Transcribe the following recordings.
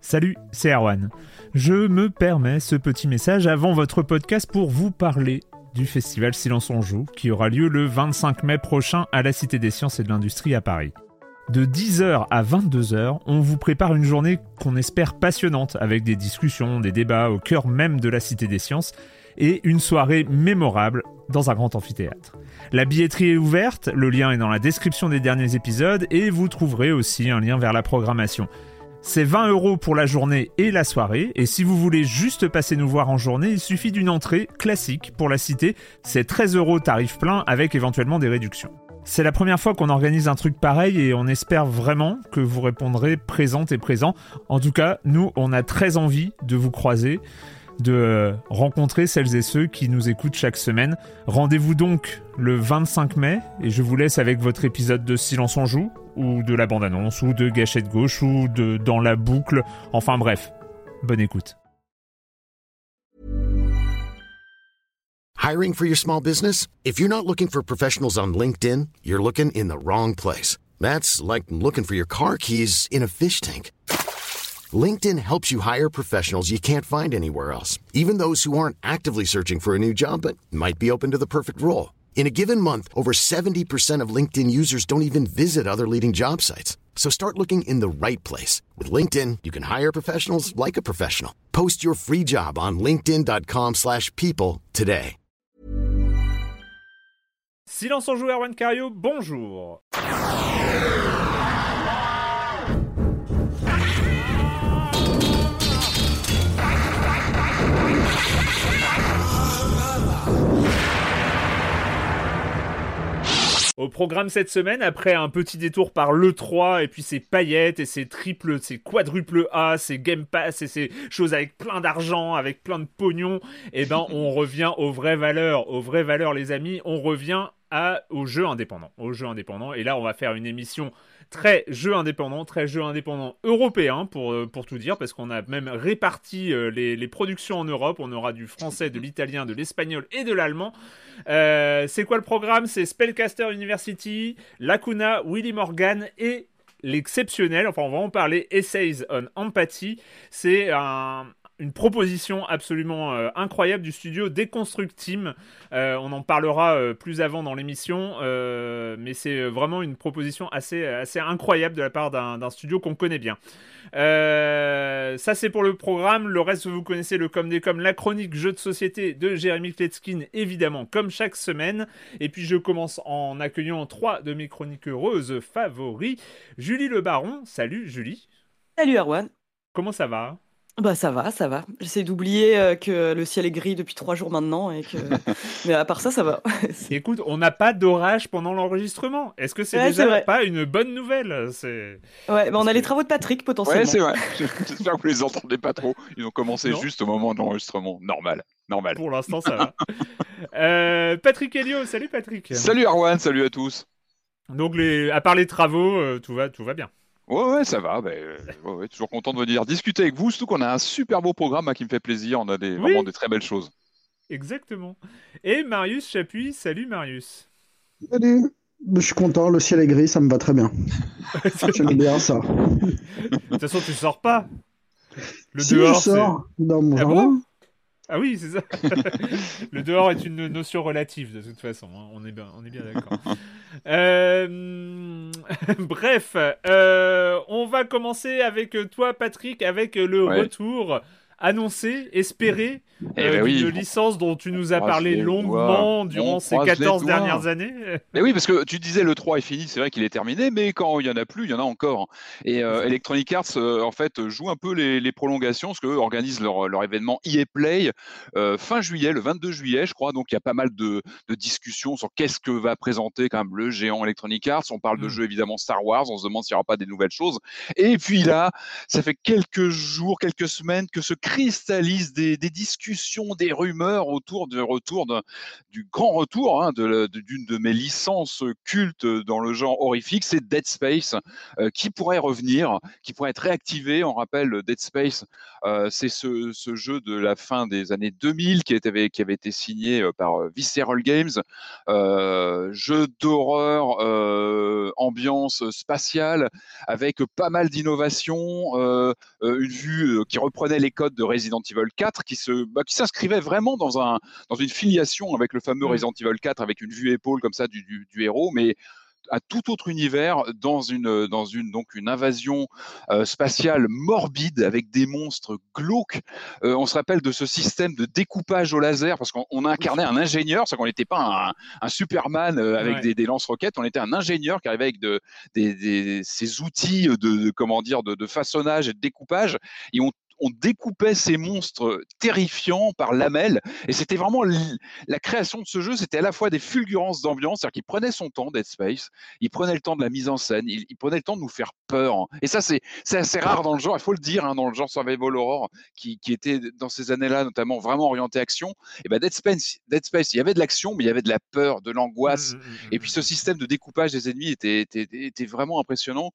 Salut, c'est Erwan. Je me permets ce petit message avant votre podcast pour vous parler du festival Silence on Joue qui aura lieu le 25 mai prochain à la Cité des Sciences et de l'Industrie à Paris. De 10h à 22h, on vous prépare une journée qu'on espère passionnante avec des discussions, des débats au cœur même de la Cité des Sciences et une soirée mémorable dans un grand amphithéâtre. La billetterie est ouverte, le lien est dans la description des derniers épisodes et vous trouverez aussi un lien vers la programmation. C'est 20 € pour la journée et la soirée, et si vous voulez juste passer nous voir en journée, il suffit d'une entrée classique pour la cité, c'est 13 € tarif plein avec éventuellement des réductions. C'est la première fois qu'on organise un truc pareil et on espère vraiment que vous répondrez présentes et présents. En tout cas, nous, on a très envie de vous croiser, de rencontrer celles et ceux qui nous écoutent chaque semaine. Rendez-vous donc le 25 mai et je vous laisse avec votre épisode de Silence on Joue, ou de la bande-annonce, ou de Gâchette Gauche, ou de Dans la boucle, enfin bref, bonne écoute. Hiring for your small business? If you're not looking for professionals on LinkedIn, you're looking in the wrong place. That's like looking for your car keys in a fish tank. LinkedIn helps you hire professionals you can't find anywhere else, even those who aren't actively searching for a new job but might be open to the perfect role. In a given month, over 70% of LinkedIn users don't even visit other leading job sites. So start looking in the right place. With LinkedIn, you can hire professionals like a professional. Post your free job on linkedin.com/people today. Silence on Joue, Erwan Cario, bonjour. Au programme cette semaine, après un petit détour par l'E3 et puis ses paillettes et ses quadruple A, ses Game Pass et ces choses avec plein d'argent, avec plein de pognon, et ben on revient aux vraies valeurs les amis, on revient aux jeux indépendants. Et là, on va faire une émission très jeux indépendants européens pour tout dire, parce qu'on a même réparti les productions en Europe. On aura du français, de l'italien, de l'espagnol et de l'allemand. C'est quoi le programme ? C'est Spellcaster University, Lacuna, Willy Morgan et l'exceptionnel, enfin on va en parler, Essays on Empathy. C'est une proposition absolument incroyable du studio Deconstruct Team. On en parlera plus avant dans l'émission, mais c'est vraiment une proposition assez incroyable de la part d'un studio qu'on connaît bien. Ça c'est pour le programme. Le reste, vous connaissez le comme des comme, la chronique jeux de société de Jérémy Kletskin, évidemment, comme chaque semaine. Et puis je commence en accueillant 3 de mes chroniqueuses favoris. Julie Le Baron. Salut Julie. Salut Erwan. Comment ça va ? Bah ça va. J'essaie d'oublier que le ciel est gris depuis 3 jours maintenant mais à part ça va. Écoute, on n'a pas d'orage pendant l'enregistrement. Est-ce que c'est déjà pas une bonne nouvelle ? Ouais, on a les travaux de Patrick potentiellement. Ouais, c'est vrai. J'espère que vous les entendez pas trop. Ils ont commencé juste au moment de l'enregistrement. Normal. Pour l'instant, ça va. Patrick Helio, salut Patrick. Salut Arwan, salut à tous. Donc à part les travaux, tout va bien. Ouais, ça va. Toujours content de venir discuter avec vous. Surtout qu'on a un super beau programme qui me fait plaisir. On a vraiment des très belles choses. Exactement. Et Marius Chapuis, salut Marius. Salut. Je suis content, le ciel est gris, ça me va très bien. J'aime bien ça. De toute façon, tu sors pas. Si, dehors, je sors dans mon jardin. Ah oui, c'est ça. Le dehors est une notion relative de toute façon. Hein. On est bien d'accord. Bref, on va commencer avec toi, Patrick, avec le retour annoncé, espéré, d'une licence dont tu nous as parlé longuement durant ces 14 dernières années. Mais oui, parce que tu disais le 3 est fini, c'est vrai qu'il est terminé, mais quand il n'y en a plus, il y en a encore. Et Electronic Arts, en fait, joue un peu les prolongations, parce qu'eux organisent leur événement EA Play fin juillet, le 22 juillet, je crois. Donc, il y a pas mal de discussions sur qu'est-ce que va présenter quand même le géant Electronic Arts. On parle de jeux, évidemment, Star Wars. On se demande s'il n'y aura pas des nouvelles choses. Et puis là, ça fait quelques jours, quelques semaines que se crée cristallise des discussions, des rumeurs autour du du grand retour d'une de mes licences cultes dans le genre horrifique, c'est Dead Space, qui pourrait revenir, qui pourrait être réactivé. On rappelle, Dead Space, c'est ce jeu de la fin des années 2000 qui avait été signé par Visceral Games, jeu d'horreur, ambiance spatiale, avec pas mal d'innovations, une vue qui reprenait les codes de Resident Evil 4, qui s'inscrivait vraiment dans une filiation avec le fameux Resident Evil 4, avec une vue épaule comme ça du héros, mais à tout autre univers, dans une invasion spatiale morbide avec des monstres glauques. On se rappelle de ce système de découpage au laser, parce qu'on a incarné un ingénieur, c'est qu'on n'était pas un Superman avec des lance-roquettes, on était un ingénieur qui arrivait avec ces outils de façonnage et de découpage, et on découpait ces monstres terrifiants par lamelles, et c'était vraiment la création de ce jeu, c'était à la fois des fulgurances d'ambiance, c'est-à-dire qu'il prenait son temps, Dead Space, il prenait le temps de la mise en scène, il prenait le temps de nous faire peur, et ça c'est assez rare dans le genre, il faut le dire, dans le genre survival horror, qui était dans ces années-là notamment vraiment orienté action. Et ben Dead Space, il y avait de l'action, mais il y avait de la peur, de l'angoisse, et puis ce système de découpage des ennemis était vraiment impressionnant.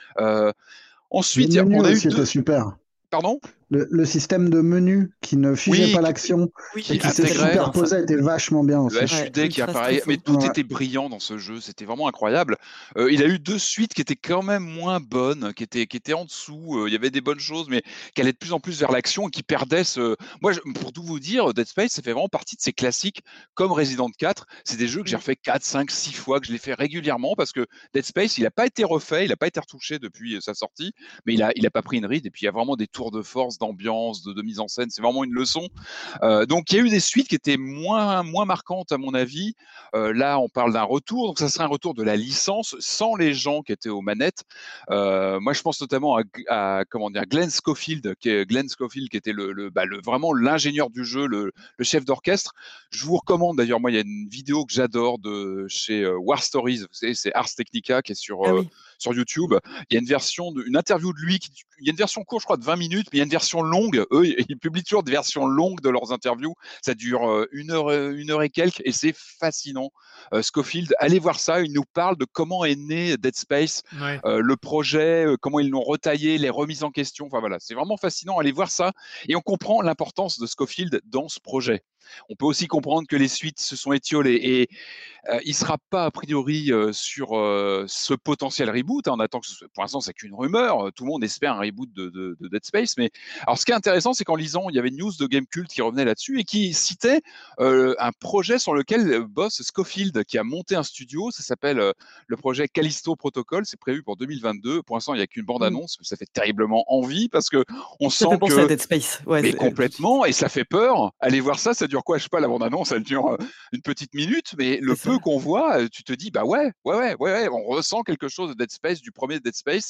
Ensuite, le menu on a eu aussi était super. Pardon? Le système de menu qui ne figeait pas l'action et qui se superposait était vachement bien aussi. Le HUD qui apparaît, mais tout était brillant dans ce jeu, c'était vraiment incroyable. Il a eu 2 suites qui étaient quand même moins bonnes, qui étaient en dessous. Il y avait des bonnes choses, mais qui allaient de plus en plus vers l'action et qui perdaient Moi, pour tout vous dire, Dead Space, ça fait vraiment partie de ces classiques comme Resident 4. C'est des jeux que j'ai refait 4, 5, 6 fois, que je les fais régulièrement, parce que Dead Space, il n'a pas été refait, il n'a pas été retouché depuis sa sortie, mais il a pas pris une ride, et puis il y a vraiment des tours de force, d'ambiance, de mise en scène, c'est vraiment une leçon. Donc il y a eu des suites qui étaient moins marquantes à mon avis. Là, on parle d'un retour, donc ça serait un retour de la licence sans les gens qui étaient aux manettes. Moi, je pense notamment à Glenn Schofield, qui était vraiment l'ingénieur du jeu, le chef d'orchestre. Je vous recommande d'ailleurs, moi, il y a une vidéo que j'adore de chez War Stories, vous savez, c'est Ars Technica qui est sur YouTube. Il y a une interview de lui, il y a une version courte, je crois, de 20 minutes, mais il y a une version longue. Eux, ils publient toujours des versions longues de leurs interviews. Ça dure une heure et quelques, et c'est fascinant. Scofield, allez voir ça. Il nous parle de comment est né Dead Space, le projet, comment ils l'ont retaillé, les remises en question. Enfin voilà, c'est vraiment fascinant. Allez voir ça, et on comprend l'importance de Scofield dans ce projet. On peut aussi comprendre que les suites se sont étiolées, et il ne sera pas a priori sur ce potentiel reboot. On attend pour l'instant, c'est qu'une rumeur. Tout le monde espère un reboot de Dead Space. Mais alors, ce qui est intéressant, c'est qu'en lisant, il y avait une news de Gamecult qui revenait là-dessus et qui citait un projet sur lequel bosse Scofield, qui a monté un studio. Ça s'appelle le projet Callisto Protocol. C'est prévu pour 2022. Pour l'instant, il n'y a qu'une bande-annonce, mais ça fait terriblement envie, parce que on Ça sent fait penser que à Dead Space. Ouais, mais complètement, et ça fait peur. Allez voir ça, ça dure quoi? Je sais pas, la bande-annonce, elle dure une petite minute, mais le peu qu'on voit, tu te dis, bah ouais, on ressent quelque chose de Dead Space, du premier Dead Space.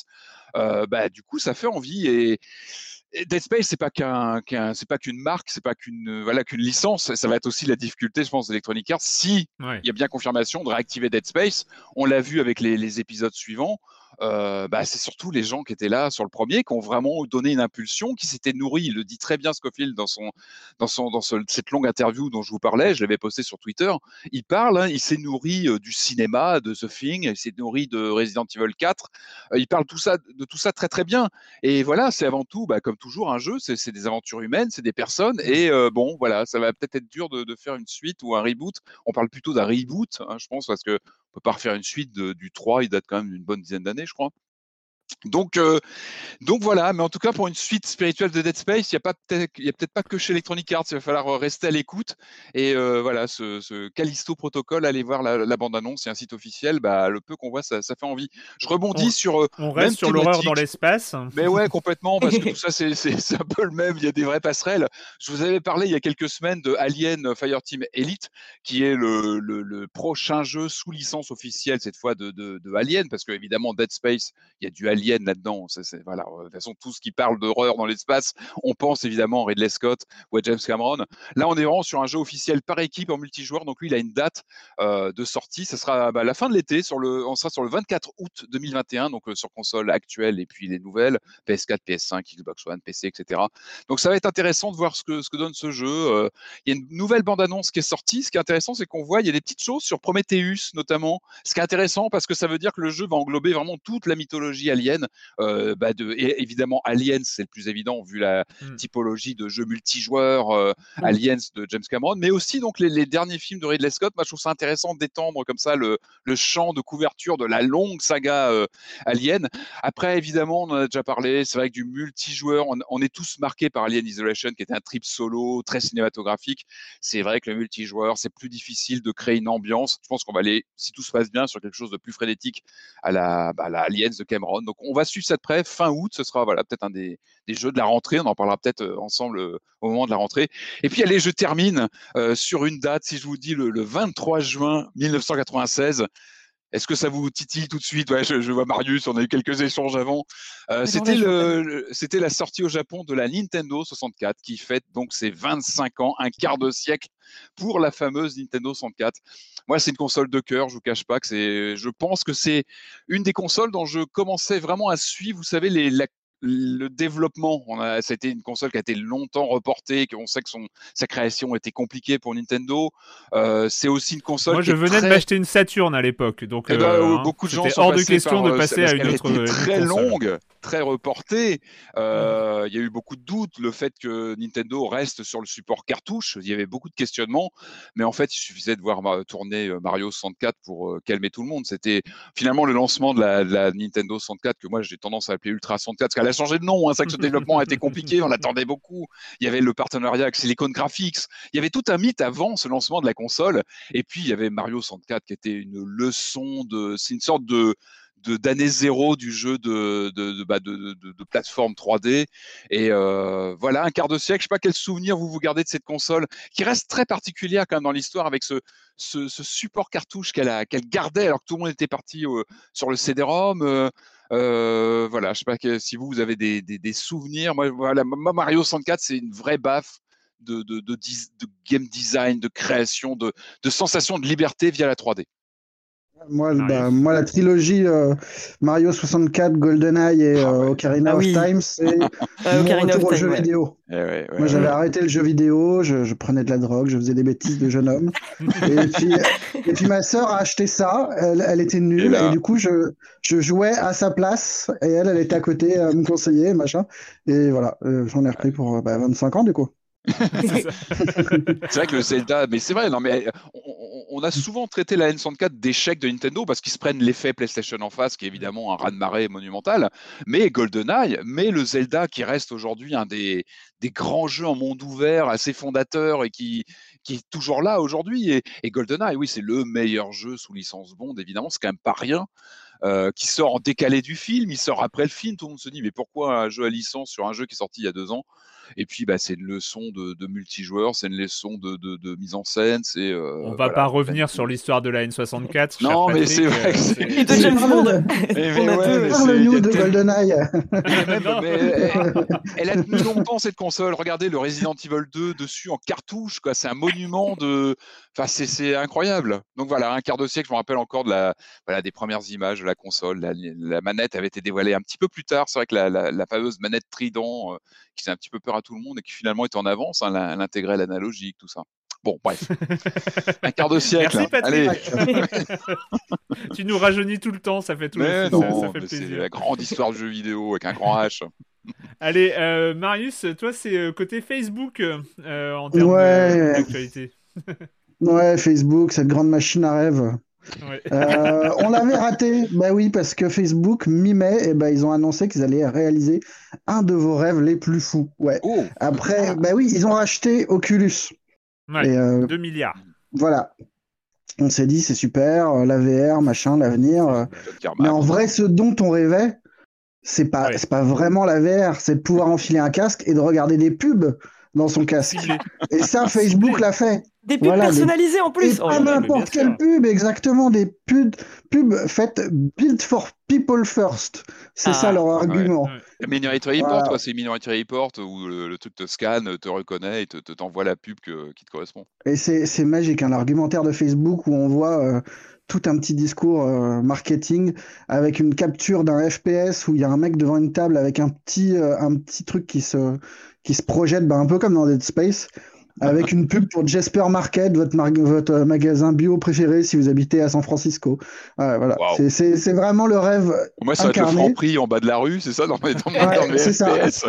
Du coup, ça fait envie. Et Dead Space, c'est pas qu'une marque, c'est pas qu'une licence. Ça va être aussi la difficulté, je pense, d'Electronic Arts, si il y a bien confirmation de réactiver Dead Space. On l'a vu avec les épisodes suivants. C'est surtout les gens qui étaient là sur le premier qui ont vraiment donné une impulsion, qui s'étaient nourris. Il le dit très bien, Scofield, cette longue interview dont je vous parlais. Je l'avais posté sur Twitter. Il parle, il s'est nourri du cinéma, de The Thing, il s'est nourri de Resident Evil 4. Il parle de tout ça très très bien. Et voilà, c'est avant tout, comme toujours, un jeu. C'est des aventures humaines, c'est des personnes. Et voilà, ça va peut-être être dur de faire une suite ou un reboot. On parle plutôt d'un reboot, je pense, parce que on peut pas refaire une suite du 3, il date quand même d'une bonne dizaine d'années, je crois. Donc voilà, mais en tout cas, pour une suite spirituelle de Dead Space, il y a peut-être pas que chez Electronic Arts, il va falloir rester à l'écoute. Et voilà, ce Callisto Protocol, allez voir la bande-annonce, c'est un site officiel, le peu qu'on voit, ça fait envie. Je rebondis sur on reste sur l'horreur dans l'espace. Mais ouais, complètement, parce que tout ça, c'est un peu le même, il y a des vraies passerelles. Je vous avais parlé il y a quelques semaines de Alien Fireteam Elite, qui est le prochain jeu sous licence officielle, cette fois de Alien, parce que évidemment, Dead Space, il y a du Alien là-dedans. Voilà. De toute façon, tout ce qui parle d'horreur dans l'espace, on pense évidemment à Ridley Scott ou à James Cameron. Là, on est vraiment sur un jeu officiel par équipe en multijoueur. Donc lui, il a une date de sortie. Ça sera la fin de l'été. On sera sur le 24 août 2021, donc sur console actuelle et puis les nouvelles PS4, PS5, Xbox One, PC, etc. Donc ça va être intéressant de voir ce que donne ce jeu. Il y a une nouvelle bande-annonce qui est sortie. Ce qui est intéressant, c'est qu'on voit il y a des petites choses sur Prometheus notamment. Ce qui est intéressant parce que ça veut dire que le jeu va englober vraiment toute la mythologie alien. Et évidemment, Aliens, c'est le plus évident vu la typologie de jeux multijoueurs Aliens de James Cameron, mais aussi donc les derniers films de Ridley Scott. Moi, je trouve ça intéressant d'étendre comme ça le champ de couverture de la longue saga Alien. Après, évidemment, on en a déjà parlé. C'est vrai que du multijoueur, on est tous marqués par Alien Isolation, qui était un trip solo très cinématographique. C'est vrai que le multijoueur, c'est plus difficile de créer une ambiance. Je pense qu'on va aller, si tout se passe bien, sur quelque chose de plus frénétique à la Aliens de Cameron. Donc, on va suivre ça de près. Fin août, ce sera peut-être un des jeux de la rentrée. On en parlera peut-être ensemble au moment de la rentrée. Et puis, allez, je termine sur une date. Si je vous dis le 23 juin 1996, est-ce que ça vous titille tout de suite? Ouais, je vois Marius, on a eu quelques échanges avant. C'était la sortie au Japon de la Nintendo 64 qui fête donc ses 25 ans, un quart de siècle pour la fameuse Nintendo 64. Moi, c'est une console de cœur, je vous cache pas que je pense que c'est une des consoles dont je commençais vraiment à suivre, vous savez, le développement. C'était une console qui a été longtemps reportée, qu'on sait que sa création était compliquée pour Nintendo. C'est aussi une console. Moi, je venais de m'acheter une Saturn à l'époque, donc beaucoup de gens sont hors de question de passer à une autre. Très longue, très reportée. Il y a eu beaucoup de doutes. Le fait que Nintendo reste sur le support cartouche, il y avait beaucoup de questionnements. Mais en fait, il suffisait de voir tourner Mario 64 pour calmer tout le monde. C'était finalement le lancement de la Nintendo 64 que moi j'ai tendance à appeler Ultra 64, parce qu'elle a changé de nom. C'est que ce développement a été compliqué. On l'attendait beaucoup. Il y avait le partenariat avec Silicon Graphics. Il y avait tout un mythe avant ce lancement de la console. Et puis il y avait Mario 64 qui était une leçon c'est une sorte d'année zéro du jeu de plateforme 3D. Et voilà, un quart de siècle. Je sais pas quel souvenir vous gardez de cette console qui reste très particulière quand même dans l'histoire, avec ce support cartouche qu'elle gardait alors que tout le monde était parti sur le CD-ROM. Voilà, je sais pas si vous avez des souvenirs. Moi, Mario 64, c'est une vraie baffe de game design, de création, de sensation de liberté via la 3D. Moi, la trilogie Mario 64, GoldenEye et Ocarina of Time, c'est mon retour au jeu vidéo. Moi, j'avais arrêté le jeu vidéo, je prenais de la drogue, je faisais des bêtises de jeune homme. et puis ma sœur a acheté ça, elle était nulle, et du coup, je jouais à sa place, et elle était à côté à me conseiller, machin. Et voilà, j'en ai repris pour 25 ans, du coup. C'est vrai que le Zelda, mais c'est vrai, non, mais on a souvent traité la N64 d'échec de Nintendo parce qu'ils se prennent l'effet PlayStation en face, qui est évidemment un raz-de-marée monumental, mais GoldenEye, mais le Zelda qui reste aujourd'hui un des grands jeux en monde ouvert assez fondateur et qui est toujours là aujourd'hui. Et GoldenEye, oui, c'est le meilleur jeu sous licence Bond, évidemment, c'est quand même pas rien. Qui sort en décalé du film, il sort après le film, tout le monde se dit mais pourquoi un jeu à licence sur un jeu qui est sorti il y a 2 ans? Et puis c'est une leçon de multijoueur, c'est une leçon de mise en scène. On va pas revenir sur l'histoire de la N64. Non, mais c'est vrai. Et de James Bond. Parle-nous de GoldenEye. Elle a tenu longtemps cette console. Regardez le Resident Evil 2 dessus en cartouche, quoi. C'est un monument de. Enfin, c'est incroyable. Donc voilà, un quart de siècle. Je me rappelle encore des premières images de la console. La manette avait été dévoilée un petit peu plus tard. C'est vrai que la fameuse manette Trident qui faisait un petit peu peur à tout le monde et qui finalement était en avance, elle intégrait l'analogique, tout ça. Bon, bref. Un quart de siècle. Merci, Patrick. Allez. Tu nous rajeunis tout le temps, ça fait ça fait plaisir. C'est la grande histoire de jeux vidéo avec un grand H. Allez, Marius, toi, c'est côté Facebook en termes d'actualité. Ouais, Facebook, cette grande machine à rêve. Ouais. On l'avait raté, oui, parce que Facebook, mi-mai, ils ont annoncé qu'ils allaient réaliser un de vos rêves les plus fous. Ouais. Après, oui, ils ont racheté Oculus. Ouais, 2 milliards. Voilà. On s'est dit, c'est super, la VR, machin, l'avenir. Mais en vrai, ce dont on rêvait, c'est pas vraiment la VR, c'est de pouvoir enfiler un casque et de regarder des pubs dans son casque. Et ça, Facebook l'a fait. Des pubs personnalisées en plus. Et pas n'importe quelle pub, exactement, des pubs faites build for people first. C'est ça leur argument. Ouais. Minority Report, c'est Minority Report où le truc te scanne, te reconnaît et t'envoie la pub qui te correspond. Et c'est magique, hein, l'argumentaire de Facebook où on voit tout un petit discours marketing avec une capture d'un FPS où il y a un mec devant une table avec un petit truc qui se projette, un peu comme dans Dead Space. Avec une pub pour Jesper Market, votre magasin bio préféré si vous habitez à San Francisco. Voilà. Wow. C'est vraiment le rêve. Moi, ça va être le Franprix en bas de la rue, c'est ça, dans mes c'est FPS. Ça.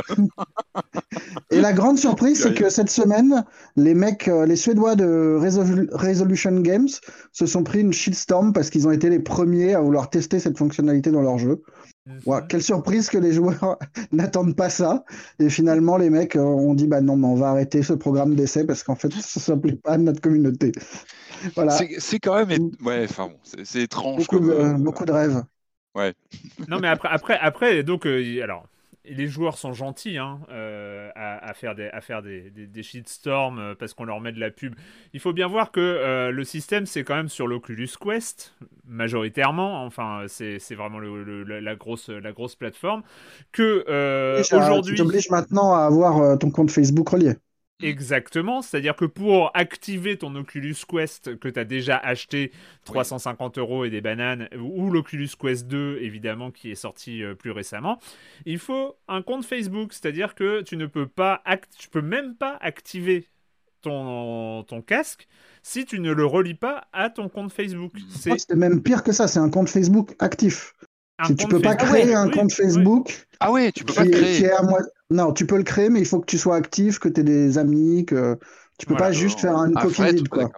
Et la grande surprise, c'est que cette semaine, les Suédois de Resolution Games se sont pris une shitstorm parce qu'ils ont été les premiers à vouloir tester cette fonctionnalité dans leur jeu. Quelle surprise que les joueurs n'attendent pas ça. Et finalement, les mecs ont dit non, mais on va arrêter ce programme d'essai parce qu'en fait, ça ne plaît pas à notre communauté. Voilà. C'est quand même. C'est étrange. Beaucoup de rêves. Ouais. Non, mais après donc, alors. Les joueurs sont gentils à faire des shitstorms parce qu'on leur met de la pub. Il faut bien voir que le système, c'est quand même sur l'Oculus Quest, majoritairement. Enfin, c'est vraiment la grosse plateforme. Que aujourd'hui... Tu t'obliges maintenant à avoir ton compte Facebook relié. Exactement, c'est-à-dire que pour activer ton Oculus Quest que tu as déjà acheté 350 € et des bananes, ou l'Oculus Quest 2 évidemment qui est sorti plus récemment, il faut un compte Facebook, c'est-à-dire que tu ne peux pas, tu peux même pas activer ton casque si tu ne le relis pas à ton compte Facebook. C'est même pire que ça, c'est un compte Facebook actif. Tu peux pas créer un compte Facebook. Ah ouais, tu peux pas le créer. Non, tu peux le créer, mais il faut que tu sois actif, que tu aies des amis, que tu peux pas juste faire une coquille vide, quoi.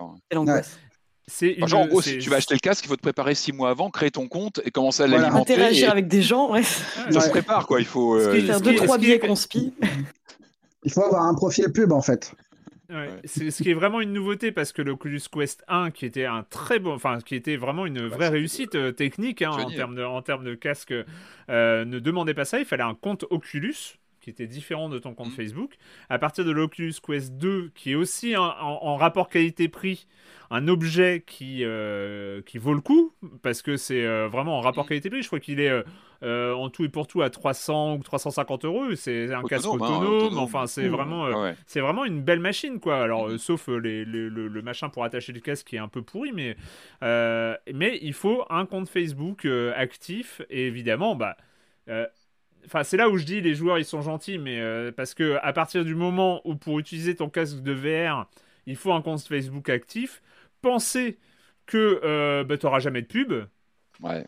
En gros, si tu vas acheter le casque, il faut te préparer 6 mois avant, créer ton compte et commencer à l'alimenter. Interagir avec des gens, Ça se prépare, quoi. Il faut faire 2-3 billets conspi. Il faut avoir un profil pub, en fait. Ouais. C'est ce qui est vraiment une nouveauté parce que l'Oculus Quest 1 qui était qui était vraiment une vraie réussite technique en termes de casque ne demandait pas ça. Il fallait un compte Oculus qui était différent de ton compte Facebook. À partir de l'Oculus Quest 2 qui est aussi en rapport qualité-prix un objet qui vaut le coup parce que c'est vraiment en rapport qualité-prix. Je crois qu'il est en tout et pour tout à 300 ou 350 €. C'est un casque autonome. Enfin, c'est vraiment une belle machine, quoi. Alors, sauf le machin pour attacher le casque qui est un peu pourri, mais il faut un compte Facebook actif. Et évidemment, c'est là où je dis les joueurs ils sont gentils, mais parce que à partir du moment où pour utiliser ton casque de VR, il faut un compte Facebook actif, penser que tu n'auras jamais de pub. Ouais.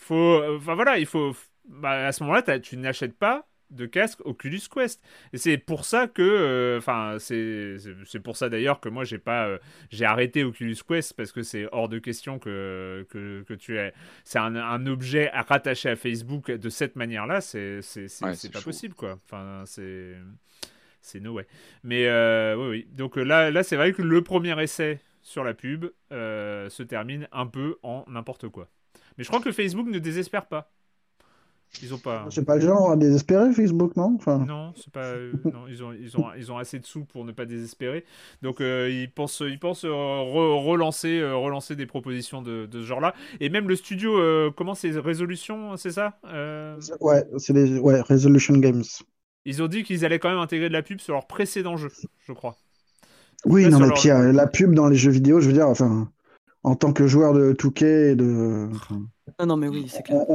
Il faut. À ce moment-là, tu n'achètes pas de casque Oculus Quest. Et c'est pour ça que. C'est pour ça d'ailleurs que moi j'ai arrêté Oculus Quest parce que c'est hors de question que tu aies. C'est un objet à rattacher à Facebook de cette manière-là. C'est pas possible, quoi. Enfin, c'est no way. Mais oui. Donc là, c'est vrai que le premier essai sur la pub se termine un peu en n'importe quoi. Mais je crois que Facebook ne désespère pas. Ils ont pas. C'est pas le genre à désespérer Facebook, non? Non, c'est pas. Non, ils ont assez de sous pour ne pas désespérer. Donc ils pensent relancer des propositions de ce genre-là. Et même le studio, comment c'est Resolution, c'est ça? Ouais, c'est Resolution Games. Ils ont dit qu'ils allaient quand même intégrer de la pub sur leur précédent jeu, je crois. Oui, non, mais puis la pub dans les jeux vidéo, je veux dire, en tant que joueur de 2K et de. Non, mais oui, c'est clair.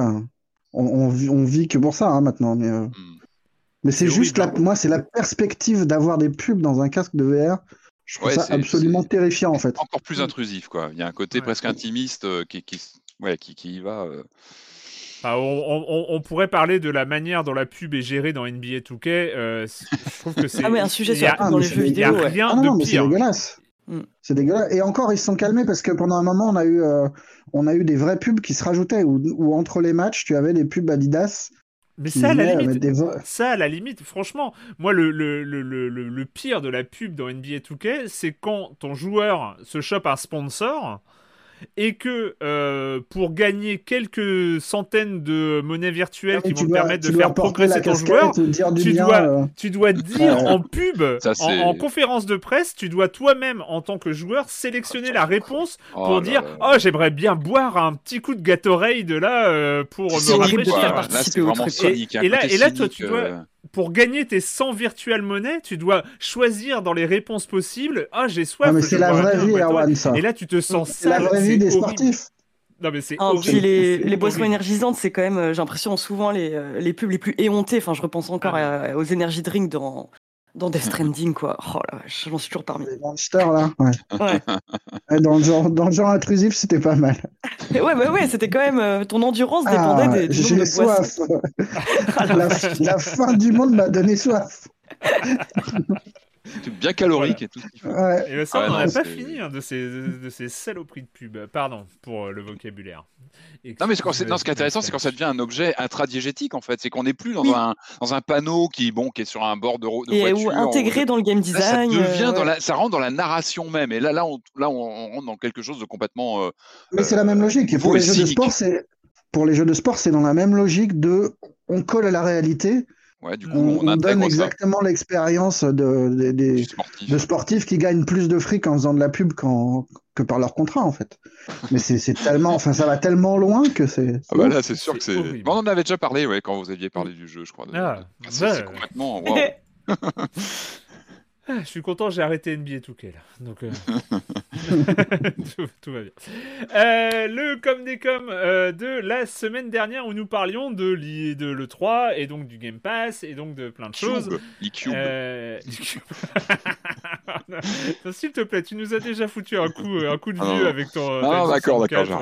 On vit que pour ça maintenant, mais c'est juste moi c'est la perspective d'avoir des pubs dans un casque de VR. Je trouve ça absolument terrifiant en fait. Encore plus intrusif, quoi. Il y a un côté presque intimiste qui y va. On pourrait parler de la manière dont la pub est gérée dans NBA 2K. Je trouve que c'est. Ah oui, un sujet dans les jeux vidéo. Il n'y a rien de pire. C'est dégueulasse. C'est dégueulasse. Et encore, ils se sont calmés parce que pendant un moment, on a eu des vraies pubs qui se rajoutaient où entre les matchs, tu avais des pubs Adidas. Mais ça, à la limite, franchement, moi, le pire de la pub dans NBA 2K, c'est quand ton joueur se chope un sponsor et que pour gagner quelques centaines de monnaies virtuelles qui vont te permettre de faire progresser ton joueur, tu dois dire en pub, en conférence de presse, tu dois toi-même en tant que joueur sélectionner la réponse pour dire j'aimerais bien boire un petit coup de Gatorade là pour me rafraîchir. Là c'est vraiment cynique. Et là toi tu dois pour gagner tes 100 virtual monnaies, tu dois choisir dans les réponses possibles. J'ai soif. Mais c'est la vraie vie, Erwan, ça. Et là, tu te sens sale. C'est la vraie vie des sportifs. Non, mais c'est horrible. Puis les boissons énergisantes, c'est quand même, j'ai l'impression, souvent les pubs les plus éhontées. Enfin, je repense encore aux energy drinks dans Death Stranding, quoi. Oh là, j'en suis toujours parmi. Les Monsters, là. Ouais. Dans le genre intrusif, c'était pas mal. Ouais, c'était quand même. Ton endurance dépendait du nombre de boissons. La fin du monde m'a donné soif. C'est bien calorique et tout ce qu'il faut. Et ben ça, on n'a pas fini de ces saloperies de pub. Pardon pour le vocabulaire. Non, mais ce qui est intéressant, c'est quand ça devient un objet intradiégétique, en fait. C'est qu'on n'est plus dans un panneau qui est sur un bord de voiture. Ou intégré dans le game design. Ça rentre dans la narration même. Et là, on rentre dans quelque chose de complètement. Mais c'est la même logique. Et pour les jeux de sport, c'est dans la même logique on colle à la réalité. Ouais, du coup, on donne exactement l'expérience de sportifs qui gagnent plus de fric en faisant de la pub que par leur contrat, en fait. Mais c'est tellement, ça va tellement loin que c'est. Là, c'est sûr que c'est. On en avait déjà parlé, quand vous aviez parlé du jeu, je crois. C'est complètement. Wow. Je suis content, j'ai arrêté NBA 2K là. Donc tout va bien. Le com des coms de la semaine dernière où nous parlions de l'E3 et donc du Game Pass et donc de plein de choses. E-Cube. S'il te plaît, tu nous as déjà foutu un coup de vieux avec ton. D'accord.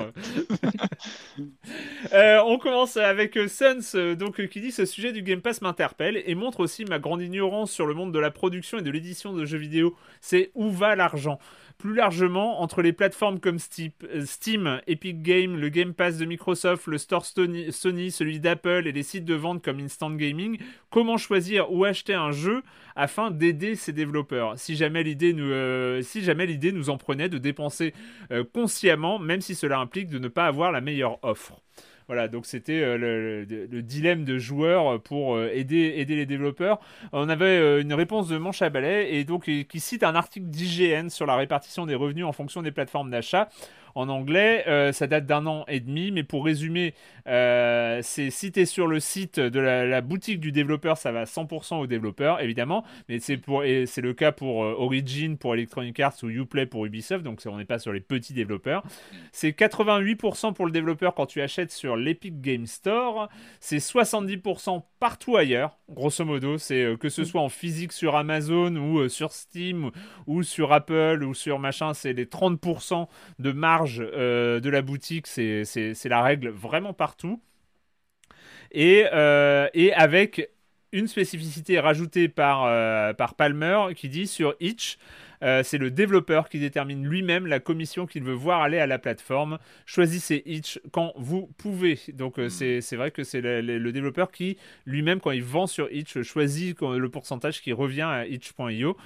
On commence avec Suns, qui dit: ce sujet du Game Pass m'interpelle et montre aussi ma grande ignorance sur le monde de la production et de l'édition de jeux vidéo. C'est où va l'argent? Plus largement, entre les plateformes comme Steam, Epic Games, le Game Pass de Microsoft, le Store Sony, celui d'Apple et les sites de vente comme Instant Gaming, comment choisir où acheter un jeu afin d'aider ces développeurs? Si jamais l'idée nous en prenait de dépenser consciemment, même si cela implique de ne pas avoir la meilleure offre. Voilà, donc c'était le dilemme de joueurs pour aider les développeurs. On avait une réponse de Manche à balai et donc qui cite un article d'IGN sur la répartition des revenus en fonction des plateformes d'achat. En anglais, ça date d'1 an et demi, mais pour résumer, c'est cité sur le site de la boutique du développeur, ça va 100% au développeur, évidemment, mais c'est le cas pour Origin, pour Electronic Arts ou Uplay pour Ubisoft, donc on n'est pas sur les petits développeurs. C'est 88% pour le développeur quand tu achètes sur l'Epic Game Store, c'est 70% partout ailleurs, grosso modo, c'est que ce soit en physique sur Amazon ou sur Steam ou sur Apple ou sur machin, c'est les 30% de marge de la boutique, c'est la règle vraiment partout. Et avec une spécificité rajoutée par Palmer qui dit sur Itch, c'est le développeur qui détermine lui-même la commission qu'il veut voir aller à la plateforme. Choisissez Itch quand vous pouvez. Donc c'est vrai que c'est le développeur qui lui-même, quand il vend sur Itch, choisit le pourcentage qui revient à itch.io.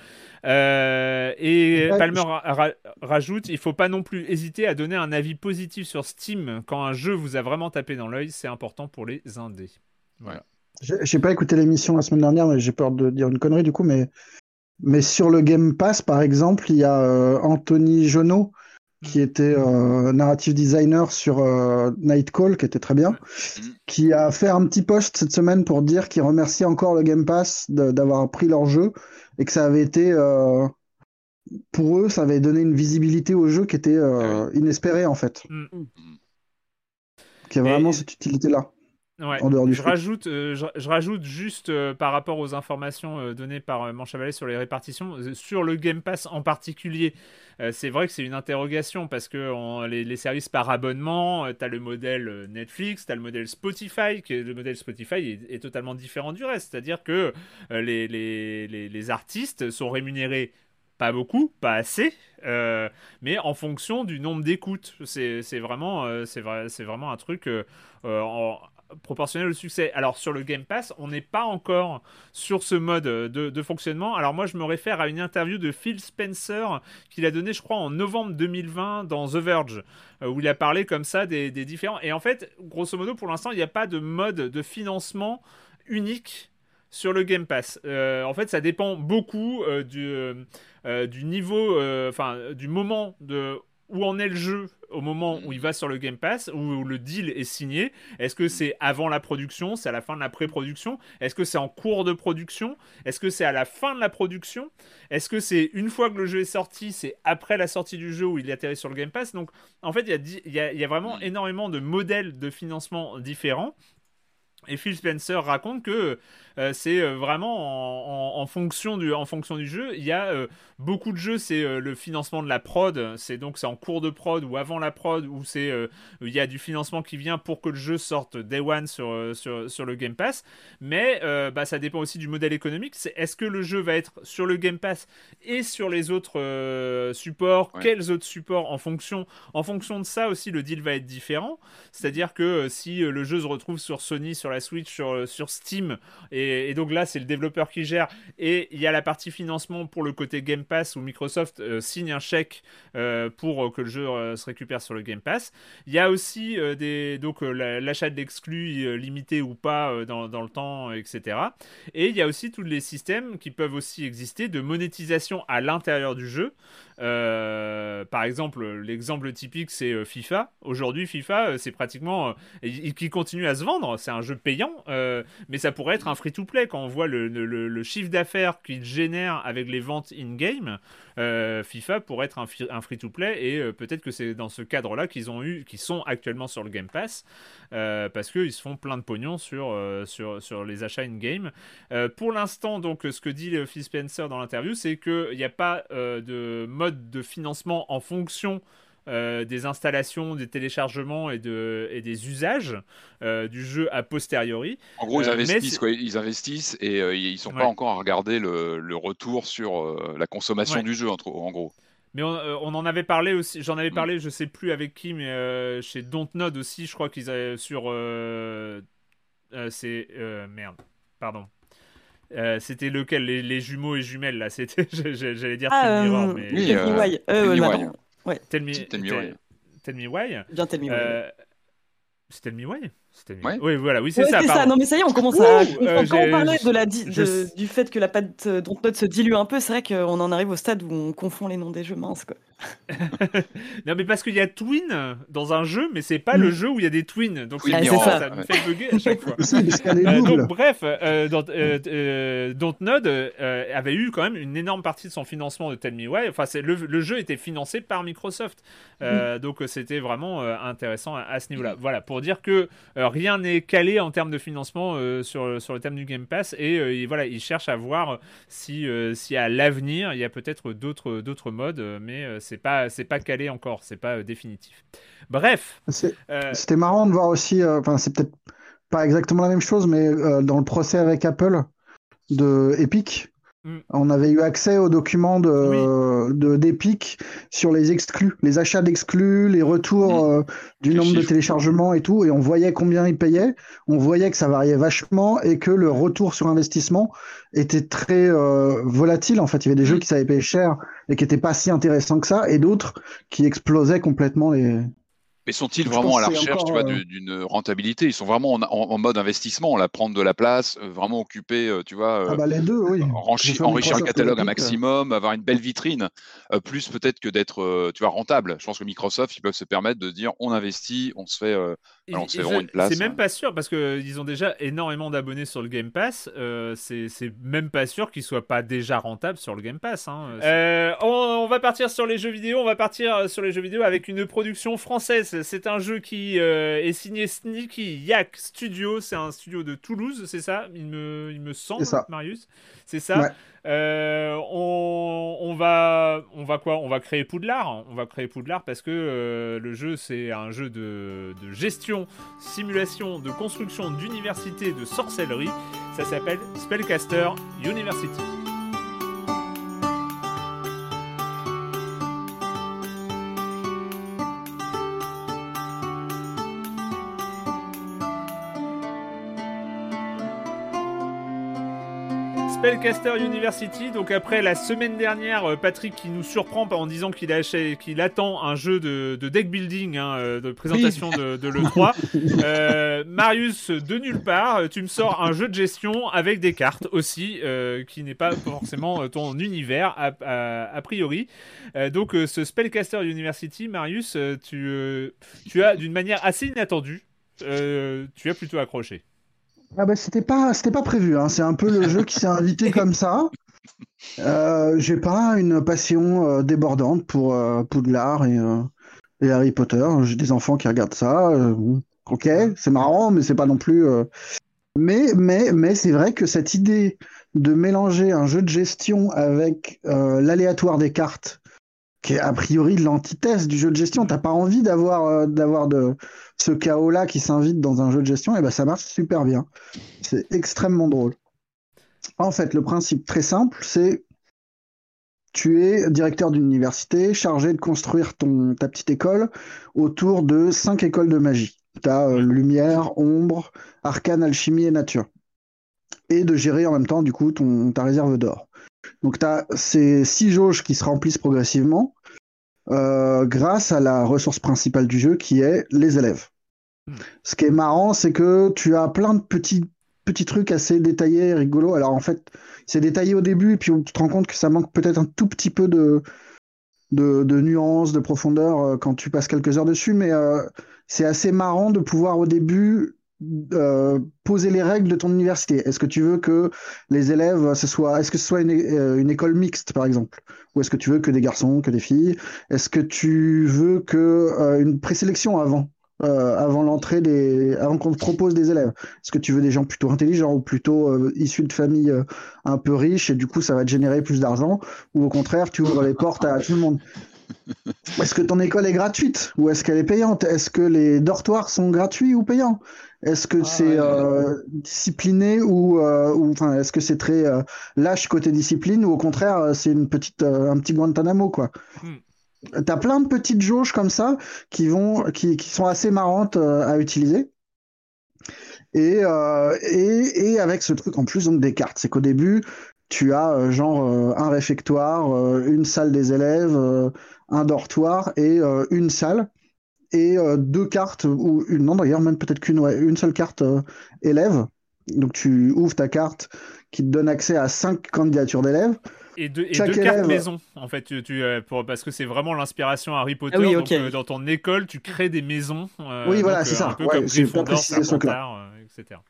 Palmer rajoute: il ne faut pas non plus hésiter à donner un avis positif sur Steam quand un jeu vous a vraiment tapé dans l'œil. C'est important pour les indés. Voilà. J'ai pas écouté l'émission la semaine dernière, mais j'ai peur de dire une connerie du coup, mais sur le Game Pass, par exemple, il y a Anthony Jonot, qui était narrative designer sur Nightcall, qui était très bien, qui a fait un petit post cette semaine pour dire qu'il remerciait encore le Game Pass d'avoir pris leur jeu, et que ça avait été, pour eux, ça avait donné une visibilité au jeu qui était inespérée, en fait. Qui a vraiment cette utilité-là. Ouais. Je rajoute juste par rapport aux informations données par Manche à balai sur les répartitions, sur le Game Pass en particulier, c'est vrai que c'est une interrogation parce que les services par abonnement, tu as le modèle Netflix, tu as le modèle Spotify, le modèle Spotify est totalement différent du reste, c'est-à-dire que les artistes sont rémunérés pas beaucoup, pas assez, mais en fonction du nombre d'écoutes. C'est vraiment un truc proportionnel au succès. Alors sur le Game Pass, on n'est pas encore sur ce mode de fonctionnement. Alors moi, je me réfère à une interview de Phil Spencer qu'il a donnée, je crois, en novembre 2020 dans The Verge, où il a parlé comme ça des différents. Et en fait, grosso modo, pour l'instant, il n'y a pas de mode de financement unique sur le Game Pass. En fait, ça dépend beaucoup du niveau, du moment où en est le jeu au moment où il va sur le Game Pass, où le deal est signé. Est-ce que c'est avant la production, c'est à la fin de la pré-production? Est-ce que c'est en cours de production? Est-ce que c'est à la fin de la production? Est-ce que c'est une fois que le jeu est sorti, c'est après la sortie du jeu où il atterrit sur le Game Pass? Donc, en fait, il y a vraiment énormément de modèles de financement différents. Et Phil Spencer raconte que c'est vraiment en fonction du jeu. Il y a beaucoup de jeux, c'est le financement de la prod, c'est en cours de prod ou avant la prod, où il y a du financement qui vient pour que le jeu sorte Day One sur le Game Pass. Mais ça dépend aussi du modèle économique. Est-ce que le jeu va être sur le Game Pass et sur les autres supports? Ouais. Quels autres supports? En fonction de ça aussi, le deal va être différent. C'est-à-dire que si le jeu se retrouve sur Sony, sur la Switch, sur Steam, et donc là c'est le développeur qui gère, et il y a la partie financement pour le côté Game Pass où Microsoft signe un chèque pour que le jeu se récupère sur le Game Pass. Il y a aussi l'achat de l'exclu limité ou pas dans le temps, etc. Et il y a aussi tous les systèmes qui peuvent aussi exister de monétisation à l'intérieur du jeu. Par exemple, l'exemple typique c'est FIFA. Aujourd'hui FIFA c'est pratiquement qui continue à se vendre, c'est un jeu payant, mais ça pourrait être un free-to-play quand on voit le chiffre d'affaires qu'il génère avec les ventes in-game. FIFA pourrait être un free-to-play, et peut-être que c'est dans ce cadre-là qu'ils sont actuellement sur le Game Pass, parce qu'ils se font plein de pognon sur les achats in-game. Pour l'instant, donc, ce que dit Phil Spencer dans l'interview, c'est qu'il n'y a pas de mode de financement en fonction des installations, des téléchargements et des usages du jeu a posteriori. En gros, ils investissent et ils sont pas encore à regarder le retour sur la consommation du jeu, en gros. Mais on en avait parlé aussi, j'en avais parlé, je sais plus avec qui, mais chez Dontnod aussi, je crois qu'ils avaient merde, pardon. C'était lequel, les jumeaux et jumelles là, c'était j'allais dire Tell Me Mirror, mais oui, Tell Me Why. Ouais. Tell Me Why. Bien Tell Me Why. C'est Tell Me Why. Ouais. Oui, voilà, oui, c'est ça. Ça. Non, mais ça y est, on commence à. Quand on parlait du fait que la patte Dontnod se dilue un peu, c'est vrai qu'on en arrive au stade où on confond les noms des jeux, mince quoi. Non, mais parce qu'il y a Twin dans un jeu, mais c'est pas le jeu où il y a des twins, donc c'est ça me fait bugger à chaque fois. Donc bref, Dontnod avait eu quand même une énorme partie de son financement de Tell Me Why. Enfin, le jeu était financé par Microsoft, donc c'était vraiment intéressant à ce niveau-là. Voilà, pour dire que rien n'est calé en termes de financement sur le thème du Game Pass, et voilà, ils cherchent à voir si à l'avenir il y a peut-être d'autres modes, mais c'est pas calé encore, c'est pas définitif. Bref, c'était marrant de voir aussi, c'est peut-être pas exactement la même chose, mais dans le procès avec Apple de Epic, on avait eu accès aux documents d'Epic sur les exclus, les achats d'exclus, les retours du nombre de téléchargements et tout, et on voyait combien ils payaient, on voyait que ça variait vachement et que le retour sur investissement était très volatile. En fait, il y avait des jeux qui savaient payer cher et qui n'étaient pas si intéressants que ça, et d'autres qui explosaient complètement les... Mais sont-ils vraiment à la recherche d'une rentabilité? Ils sont vraiment en mode investissement, là, prendre de la place, vraiment occuper, les deux, oui. Enrichir le catalogue un maximum, avoir une belle vitrine, plus peut-être que d'être rentable. Je pense que Microsoft, ils peuvent se permettre de dire on investit, on se fait vraiment une place. C'est même pas sûr, parce qu'ils ont déjà énormément d'abonnés sur le Game Pass, c'est même pas sûr qu'ils soient pas déjà rentables sur le Game Pass. On va partir sur les jeux vidéo, avec une production française. C'est un jeu qui est signé Sneaky Yak Studio. C'est un studio de Toulouse, c'est ça, il me semble, Marius. C'est ça. Ouais. On va créer Poudlard. On va créer Poudlard parce que le jeu, c'est un jeu de gestion, simulation, de construction d'université, de sorcellerie. Ça s'appelle Spellcaster University. Spellcaster University. Donc après la semaine dernière, Patrick qui nous surprend en disant qu'il attend un jeu de deck building, de présentation de l'E3. Marius, de nulle part, tu me sors un jeu de gestion avec des cartes aussi, qui n'est pas forcément ton univers a priori. Donc ce Spellcaster University, Marius, tu as d'une manière assez inattendue, tu as plutôt accroché. Ah bah c'était pas prévu, hein. C'est un peu le jeu qui s'est invité comme ça. J'ai pas une passion débordante pour Poudlard et Harry Potter. J'ai des enfants qui regardent ça. Ok, c'est marrant, mais c'est pas non plus. Mais c'est vrai que cette idée de mélanger un jeu de gestion avec l'aléatoire des cartes, qui est a priori l'antithèse du jeu de gestion. T'as pas envie d'avoir de ce chaos-là qui s'invite dans un jeu de gestion, et ben ça marche super bien. C'est extrêmement drôle. En fait, le principe très simple, c'est tu es directeur d'une université chargé de construire ta petite école autour de 5 écoles de magie. T'as lumière, ombre, arcane, alchimie et nature. Et de gérer en même temps, du coup, ta réserve d'or. Donc, tu as ces 6 jauges qui se remplissent progressivement grâce à la ressource principale du jeu qui est les élèves. Ce qui est marrant, c'est que tu as plein de petits trucs assez détaillés et rigolos. Alors, en fait, c'est détaillé au début, et puis tu te rends compte que ça manque peut-être un tout petit peu de nuances, de profondeur quand tu passes quelques heures dessus, mais c'est assez marrant de pouvoir au début poser les règles de ton université. Est-ce que tu veux que les élèves, est-ce que ce soit une école mixte, par exemple? Ou est-ce que tu veux que des garçons, que des filles? Est-ce que tu veux une présélection avant l'entrée avant qu'on te propose des élèves? Est-ce que tu veux des gens plutôt intelligents ou plutôt issus de familles un peu riches et du coup ça va te générer plus d'argent? Ou au contraire, tu ouvres les portes à tout le monde? Est-ce que ton école est gratuite ou est-ce qu'elle est payante? Est-ce que les dortoirs sont gratuits ou payants? Est-ce que c'est discipliné ou enfin est-ce que c'est très lâche côté discipline ou au contraire c'est un petit Guantanamo quoi? T'as plein de petites jauges comme ça qui sont assez marrantes à utiliser. Et avec ce truc en plus donc des cartes, c'est qu'au début tu as un réfectoire, une salle des élèves, un dortoir et une salle et 2 cartes ou non d'ailleurs même peut-être une seule carte élève. Donc tu ouvres ta carte qui te donne accès à 5 candidatures d'élèves. Et deux cartes maison, en fait, parce que c'est vraiment l'inspiration Harry Potter. Ah oui, donc, okay. Dans ton école, tu crées des maisons. Oui, voilà, c'est ça. Un peu comme Gryffondor, Serpentard, etc.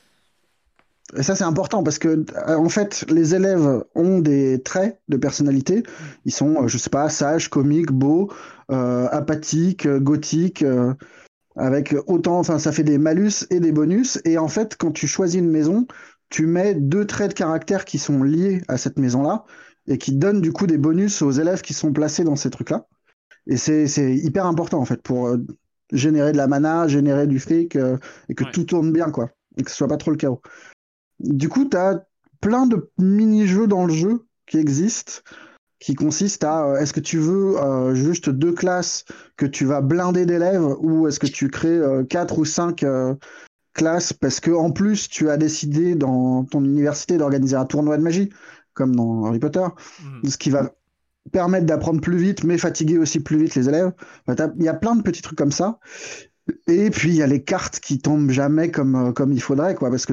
Et ça, c'est important parce que, en fait, les élèves ont des traits de personnalité. Ils sont, je sais pas, sages, comiques, beaux, apathiques, gothiques, avec autant, enfin, ça fait des malus et des bonus. Et en fait, quand tu choisis une maison, tu mets 2 traits de caractère qui sont liés à cette maison-là et qui donnent du coup des bonus aux élèves qui sont placés dans ces trucs-là. Et c'est hyper important, en fait, pour générer de la mana, générer du fric et que tout tourne bien, quoi. Et que ce soit pas trop le chaos. Du coup, tu as plein de mini-jeux dans le jeu qui existent, qui consistent à est-ce que tu veux juste 2 classes que tu vas blinder d'élèves ou est-ce que tu crées 4 ou 5 classes parce que en plus tu as décidé dans ton université d'organiser un tournoi de magie comme dans Harry Potter, ce qui va permettre d'apprendre plus vite mais fatiguer aussi plus vite les élèves. Il y a plein de petits trucs comme ça. Et puis il y a les cartes qui tombent jamais comme il faudrait quoi parce que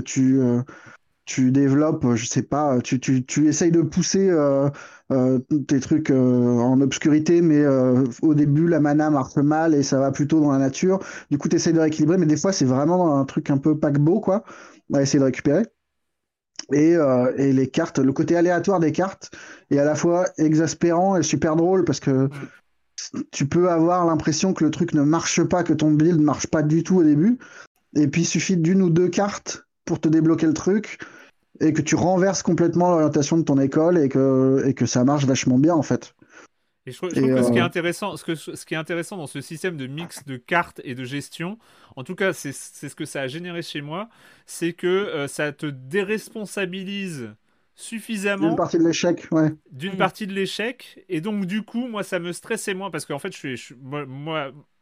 tu développes, je sais pas, tu essayes de pousser tes trucs en obscurité, mais au début, la mana marche mal et ça va plutôt dans la nature. Du coup, tu essayes de rééquilibrer, mais des fois, c'est vraiment un truc un peu paquebot, quoi, à essayer de récupérer. Et les cartes, le côté aléatoire des cartes est à la fois exaspérant et super drôle parce que tu peux avoir l'impression que le truc ne marche pas, que ton build ne marche pas du tout au début. Et puis, il suffit d'1 ou 2 cartes pour te débloquer le truc et que tu renverses complètement l'orientation de ton école et que ça marche vachement bien en fait. Et je trouve que ce qui est intéressant dans ce système de mix de cartes et de gestion, en tout cas c'est ce que ça a généré chez moi, c'est que ça te déresponsabilise suffisamment d'une partie de l'échec, partie de l'échec, et donc du coup moi ça me stressait moins parce qu'en fait moi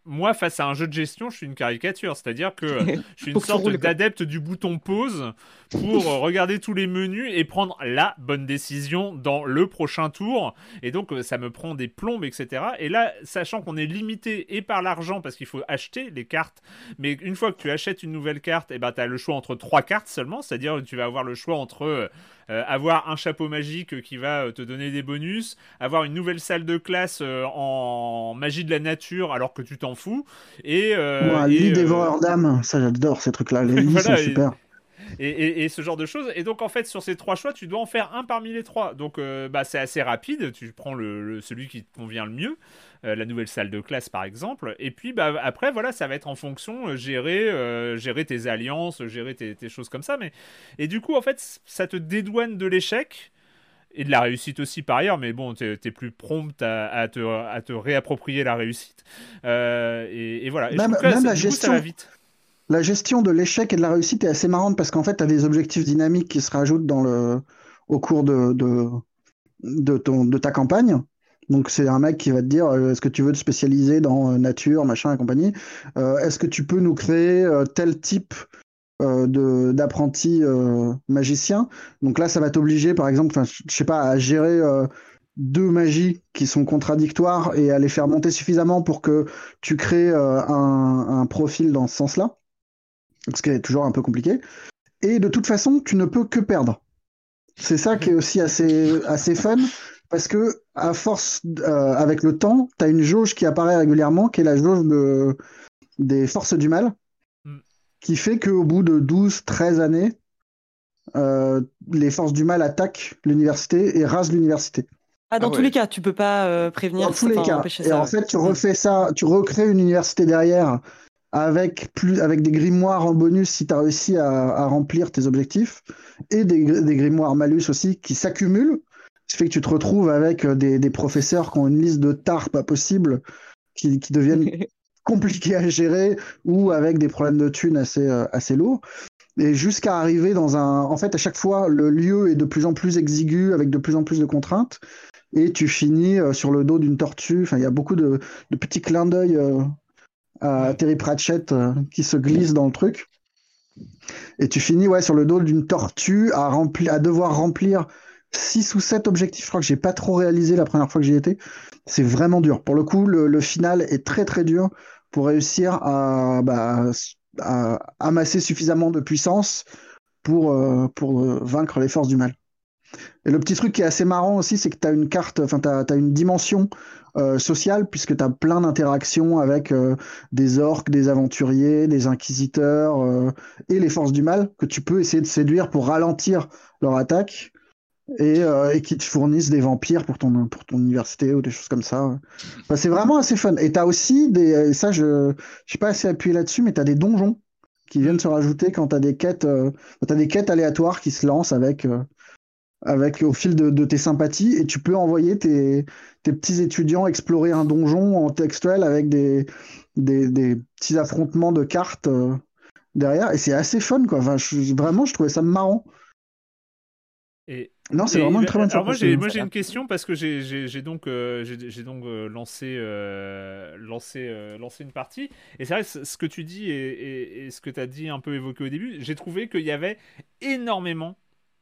moi, face à un jeu de gestion, je suis une caricature. C'est-à-dire que je suis une sorte d'adepte du bouton pause pour regarder tous les menus et prendre la bonne décision dans le prochain tour. Et donc, ça me prend des plombes, etc. Et là, sachant qu'on est limité et par l'argent, parce qu'il faut acheter les cartes, mais une fois que tu achètes une nouvelle carte, tu as le choix entre 3 cartes seulement. C'est-à-dire que tu vas avoir le choix entre... avoir un chapeau magique qui va te donner des bonus, avoir une nouvelle salle de classe en magie de la nature alors que tu t'en fous, et un lit dévoreur d'âme, ça j'adore ces trucs-là, les lits sont super. Et ce genre de choses. Et donc en fait sur ces 3 choix tu dois en faire un parmi les 3, donc c'est assez rapide, tu prends celui qui te convient le mieux, la nouvelle salle de classe par exemple, et puis après voilà, ça va être en fonction, gérer tes alliances, gérer tes choses comme ça, et du coup en fait ça te dédouane de l'échec et de la réussite aussi par ailleurs, mais bon, t'es plus prompt à te réapproprier la réussite, et voilà, et même la gestion, ça va vite. La gestion de l'échec et de la réussite est assez marrante parce qu'en fait, tu as des objectifs dynamiques qui se rajoutent au cours de ta campagne. Donc, c'est un mec qui va te dire est-ce que tu veux te spécialiser dans nature, machin et compagnie, est-ce que tu peux nous créer tel type d'apprenti magicien. Donc là, ça va t'obliger, par exemple, je sais pas, à gérer 2 magies qui sont contradictoires et à les faire monter suffisamment pour que tu crées un profil dans ce sens-là. Ce qui est toujours un peu compliqué. Et de toute façon, tu ne peux que perdre. C'est ça qui est aussi assez fun, parce que à force, avec le temps, tu as une jauge qui apparaît régulièrement, qui est la jauge des forces du mal, qui fait qu'au bout de 12-13 années, les forces du mal attaquent l'université et rasent l'université. Dans tous les cas, tu peux pas prévenir. Dans tous les cas. Et en fait, tu refais ça, tu recrées une université derrière avec des grimoires en bonus si tu as réussi à remplir tes objectifs, et des grimoires malus aussi qui s'accumulent, ce qui fait que tu te retrouves avec des professeurs qui ont une liste de tares pas possible, qui deviennent compliqués à gérer, ou avec des problèmes de thunes assez lourds, et jusqu'à arriver en fait, à chaque fois, le lieu est de plus en plus exigu, avec de plus en plus de contraintes, et tu finis sur le dos d'une tortue. Enfin, il y a beaucoup de petits clins d'œil à Terry Pratchett qui se glisse dans le truc, et tu finis sur le dos d'une tortue à devoir remplir 6 ou 7 objectifs. Je crois que j'ai pas trop réalisé la première fois que j'y étais. C'est vraiment dur. Pour le coup, le final est très très dur pour réussir à amasser suffisamment de puissance pour vaincre les forces du mal. Et le petit truc qui est assez marrant aussi, c'est que tu as une carte, t'as une dimension sociale, puisque tu as plein d'interactions avec des orques, des aventuriers, des inquisiteurs et les forces du mal, que tu peux essayer de séduire pour ralentir leur attaque, et qui te fournissent des vampires pour ton université ou des choses comme ça. Enfin, c'est vraiment assez fun. Et tu as aussi et ça je ne suis pas assez appuyé là-dessus, mais tu as des donjons qui viennent se rajouter quand tu as des quêtes, aléatoires qui se lancent avec au fil de tes sympathies, et tu peux envoyer tes petits étudiants explorer un donjon en textuel avec des petits affrontements de cartes derrière, et c'est assez fun, quoi. Enfin, vraiment, je trouvais ça marrant. Non, c'est vraiment une très bonne surprise. Moi, j'ai une question, parce que j'ai donc lancé une partie. Et c'est vrai, ce que tu dis et ce que tu as dit, un peu évoqué au début, j'ai trouvé qu'il y avait énormément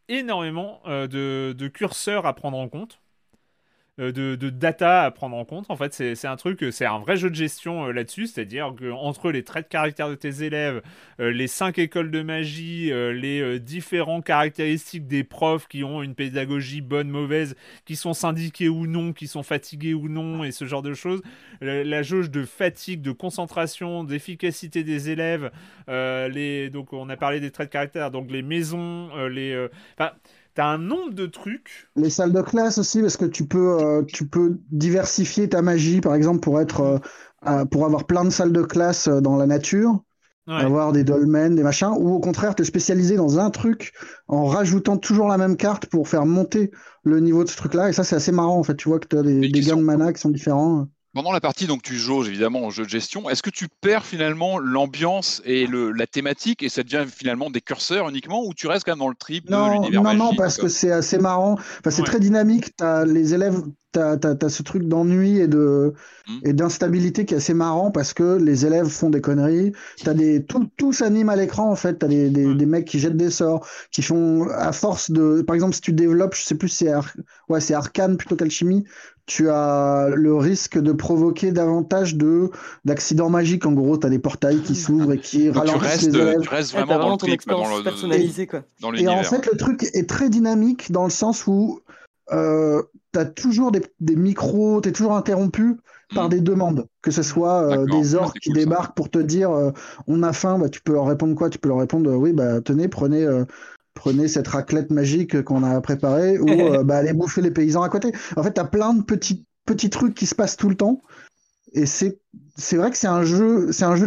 de curseurs à prendre en compte, de data à prendre en compte. En fait, c'est un truc, c'est un vrai jeu de gestion là-dessus, c'est-à-dire qu'entre les traits de caractère de tes élèves, les 5 écoles de magie, les différentes caractéristiques des profs qui ont une pédagogie bonne, mauvaise, qui sont syndiqués ou non, qui sont fatigués ou non, et ce genre de choses, la jauge de fatigue, de concentration, d'efficacité des élèves, donc on a parlé des traits de caractère, donc les maisons, t'as un nombre de trucs. Les salles de classe aussi, parce que tu peux diversifier ta magie, par exemple, pour avoir plein de salles de classe dans la nature, avoir des dolmens, des machins, ou au contraire te spécialiser dans un truc en rajoutant toujours la même carte pour faire monter le niveau de ce truc-là. Et ça, c'est assez marrant, en fait. Tu vois que tu as des gains de mana qui sont différents. Pendant la partie, donc tu jauges évidemment en jeu de gestion. Est-ce que tu perds finalement l'ambiance et la thématique, et ça devient finalement des curseurs uniquement, ou tu restes quand même dans le trip de l'univers magique? Non, parce que c'est assez marrant. Enfin, c'est très dynamique. T'as les élèves t'as ce truc d'ennui et d'instabilité qui est assez marrant parce que les élèves font des conneries. Tout s'anime à l'écran en fait. T'as des mecs qui jettent des sorts, qui font à force de. Par exemple, si tu développes, je sais plus si c'est arcane plutôt qu'alchimie, tu as le risque de provoquer davantage d'accidents magiques. En gros, tu as des portails qui s'ouvrent et qui ralentissent les élèves. Tu restes vraiment dans ton expérience personnalisée, quoi. Dans l'univers. Et en fait, le truc est très dynamique dans le sens où t'as toujours des micros, t'es toujours interrompu par des demandes, que ce soit des orques qui débarquent pour te dire on a faim, bah, tu peux leur répondre quoi? Tu peux leur répondre oui, bah tenez, prenez cette raclette magique qu'on a préparée, ou bah, allez bouffer les paysans à côté. En fait, t'as plein de petits trucs qui se passent tout le temps, et c'est vrai que c'est un jeu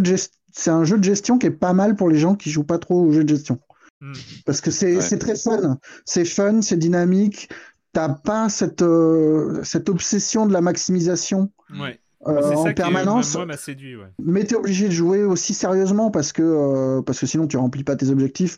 de gestion qui est pas mal pour les gens qui jouent pas trop aux jeux de gestion. Parce que c'est très fun. C'est fun, c'est dynamique. T'as pas cette obsession de la maximisation en permanence. Moi, m'a séduit, ouais. Mais t'es obligé de jouer aussi sérieusement parce que sinon tu remplis pas tes objectifs.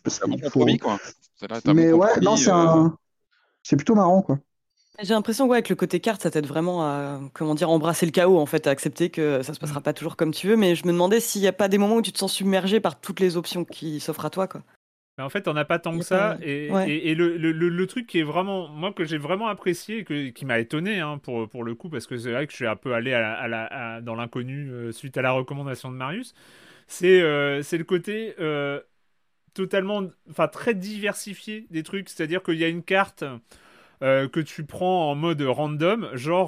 Mais ouais, non, c'est plutôt marrant, quoi. J'ai l'impression qu'avec le côté carte, ça t'aide vraiment à embrasser le chaos, en fait, à accepter que ça se passera pas toujours comme tu veux. Mais je me demandais s'il n'y a pas des moments où tu te sens submergé par toutes les options qui s'offrent à toi, quoi. Mais en fait, on n'a pas tant que ça. Et le truc qui est vraiment, moi, que j'ai vraiment apprécié, qui m'a étonné pour le coup, parce que c'est vrai que je suis un peu allé dans l'inconnu suite à la recommandation de Marius, c'est le côté totalement, enfin très diversifié des trucs. C'est-à-dire qu'il y a une carte que tu prends en mode random, genre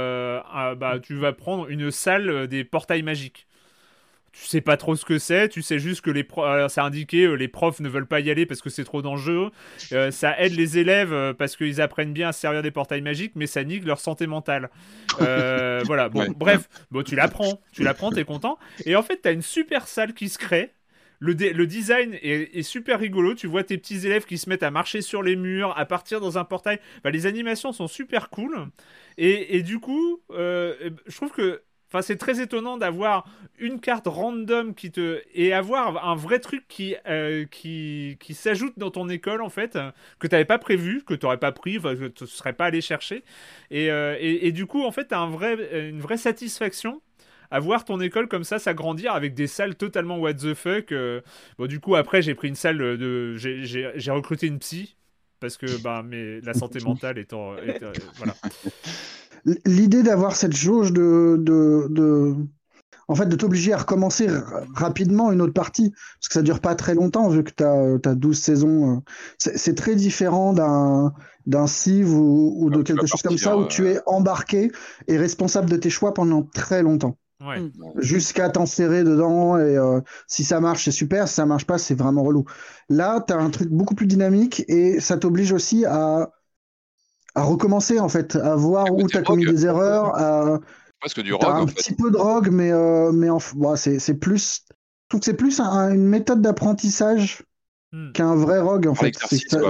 tu vas prendre une salle des portails magiques. Tu sais pas trop ce que c'est, tu sais juste que c'est indiqué, les profs ne veulent pas y aller parce que c'est trop dangereux, ça aide les élèves parce qu'ils apprennent bien à se servir des portails magiques, mais ça nique leur santé mentale. Voilà, bon, bref, bon, tu l'apprends, t'es content, et en fait t'as une super salle qui se crée. Le design est super rigolo, tu vois tes petits élèves qui se mettent à marcher sur les murs, à partir dans un portail, les animations sont super cool, et du coup, je trouve que c'est très étonnant d'avoir une carte random et avoir un vrai truc qui s'ajoute dans ton école, en fait, que tu n'avais pas prévu, que tu n'aurais pas pris, que tu ne serais pas allé chercher. Et du coup, en fait, tu as une vraie satisfaction à voir ton école comme ça s'agrandir avec des salles totalement what the fuck. Bon, du coup, après, j'ai pris une salle j'ai recruté une psy, parce que la santé mentale étant voilà. L'idée d'avoir cette jauge en fait, de t'obliger à recommencer rapidement une autre partie, parce que ça dure pas très longtemps, vu que tu as 12 saisons. C'est très différent d'un Civ ou de quelque chose comme ça, où tu es embarqué et responsable de tes choix pendant très longtemps. Ouais. Jusqu'à t'enserrer dedans, et si ça marche, c'est super, si ça marche pas, c'est vraiment relou. Là, tu as un truc beaucoup plus dynamique, et ça t'oblige aussi à recommencer, en fait, à voir où tu as commis des erreurs. Presque du rogue. Un petit peu de rogue, mais c'est plus. Je trouve que c'est plus une méthode d'apprentissage qu'un vrai rogue, en fait.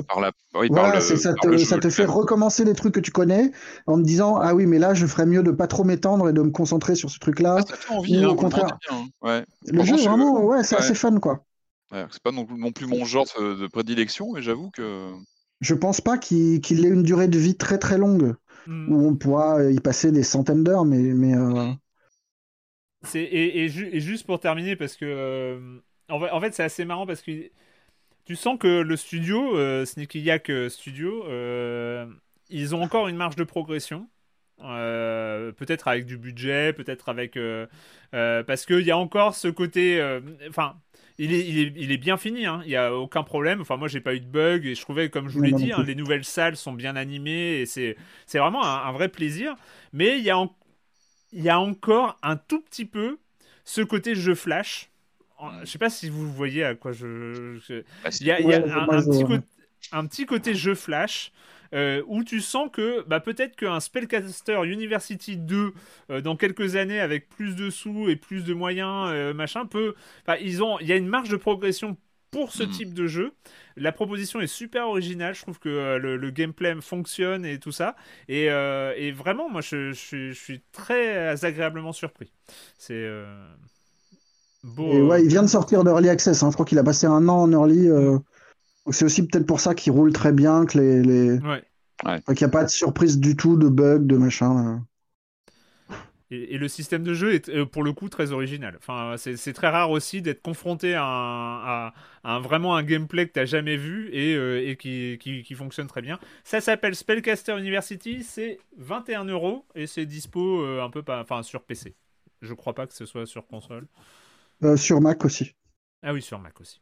Ça te fait recommencer les trucs que tu connais en te disant ah oui, mais là je ferais mieux de pas trop m'étendre et de me concentrer sur ce truc-là. Ça fait envie, au contraire. Le jeu, vraiment, c'est assez fun, quoi. C'est pas non plus mon genre de prédilection, mais j'avoue que. Je pense pas qu'il ait une durée de vie très très longue, où on pourra y passer des centaines d'heures, mais et juste pour terminer, parce que en fait c'est assez marrant, parce que tu sens que le studio, Sneaky Yak Studio, ils ont encore une marge de progression. Peut-être avec du budget, peut-être avec parce qu'il y a encore ce côté, il est bien fini, hein. Il n'y a aucun problème. Enfin, moi j'ai pas eu de bug, et je trouvais, comme je vous l'ai dit, les nouvelles salles sont bien animées, et c'est vraiment un vrai plaisir. Mais il y a encore un tout petit peu ce côté jeu flash. Je sais pas si vous voyez à quoi il y a un petit côté jeu flash, où tu sens que peut-être qu'un Spellcaster University 2 dans quelques années, avec plus de sous et plus de moyens, il y a une marge de progression pour ce type de jeu. La proposition est super originale, je trouve que le gameplay fonctionne et tout ça, et vraiment moi je suis très agréablement surpris. C'est beau. Et il vient de sortir d'Early Access, hein. Je crois qu'il a passé 1 an en Early. Donc c'est aussi peut-être pour ça qu'il roule très bien, que les... Ouais. Donc il n'y a pas de surprise du tout, de bug, de machin. Là. Et le système de jeu est pour le coup très original. Enfin, c'est très rare aussi d'être confronté à vraiment un gameplay que tu n'as jamais vu et qui fonctionne très bien. Ça s'appelle Spellcaster University, c'est 21€ et c'est dispo sur PC. Je crois pas que ce soit sur console. Sur Mac aussi. Ah oui, sur Mac aussi.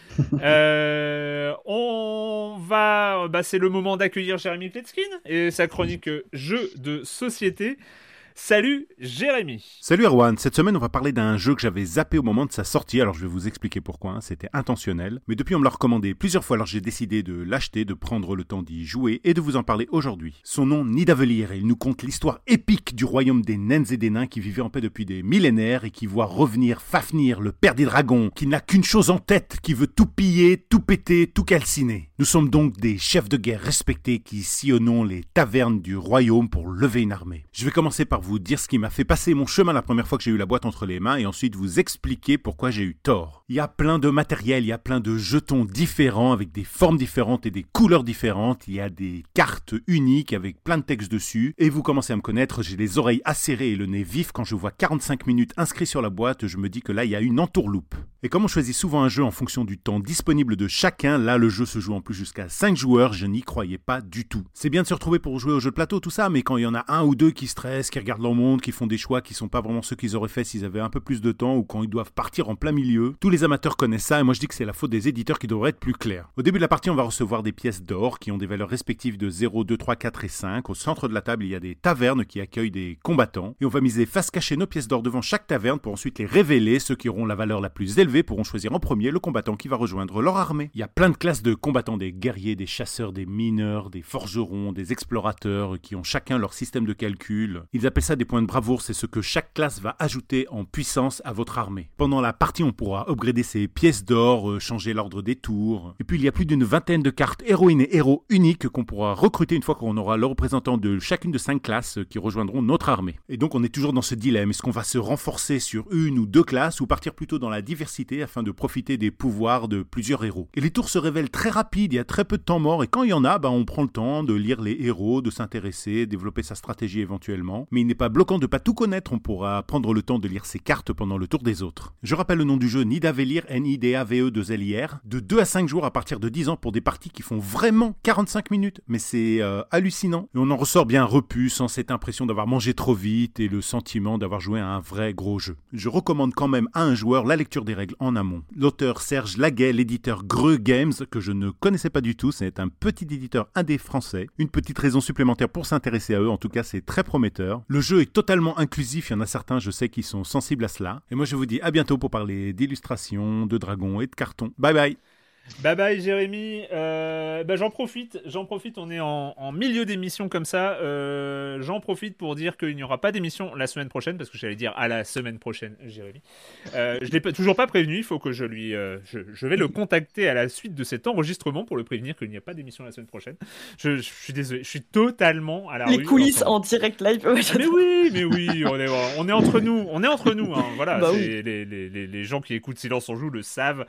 C'est le moment d'accueillir Jérémy Kletskin et sa chronique jeux de société. Salut Jérémy. Salut Erwan, cette semaine on va parler d'un jeu que j'avais zappé au moment de sa sortie, alors je vais vous expliquer pourquoi, c'était intentionnel, mais depuis on me l'a recommandé plusieurs fois, alors j'ai décidé de l'acheter, de prendre le temps d'y jouer et de vous en parler aujourd'hui. Son nom, Nidavellir, et il nous conte l'histoire épique du royaume des naines et des nains qui vivaient en paix depuis des millénaires et qui voit revenir Fafnir, le père des dragons, qui n'a qu'une chose en tête, qui veut tout piller, tout péter, tout calciner. Nous sommes donc des chefs de guerre respectés qui sillonnons les tavernes du royaume pour lever une armée. Je vais commencer par vous dire ce qui m'a fait passer mon chemin la première fois que j'ai eu la boîte entre les mains et ensuite vous expliquer pourquoi j'ai eu tort. Il y a plein de matériel, il y a plein de jetons différents avec des formes différentes et des couleurs différentes, il y a des cartes uniques avec plein de textes dessus et vous commencez à me connaître, j'ai les oreilles acérées et le nez vif quand je vois 45 minutes inscrits sur la boîte, je me dis que là il y a une entourloupe. Et comme on choisit souvent un jeu en fonction du temps disponible de chacun, là le jeu se joue en plus jusqu'à 5 joueurs, je n'y croyais pas du tout. C'est bien de se retrouver pour jouer au jeu de plateau, tout ça, mais quand il y en a un ou deux qui stressent, qui regardent leur monde, qui font des choix qui sont pas vraiment ceux qu'ils auraient fait s'ils avaient un peu plus de temps ou quand ils doivent partir en plein milieu, tous les amateurs connaissent ça et moi je dis que c'est la faute des éditeurs qui devraient être plus clairs. Au début de la partie, on va recevoir des pièces d'or qui ont des valeurs respectives de 0, 2, 3, 4 et 5. Au centre de la table, il y a des tavernes qui accueillent des combattants et on va miser face cachée nos pièces d'or devant chaque taverne pour ensuite les révéler. Ceux qui auront la valeur la plus élevée pourront choisir en premier le combattant qui va rejoindre leur armée. Il y a plein de classes de combattants, des guerriers, des chasseurs, des mineurs, des forgerons, des explorateurs qui ont chacun leur système de calcul. Ils appellent ça des points de bravoure, c'est ce que chaque classe va ajouter en puissance à votre armée. Pendant la partie, on pourra upgrader ses pièces d'or, changer l'ordre des tours. Et puis il y a plus d'une vingtaine de cartes héroïnes et héros uniques qu'on pourra recruter une fois qu'on aura le représentant de chacune de 5 classes qui rejoindront notre armée. Et donc on est toujours dans ce dilemme, est-ce qu'on va se renforcer sur une ou deux classes ou partir plutôt dans la diversité afin de profiter des pouvoirs de plusieurs héros. Et les tours se révèlent très rapides, il y a très peu de temps mort et quand il y en a, on prend le temps de lire les héros, de s'intéresser, développer sa stratégie éventuellement. Mais il n'est pas bloquant de pas tout connaître, on pourra prendre le temps de lire ses cartes pendant le tour des autres. Je rappelle le nom du jeu, Nidavellir, N-I-D-A-V-E-2-L-I-R, de 2 à 5 jours à partir de 10 ans pour des parties qui font vraiment 45 minutes, mais c'est hallucinant. Et on en ressort bien repu, sans cette impression d'avoir mangé trop vite et le sentiment d'avoir joué à un vrai gros jeu. Je recommande quand même à un joueur la lecture des règles en amont. L'auteur Serge Laguet, l'éditeur Greux Games, que je ne connaissais pas du tout, c'est un petit éditeur indé français. Une petite raison supplémentaire pour s'intéresser à eux, en tout cas c'est très prometteur. Le jeu est totalement inclusif, il y en a certains je sais qui sont sensibles à cela. Et moi je vous dis à bientôt pour parler d'illustrations, de dragons et de cartons. Bye bye. Bye bye Jérémy, j'en profite, on est en milieu d'émission comme ça, j'en profite pour dire qu'il n'y aura pas d'émission la semaine prochaine, parce que j'allais dire à la semaine prochaine Jérémy, je l'ai toujours pas prévenu, il faut que je lui, je vais le contacter à la suite de cet enregistrement pour le prévenir qu'il n'y a pas d'émission la semaine prochaine, je suis désolé, je suis totalement à la rue. Les coulisses en direct live. Mais oui, on est entre nous, hein, voilà, les gens qui écoutent Silence on Joue le savent.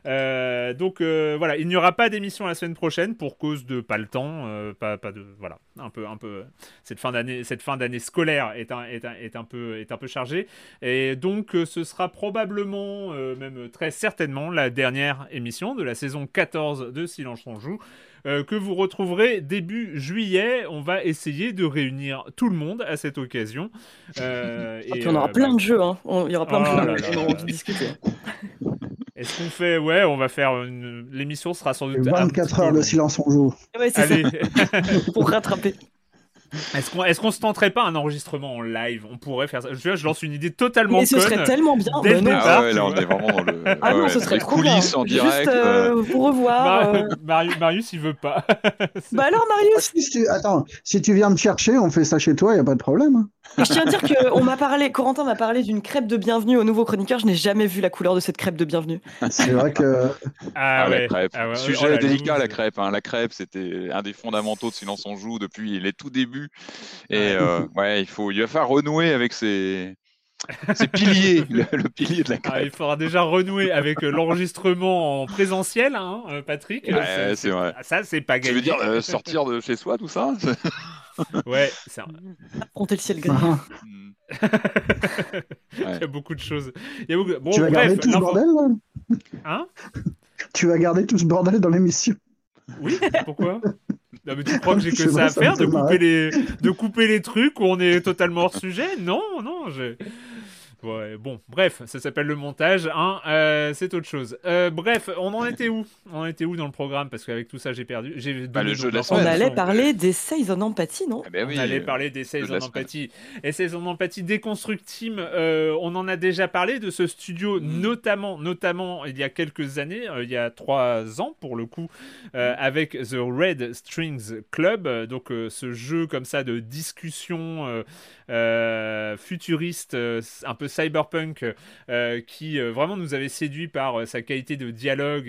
Voilà, il n'y aura pas d'émission la semaine prochaine pour cause de pas le temps, pas de voilà, un peu cette fin d'année scolaire est un peu chargée et donc ce sera probablement même très certainement la dernière émission de la saison 14 de Silence on Joue. Que vous retrouverez début juillet. On va essayer de réunir tout le monde à cette occasion. Et on aura plein de jeux. Hein. Il y aura plein de jeux. On aura envie de discuter. Est-ce qu'on fait... Ouais, on va faire... L'émission sera sans doute... 24 heures de Silence on Joue. Ouais, c'est ça. Pour rattraper. Est-ce qu'on se tenterait pas un enregistrement en live? On pourrait faire ça. Je lance une idée totalement conne. Mais ce serait tellement bien. Dès le départ. Ouais, là on est vraiment dans le. Non, ce serait trop bien. Coulisses en direct. Juste pour revoir. Marius, il veut pas. Alors Marius. Si tu viens me chercher, on fait ça chez toi, y a pas de problème. Et je tiens à dire que Corentin m'a parlé d'une crêpe de bienvenue au nouveau chroniqueur. Je n'ai jamais vu la couleur de cette crêpe de bienvenue. C'est vrai que. La crêpe. Sujet délicat, la crêpe. La crêpe, c'était un des fondamentaux de Silence on Joue depuis les tout débuts. Et il va falloir renouer avec ces C'est pilier, le pilier de la crêpe. Il faudra déjà renouer avec l'enregistrement en présentiel, hein, Patrick. Ouais, c'est vrai. Ça, c'est pas gagné. Tu veux dire sortir de chez soi, tout ça? Ouais, c'est Affronter le ciel gris. Il y a beaucoup de choses. Bon, tu vas garder tout ce bordel, là Hein? Tu vas garder tout ce bordel dans l'émission? Oui, pourquoi? Non, mais tu crois que j'ai que ça à faire de couper les trucs où on est totalement hors sujet? Non, Ouais, bon, bref, ça s'appelle le montage, hein, c'est autre chose. Bref, on en était où? On en était où dans le programme? Parce qu'avec tout ça, j'ai perdu. Le jeu de la on allait parler d'Essays on Empathy, non? On allait parler d'Essays on Empathy. Essays on Empathy, Deconstruct Team, on en a déjà parlé de ce studio, notamment il y a quelques années, il y a 3 ans pour le coup, avec The Red Strings Club, donc ce jeu comme ça de discussion futuriste, un peu cyberpunk, qui vraiment nous avait séduit par sa qualité de dialogue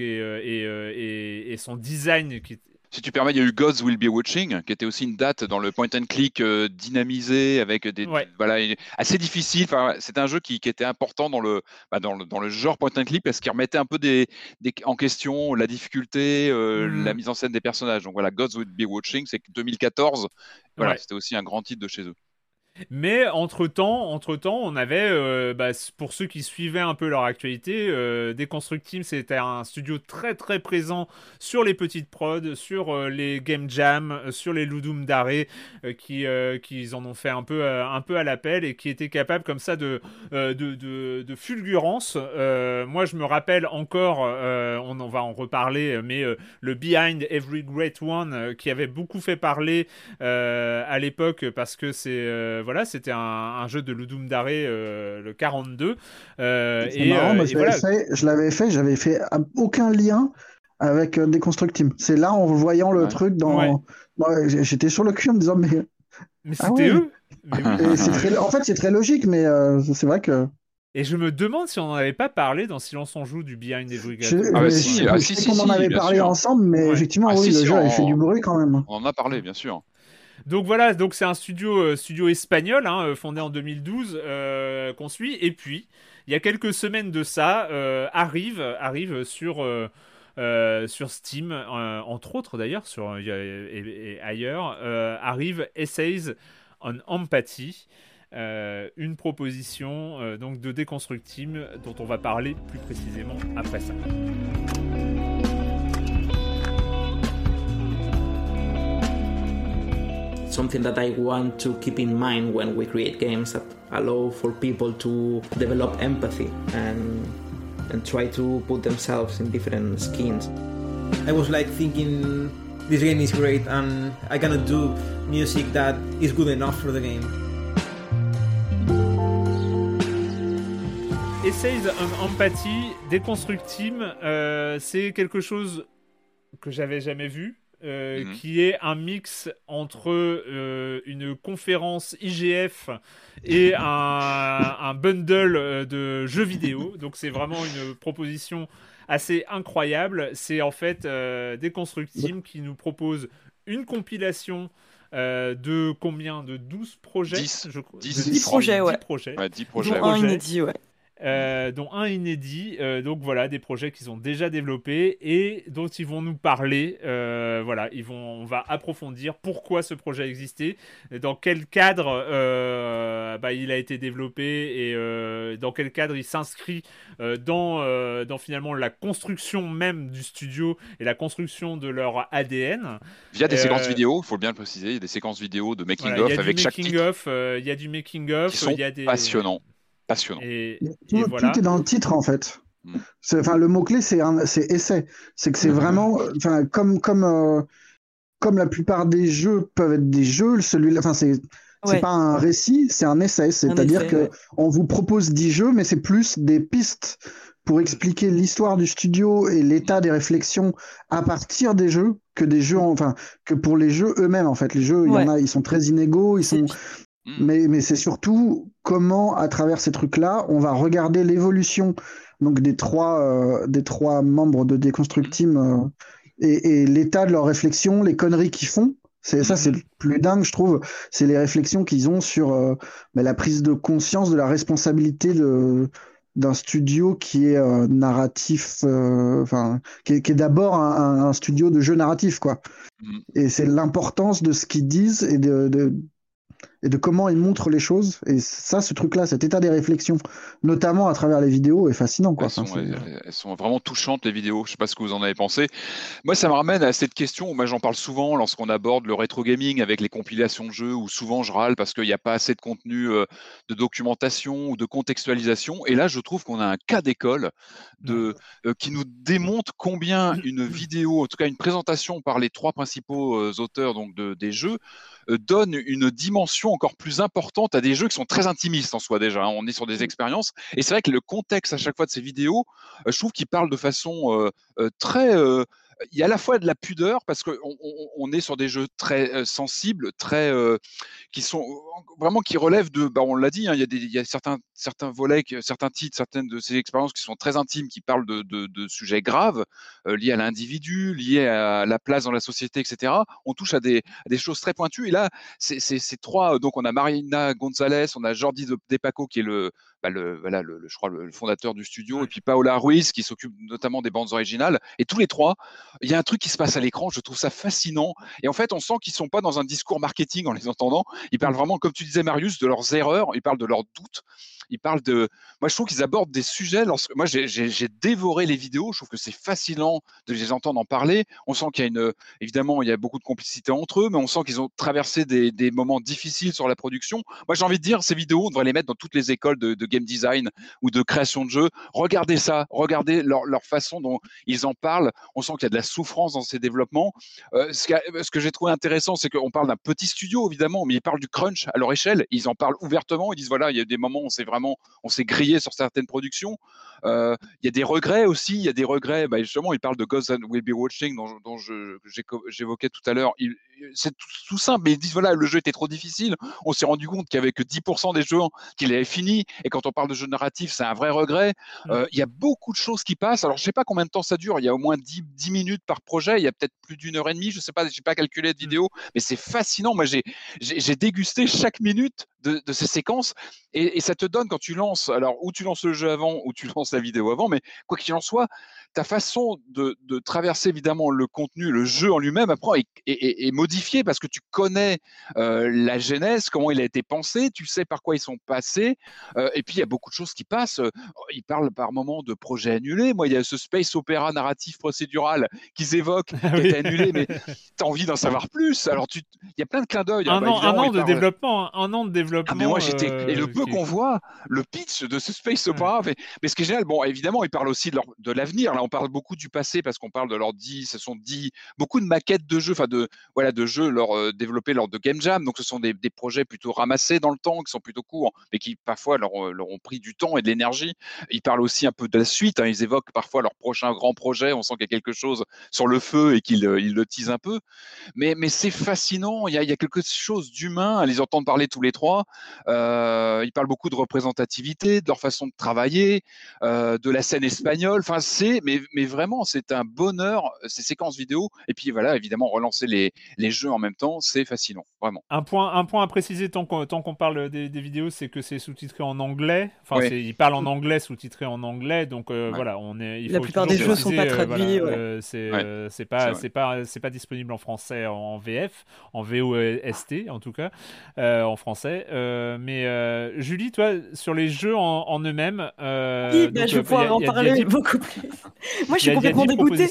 et son design qui... Si tu permets, il y a eu Gods Will Be Watching, qui était aussi une date dans le point and click dynamisé, avec assez difficile. Enfin, c'était un jeu qui était important dans le genre point and click, parce qu'il remettait un peu en question la difficulté, la mise en scène des personnages. Donc voilà, Gods Will Be Watching, c'est 2014. Voilà, c'était aussi un grand titre de chez eux. Mais entre-temps, on avait, pour ceux qui suivaient un peu leur actualité, Deconstruct Team, c'était un studio très très présent sur les petites prods, sur les game jams, sur les Ludum Dare, qui en ont fait un peu à l'appel et qui étaient capables comme ça de fulgurance. Moi, je me rappelle encore, on en va en reparler, mais le Behind Every Great One, qui avait beaucoup fait parler à l'époque, parce que c'était un jeu de Ludum Dare, le 42. C'est marrant, moi, j'avais fait aucun lien avec Deconstruct Team. C'est là, en voyant le truc j'étais sur le cul en me disant, mais c'était eux. En fait, c'est très logique, mais c'est vrai que... Et je me demande si on n'en avait pas parlé dans Silence on joue du Behind Every Great One. Je sais qu'on en avait parlé ensemble, mais effectivement, le jeu avait fait du bruit quand même. On en a parlé, bien sûr. Donc voilà, c'est un studio espagnol, hein, fondé en 2012, qu'on suit. Et puis, il y a quelques semaines de ça, arrive sur Steam, entre autres d'ailleurs, et ailleurs, arrive Essays on Empathy, une proposition donc de Deconstruct Team dont on va parler plus précisément après ça. Something that I want to keep in mind when we create games that allow for people to develop empathy and try to put themselves in different skins. I was thinking, this game is great and I cannot do music that is good enough for the game. Essays on Empathy, Deconstruct Team, c'est quelque chose que j'avais jamais vu. Qui est un mix entre une conférence IGF et un bundle de jeux vidéo. Donc c'est vraiment une proposition assez incroyable. C'est en fait Deconstruct Team qui nous propose une compilation de combien? De 12 projets? 10 projets, ouais. 10 projets. Dont un inédit, ouais. Dont un inédit, donc voilà, des projets qu'ils ont déjà développés et dont ils vont nous parler. On va approfondir pourquoi ce projet existait, dans quel cadre il a été développé et dans quel cadre il s'inscrit dans finalement la construction même du studio et la construction de leur ADN. Via des séquences vidéo, il faut bien le préciser, il y a des séquences vidéo de making-of avec chaque titre. Il y a du making-of, qui sont passionnants. Et tout est dans le titre en fait. Le mot-clé c'est essai. C'est que c'est vraiment comme la plupart des jeux peuvent être des jeux, celui-là, c'est pas un récit, c'est un essai. C'est-à-dire qu'on vous propose 10 jeux, mais c'est plus des pistes pour expliquer l'histoire du studio et l'état des réflexions à partir des jeux que pour les jeux eux-mêmes en fait. Les jeux, ils sont très inégaux, mais c'est surtout comment, à travers ces trucs-là, on va regarder l'évolution donc des trois membres de Deconstruct Team et l'état de leur réflexion, les conneries qu'ils font, C'est le plus dingue, je trouve. C'est les réflexions qu'ils ont sur la prise de conscience de la responsabilité d'un studio qui est narratif, qui est d'abord un studio de jeux narratifs, quoi. Et c'est l'importance de ce qu'ils disent et de comment ils montrent les choses. Et ça, ce truc-là, cet état des réflexions, notamment à travers les vidéos, est fascinant, quoi. Elles sont vraiment touchantes, les vidéos. Je sais pas ce que vous en avez pensé. Moi, ça me ramène à cette question. Moi, j'en parle souvent lorsqu'on aborde le rétro gaming avec les compilations de jeux, où souvent je râle parce qu'il n'y a pas assez de contenu de documentation ou de contextualisation. Et là, je trouve qu'on a un cas d'école qui nous démontre combien une vidéo, en tout cas une présentation par les 3 principaux auteurs donc des jeux, donne une dimension encore plus importante à des jeux qui sont très intimistes en soi déjà. On est sur des expériences. Et c'est vrai que le contexte à chaque fois de ces vidéos, je trouve qu'il parle de façon très... il y a à la fois de la pudeur parce qu'on est sur des jeux très sensibles, très qui sont vraiment qui relèvent de, on l'a dit, hein, il y a certains volets, certains titres, certaines de ces expériences qui sont très intimes, qui parlent de sujets graves liés à l'individu, liés à la place dans la société, etc. On touche à des choses très pointues. Et là, c'est 3. Donc on a Marina Gonzalez, on a Jordi De Paco qui est je crois le fondateur du studio, et puis Paola Ruiz qui s'occupe notamment des bandes originales. Et tous les 3, il y a un truc qui se passe à l'écran, je trouve ça fascinant. Et en fait, on sent qu'ils sont pas dans un discours marketing en les entendant. Ils parlent vraiment, comme tu disais Marius, de leurs erreurs, ils parlent de leurs doutes. Ils parlent de... Moi, je trouve qu'ils abordent des sujets. Moi, j'ai dévoré les vidéos. Je trouve que c'est fascinant de les entendre en parler. On sent qu'il y a évidemment, il y a beaucoup de complicité entre eux, mais on sent qu'ils ont traversé des moments difficiles sur la production. Moi, j'ai envie de dire, ces vidéos, on devrait les mettre dans toutes les écoles de game design ou de création de jeux. Regardez ça, regardez leur façon dont ils en parlent. On sent qu'il y a de la souffrance dans ces développements. Ce que j'ai trouvé intéressant, c'est qu'on parle d'un petit studio, évidemment, mais ils parlent du crunch à leur échelle. Ils en parlent ouvertement. Ils disent, voilà, il y a des moments où on s'est grillé sur certaines productions. Il y a des regrets aussi. Il y a des regrets. Justement, ils parlent de Ghosts That Will Be Watching, dont j'évoquais tout à l'heure. C'est tout simple, mais ils disent, voilà, le jeu était trop difficile. On s'est rendu compte qu'il n'y avait que 10% des jeux qu'il avait fini. Et quand on parle de jeu narratif, c'est un vrai regret. Il y a beaucoup de choses qui passent. Alors, je ne sais pas combien de temps ça dure. Il y a au moins 10 minutes par projet. Il y a peut-être plus d'1h30. Je ne sais pas, je n'ai pas calculé de vidéo, mais c'est fascinant. Moi, j'ai dégusté chaque minute de ces séquences et ça te donne, quand tu lances, alors ou tu lances le jeu avant ou tu lances la vidéo avant, mais quoi qu'il en soit, ta façon de traverser évidemment le contenu, le jeu en lui-même après est modifiée parce que tu connais la genèse, comment il a été pensé, tu sais par quoi ils sont passés, et puis il y a beaucoup de choses qui passent. Ils parlent par moments de projets annulés. Moi, il y a ce space opéra narratif procédural qu'ils évoquent, qui a été annulé, mais tu as envie d'en savoir plus. Alors il y a plein de clins d'œil. Un an de développement. Ah, mais moi, et le peu qu'on voit, le pitch de ce space opéra, mais ce qui est génial, évidemment, ils parlent aussi de l'avenir. Là, on parle beaucoup du passé parce qu'on parle de beaucoup de maquettes de jeux, de jeux développés lors de Game Jam. Donc, ce sont des projets plutôt ramassés dans le temps, qui sont plutôt courts, mais qui parfois leur ont pris du temps et de l'énergie. Ils parlent aussi un peu de la suite. Hein, ils évoquent parfois leur prochain grand projet. On sent qu'il y a quelque chose sur le feu et qu'ils le teasent un peu. Mais c'est fascinant. Il y a quelque chose d'humain à les entendre parler tous les 3. Ils parlent beaucoup de représentativité, de leur façon de travailler, de la scène espagnole. Enfin, mais vraiment, c'est un bonheur, ces séquences vidéo. Et puis voilà, évidemment, relancer les jeux en même temps, c'est fascinant, vraiment. Un point à préciser tant qu'on parle des vidéos, c'est que c'est sous-titré en anglais. Enfin, ils parlent en anglais, sous-titré en anglais. Donc voilà, la plupart des jeux sont pas traduits. C'est pas disponible en français, en VF, en VOST en tout cas, en français. Mais Julie, toi, sur les jeux en eux-mêmes, je vais pouvoir en parler beaucoup plus. Moi, je suis complètement dégoûtée.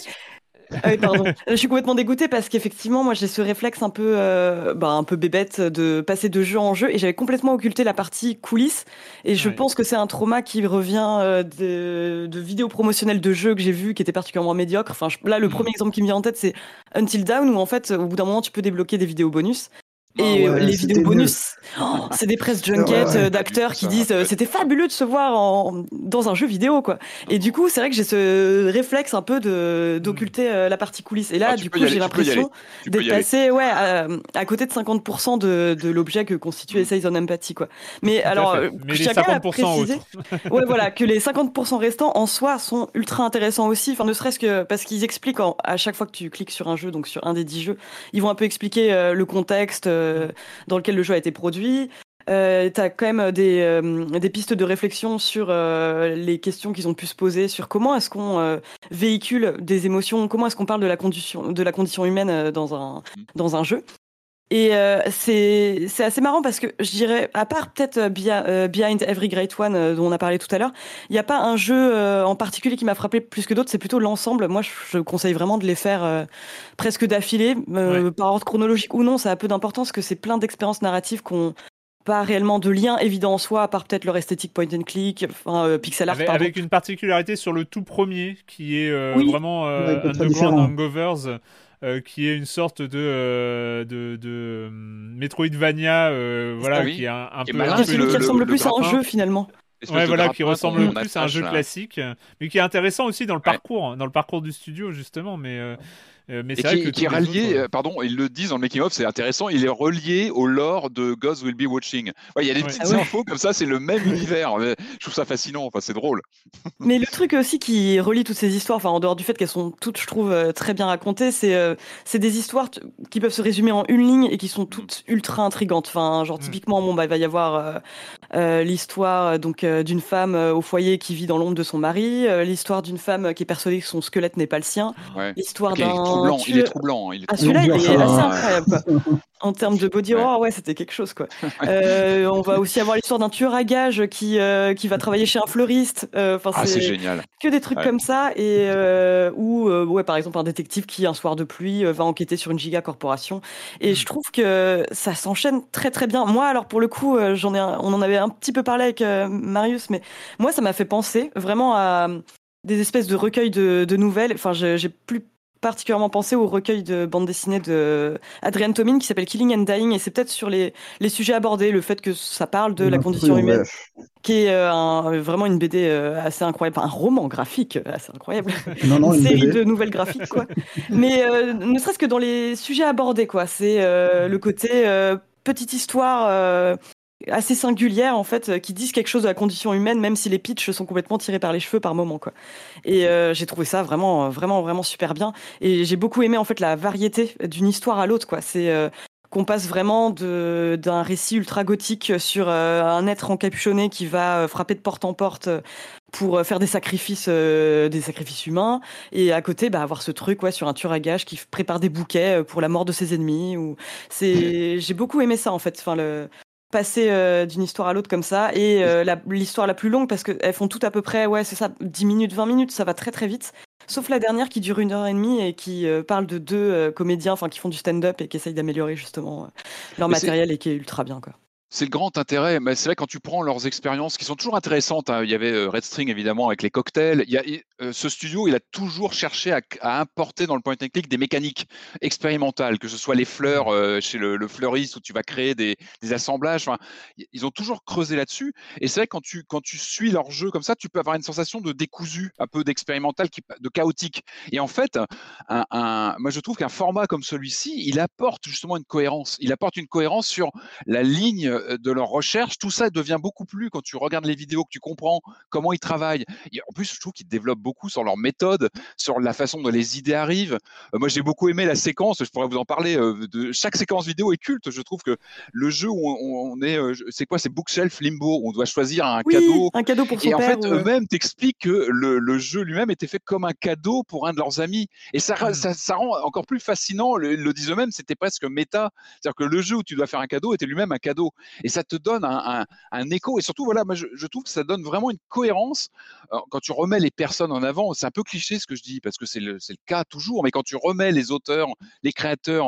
Je suis complètement dégoûtée parce qu'effectivement, moi, j'ai ce réflexe un peu bébête de passer de jeu en jeu et j'avais complètement occulté la partie coulisses. Et je pense que c'est un trauma qui revient de vidéos promotionnelles de jeux que j'ai vues qui étaient particulièrement médiocres. Enfin, là, le premier exemple qui me vient en tête, c'est Until Dawn où en fait, au bout d'un moment, tu peux débloquer des vidéos bonus. Et les vidéos bonus, C'est des press junkets d'acteurs qui disent c'était fabuleux de se voir dans un jeu vidéo, quoi. Et du coup, c'est vrai que j'ai ce réflexe un peu d'occulter la partie coulisses. Et là, du coup, j'ai l'impression d'être passé à côté de 50% de l'objet que constitue Essays on Empathy, quoi. Mais alors, chacun a précisé que les 50% restants en soi sont ultra intéressants aussi. Enfin, ne serait-ce que parce qu'ils expliquent à chaque fois que tu cliques sur un jeu, donc sur un des 10 jeux, ils vont un peu expliquer le contexte dans lequel le jeu a été produit. T'as quand même des pistes de réflexion sur les questions qu'ils ont pu se poser sur comment est-ce qu'on véhicule des émotions, comment est-ce qu'on parle de la condition humaine dans un jeu. Et c'est assez marrant parce que je dirais, à part peut-être Behind Every Great One dont on a parlé tout à l'heure, il n'y a pas un jeu en particulier qui m'a frappé plus que d'autres, c'est plutôt l'ensemble. Moi, je conseille vraiment de les faire presque d'affilée, par ordre chronologique ou non, ça a peu d'importance parce que c'est plein d'expériences narratives qu'on pas réellement de lien évident en soi, à part peut-être leur esthétique point and click, pixel art. Avec une particularité sur le tout premier, qui est vraiment Underground Hangovers, qui est une sorte de Metroidvania, qui est un peu... Qui est celui qui ressemble le plus à un jeu, finalement. Qui ressemble plus à un jeu classique, mais qui est intéressant aussi dans le parcours du studio, justement, mais c'est vrai que qui est relié, ils le disent dans le making of, c'est intéressant, il est relié au lore de Gods Will Be Watching. Il y a des petites infos comme ça, c'est le même univers. Je trouve ça fascinant, c'est drôle. Mais le truc aussi qui relie toutes ces histoires, en dehors du fait qu'elles sont toutes, je trouve, très bien racontées, c'est des histoires qui peuvent se résumer en une ligne et qui sont toutes ultra intrigantes. Typiquement, il va y avoir l'histoire d'une femme au foyer qui vit dans l'ombre de son mari, l'histoire d'une femme qui est persuadée que son squelette n'est pas le sien, l'histoire d'un... Il est troublant. Celui-là, il est assez incroyable, quoi. En termes de body horror, c'était quelque chose, quoi. On va aussi avoir l'histoire d'un tueur à gages qui va travailler chez un fleuriste. C'est génial. Que des trucs comme ça, et par exemple un détective qui un soir de pluie va enquêter sur une giga corporation. Et je trouve que ça s'enchaîne très très bien. Moi, alors pour le coup, on en avait un petit peu parlé avec Marius, mais moi ça m'a fait penser vraiment à des espèces de recueils de nouvelles. J'ai plus particulièrement pensé au recueil de bande dessinée de Adrian Tomin qui s'appelle Killing and Dying, et c'est peut-être sur les sujets abordés, le fait que ça parle de la condition humaine, qui est vraiment une BD assez incroyable, un roman graphique assez incroyable, une série de nouvelles graphiques, quoi. Mais ne serait-ce que dans les sujets abordés, quoi, c'est le côté petite histoire assez singulière, en fait, qui disent quelque chose de la condition humaine, même si les pitchs sont complètement tirés par les cheveux par moment, quoi. Et j'ai trouvé ça vraiment, vraiment, vraiment super bien. Et j'ai beaucoup aimé, en fait, la variété d'une histoire à l'autre, quoi. C'est qu'on passe vraiment d'un récit ultra gothique sur un être encapuchonné qui va frapper de porte en porte pour faire des sacrifices humains, et à côté avoir ce truc sur un tueur à gages qui prépare des bouquets pour la mort de ses ennemis. J'ai beaucoup aimé ça, en fait, passer d'une histoire à l'autre comme ça, et l'histoire la plus longue, parce qu'elles font toutes à peu près 10 minutes, 20 minutes, ça va très très vite, sauf la dernière qui dure 1h30 et qui parle de deux comédiens qui font du stand-up et qui essayent d'améliorer justement leur matériel, et qui est ultra bien, quoi. C'est le grand intérêt, mais c'est vrai quand tu prends leurs expériences qui sont toujours intéressantes. Il y avait Red String évidemment avec les cocktails. Ce studio, il a toujours cherché à importer dans le point and click des mécaniques expérimentales, que ce soit les fleurs chez le fleuriste où tu vas créer des assemblages. Ils ont toujours creusé là-dessus. Et c'est vrai quand tu suis leur jeu comme ça, tu peux avoir une sensation de décousu, un peu d'expérimental, de chaotique. Et en fait, moi je trouve qu'un format comme celui-ci, il apporte justement une cohérence. Il apporte une cohérence sur la ligne de leur recherche. Tout ça devient beaucoup plus, quand tu regardes les vidéos, que tu comprends comment ils travaillent. Et en plus, je trouve qu'ils développent beaucoup sur leur méthode, sur la façon dont les idées arrivent. Moi, j'ai beaucoup aimé la séquence, je pourrais vous en parler, de chaque séquence vidéo est culte. Je trouve que le jeu où on est, c'est quoi, c'est Bookshelf Limbo, où on doit choisir un cadeau pour son père. Et en fait, eux-mêmes t'expliquent que le jeu lui-même était fait comme un cadeau pour un de leurs amis. Et ça rend encore plus fascinant, ils le disent eux-mêmes, c'était presque méta. C'est-à-dire que le jeu où tu dois faire un cadeau était lui-même un cadeau. Et ça te donne un écho, et surtout moi je trouve que ça donne vraiment une cohérence. Alors, quand tu remets les personnes en avant, c'est un peu cliché ce que je dis parce que c'est le cas toujours, mais quand tu remets les auteurs, les créateurs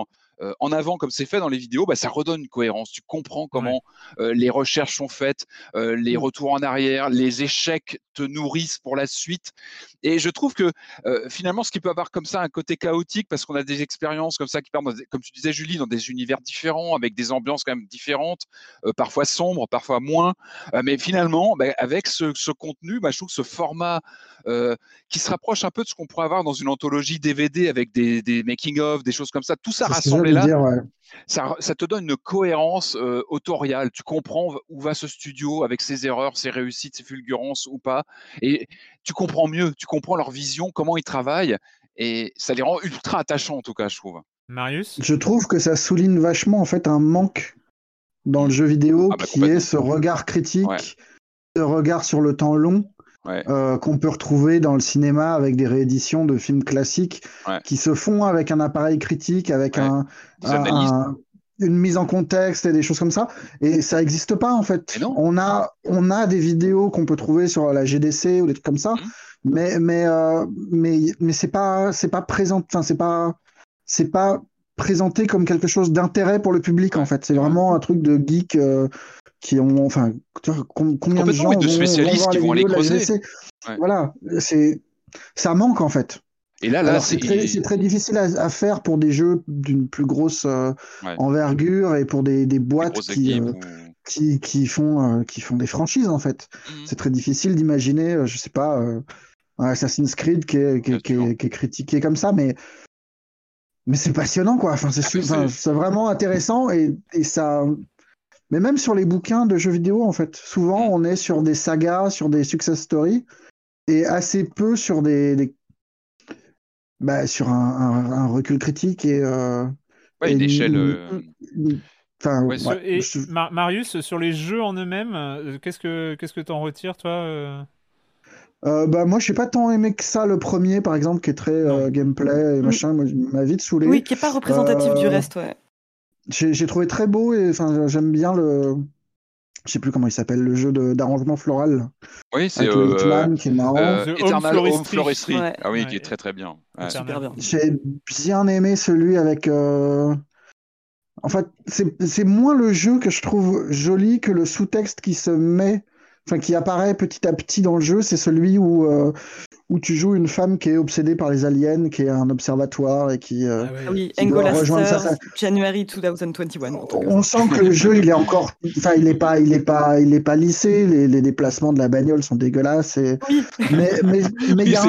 en avant comme c'est fait dans les vidéos, ça redonne une cohérence. Tu comprends comment les recherches sont faites, les retours en arrière, les échecs te nourrissent pour la suite. Et je trouve que finalement, ce qui peut avoir comme ça un côté chaotique, parce qu'on a des expériences comme ça qui partent, comme tu disais Julie, dans des univers différents, avec des ambiances quand même différentes, parfois sombres, parfois moins. Mais finalement, avec ce contenu, je trouve que ce format qui se rapproche un peu de ce qu'on pourrait avoir dans une anthologie DVD avec des making-of, des choses comme ça, tout ça rassemblé là, ça te donne une cohérence autoriale. Tu comprends où va ce studio avec ses erreurs, ses réussites, ses fulgurances ou pas. Et tu comprends mieux, tu comprends leur vision, comment ils travaillent. Et ça les rend ultra attachants, en tout cas, je trouve. Marius ? Je trouve que ça souligne vachement, en fait, un manque dans le jeu vidéo qui est ce regard critique, ce regard sur le temps long. Qu'on peut retrouver dans le cinéma avec des rééditions de films classiques qui se font avec un appareil critique, avec une mise en contexte et des choses comme ça. Et ça n'existe pas, en fait. On a des vidéos qu'on peut trouver sur la GDC ou des trucs comme ça, mais c'est pas présent. Enfin, c'est pas présenté comme quelque chose d'intérêt pour le public, en fait. C'est vraiment un truc de geek. Qui ont, enfin, combien de gens de spécialistes qui vont aller creuser. Voilà, ça manque en fait. Et là, c'est très difficile à faire pour des jeux d'une plus grosse envergure et pour des boîtes qui font des franchises en fait. C'est très difficile d'imaginer, je sais pas, un Assassin's Creed qui est critiqué comme ça, mais c'est passionnant quoi. Enfin, c'est vraiment intéressant et ça. Mais même sur les bouquins de jeux vidéo, en fait, souvent on est sur des sagas, sur des success stories, et assez peu sur sur un recul critique et une échelle. Marius, sur les jeux en eux-mêmes, qu'est-ce que t'en retires, toi moi, je n'ai pas tant aimé que ça le premier, par exemple, qui est très gameplay et machin. Moi, il m'a vite saoulé. Oui, qui n'est pas représentatif du reste, J'ai trouvé très beau et j'aime bien je sais plus comment il s'appelle, le jeu d'arrangement floral. Oui, c'est Hitman qui est marrant. Eternal Home Floristry. Ah oui, qui est très très bien. Super bien. J'ai bien aimé celui avec. En fait, c'est moins le jeu que je trouve joli que le sous-texte qui apparaît petit à petit dans le jeu. C'est celui où tu joues une femme qui est obsédée par les aliens, qui est à un observatoire et qui Angola Stars, January 2021. On sent que le jeu, il est encore, enfin, il est pas lissé. Les déplacements de la bagnole sont dégueulasses. Mais il y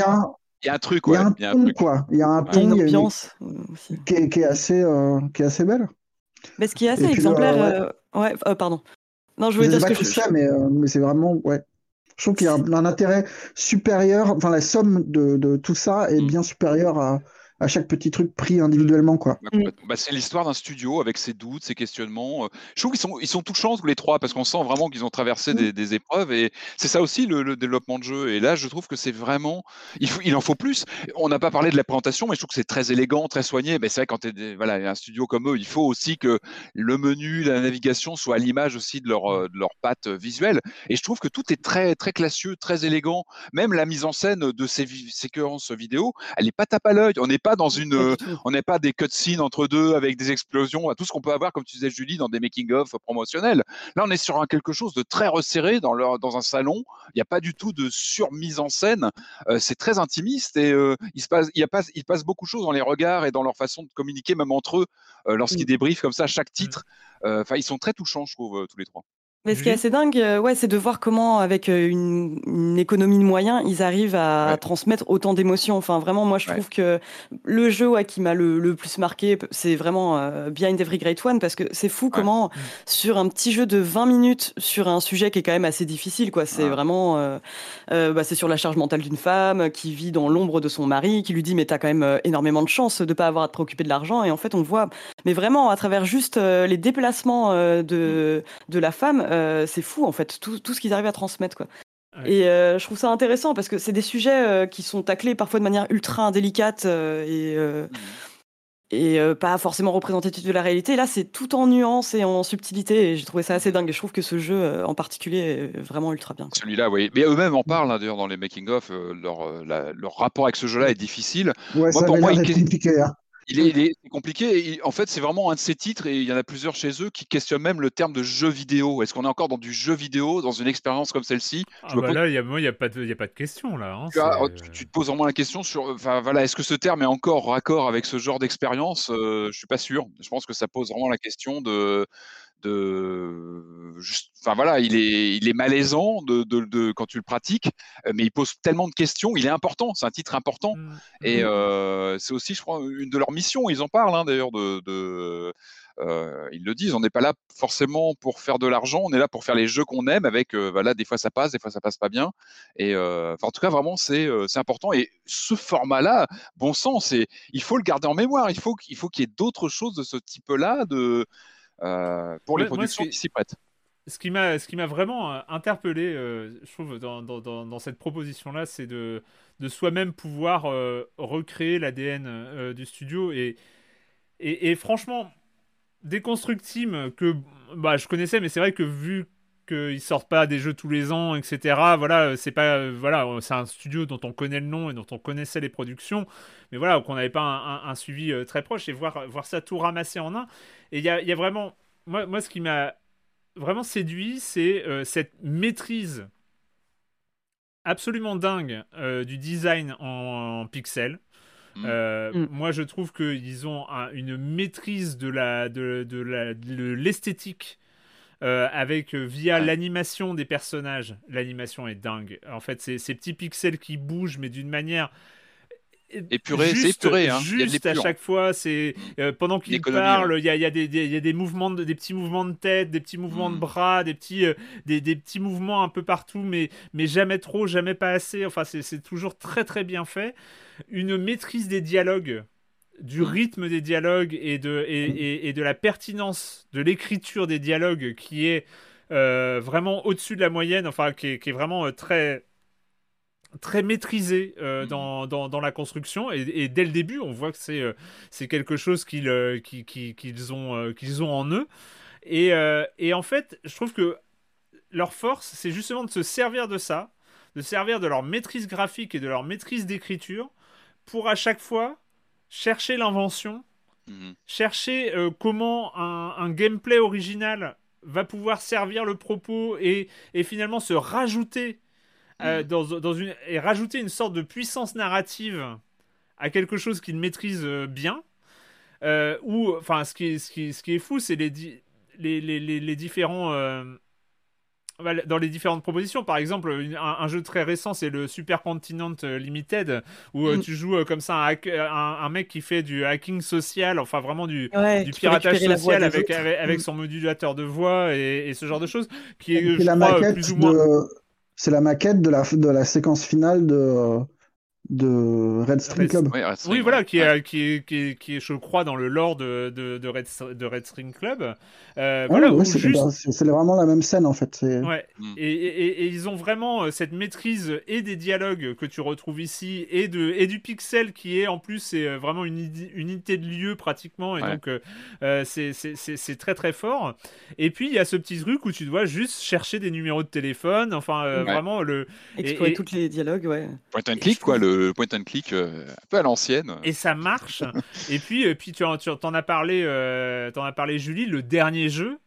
a un truc, il y a un ton, quoi. Il y a un ton, il y a une ambiance qui est assez belle. Mais ce qui est assez exemplaire, pardon. Non, je voulais dire mais c'est vraiment, Je trouve qu'il y a un intérêt supérieur, enfin la somme de tout ça est bien supérieure à chaque petit truc pris individuellement, quoi. C'est l'histoire d'un studio avec ses doutes, ses questionnements. Je trouve qu'ils sont touchants tous les trois parce qu'on sent vraiment qu'ils ont traversé des épreuves et c'est ça aussi le développement de jeu. Et là, je trouve que c'est vraiment, il en faut plus. On n'a pas parlé de la présentation, mais je trouve que c'est très élégant, très soigné. Mais c'est vrai quand il y a un studio comme eux, il faut aussi que le menu, la navigation soit à l'image aussi de leur patte visuelle. Et je trouve que tout est très très classieux, très élégant. Même la mise en scène de ces séquences vidéo, elle n'est pas tape à l'œil. On n'est pas des cutscenes entre deux avec des explosions, tout ce qu'on peut avoir, comme tu disais Julie, dans des making-of promotionnels. Là, on est sur quelque chose de très resserré dans un salon. Il n'y a pas du tout de surmise en scène. C'est très intimiste et il passe beaucoup de choses dans les regards et dans leur façon de communiquer, même entre eux, lorsqu'ils débriefent comme ça chaque titre. Ils sont très touchants, je trouve, tous les trois. Mais ce qui est assez dingue, c'est de voir comment, avec une économie de moyens, ils arrivent à transmettre autant d'émotions. Enfin, vraiment, moi, je trouve que le jeu qui m'a le plus marqué, c'est vraiment Behind Every Great One, parce que c'est fou comment, sur un petit jeu de 20 minutes, sur un sujet qui est quand même assez difficile, quoi. C'est vraiment, c'est sur la charge mentale d'une femme qui vit dans l'ombre de son mari, qui lui dit, mais t'as quand même énormément de chance de pas avoir à te préoccuper de l'argent. Et en fait, on voit, mais vraiment, à travers juste les déplacements de la femme, c'est fou en fait tout ce qu'ils arrivent à transmettre, quoi. Et je trouve ça intéressant parce que c'est des sujets qui sont taclés parfois de manière ultra indélicate et pas forcément représentatif de la réalité. Et là, c'est tout en nuances et en subtilité et j'ai trouvé ça assez dingue. Et je trouve que ce jeu en particulier est vraiment ultra bien, quoi. Celui-là, oui. Mais eux-mêmes en parlent d'ailleurs dans les making-of. Leur rapport avec ce jeu-là est difficile. Ouais, moi, ça pour moi, il est compliqué. C'est compliqué. En fait, c'est vraiment un de ces titres, et il y en a plusieurs chez eux qui questionnent même le terme de jeu vidéo. Est-ce qu'on est encore dans du jeu vidéo, dans une expérience comme celle-ci? Là, il n'y a pas de question là. Hein, tu te poses vraiment la question sur, est-ce que ce terme est encore raccord avec ce genre d'expérience? Je suis pas sûr. Je pense que ça pose vraiment la question il est malaisant quand tu le pratiques, mais il pose tellement de questions. Il est important, c'est un titre important, et c'est aussi, je crois, une de leurs missions. Ils en parlent, hein, d'ailleurs, ils le disent. On n'est pas là forcément pour faire de l'argent. On est là pour faire les jeux qu'on aime. Avec, des fois ça passe, des fois ça passe pas bien. Et en tout cas, vraiment, c'est important. Et ce format-là, bon sang, il faut le garder en mémoire. Il faut qu'il y ait d'autres choses de ce type-là pour les productions qui s'y prêtent. Ce qui m'a vraiment interpellé, je trouve, dans cette proposition-là, c'est de soi-même pouvoir recréer l'ADN du studio. Et franchement, Deconstruct Team, que je connaissais, mais c'est vrai que vu qu'ils sortent pas des jeux tous les ans, etc., c'est un studio dont on connaît le nom et dont on connaissait les productions, mais voilà, qu'on n'avait pas un suivi très proche, et voir ça tout ramasser en un. Et il y a vraiment... Moi, ce qui m'a vraiment séduit, c'est cette maîtrise absolument dingue du design en pixels. Moi, je trouve qu'ils ont une maîtrise de l'esthétique via l'animation des personnages. L'animation est dingue. En fait, ces petits pixels qui bougent, mais d'une manière... épuré, hein. Juste à chaque fois, c'est pendant qu'il parle, il y a des mouvements, des petits mouvements de tête, des petits mouvements de bras, des petits mouvements un peu partout, mais jamais trop, jamais pas assez. Enfin, c'est toujours très très bien fait. Une maîtrise des dialogues, du rythme des dialogues et de la pertinence de l'écriture des dialogues qui est vraiment au-dessus de la moyenne. Enfin, qui est vraiment très très maîtrisé dans la construction, et dès le début on voit que c'est quelque chose qu'ils ont en eux, et en fait je trouve que leur force, c'est justement de se servir de ça, de servir de leur maîtrise graphique et de leur maîtrise d'écriture pour à chaque fois chercher l'invention, chercher comment un gameplay original va pouvoir servir le propos et finalement se rajouter et rajouter une sorte de puissance narrative à quelque chose qu'ils maîtrisent bien. Ce qui est fou, c'est les différents... dans les différentes propositions. Par exemple, un jeu très récent, c'est le Supercontinent Limited, où tu joues comme ça un mec qui fait du hacking social, enfin vraiment du piratage social avec son modulateur de voix et ce genre de choses, qui est, je crois, plus ou moins... C'est la maquette de la séquence finale de Red String Club. Oui, voilà, qui est, je crois, dans le lore de Red String Club. C'est vraiment la même scène, en fait. Ouais. Et ils ont vraiment cette maîtrise et des dialogues que tu retrouves ici, et du pixel qui est, en plus, c'est vraiment une unité de lieu, pratiquement, et donc c'est très très fort. Et puis, il y a ce petit truc où tu dois juste chercher des numéros de téléphone, vraiment explorer tous les dialogues, Point and click, quoi, le point and click un peu à l'ancienne. Et ça marche. et puis tu t'en as parlé, Julie, le dernier jeu,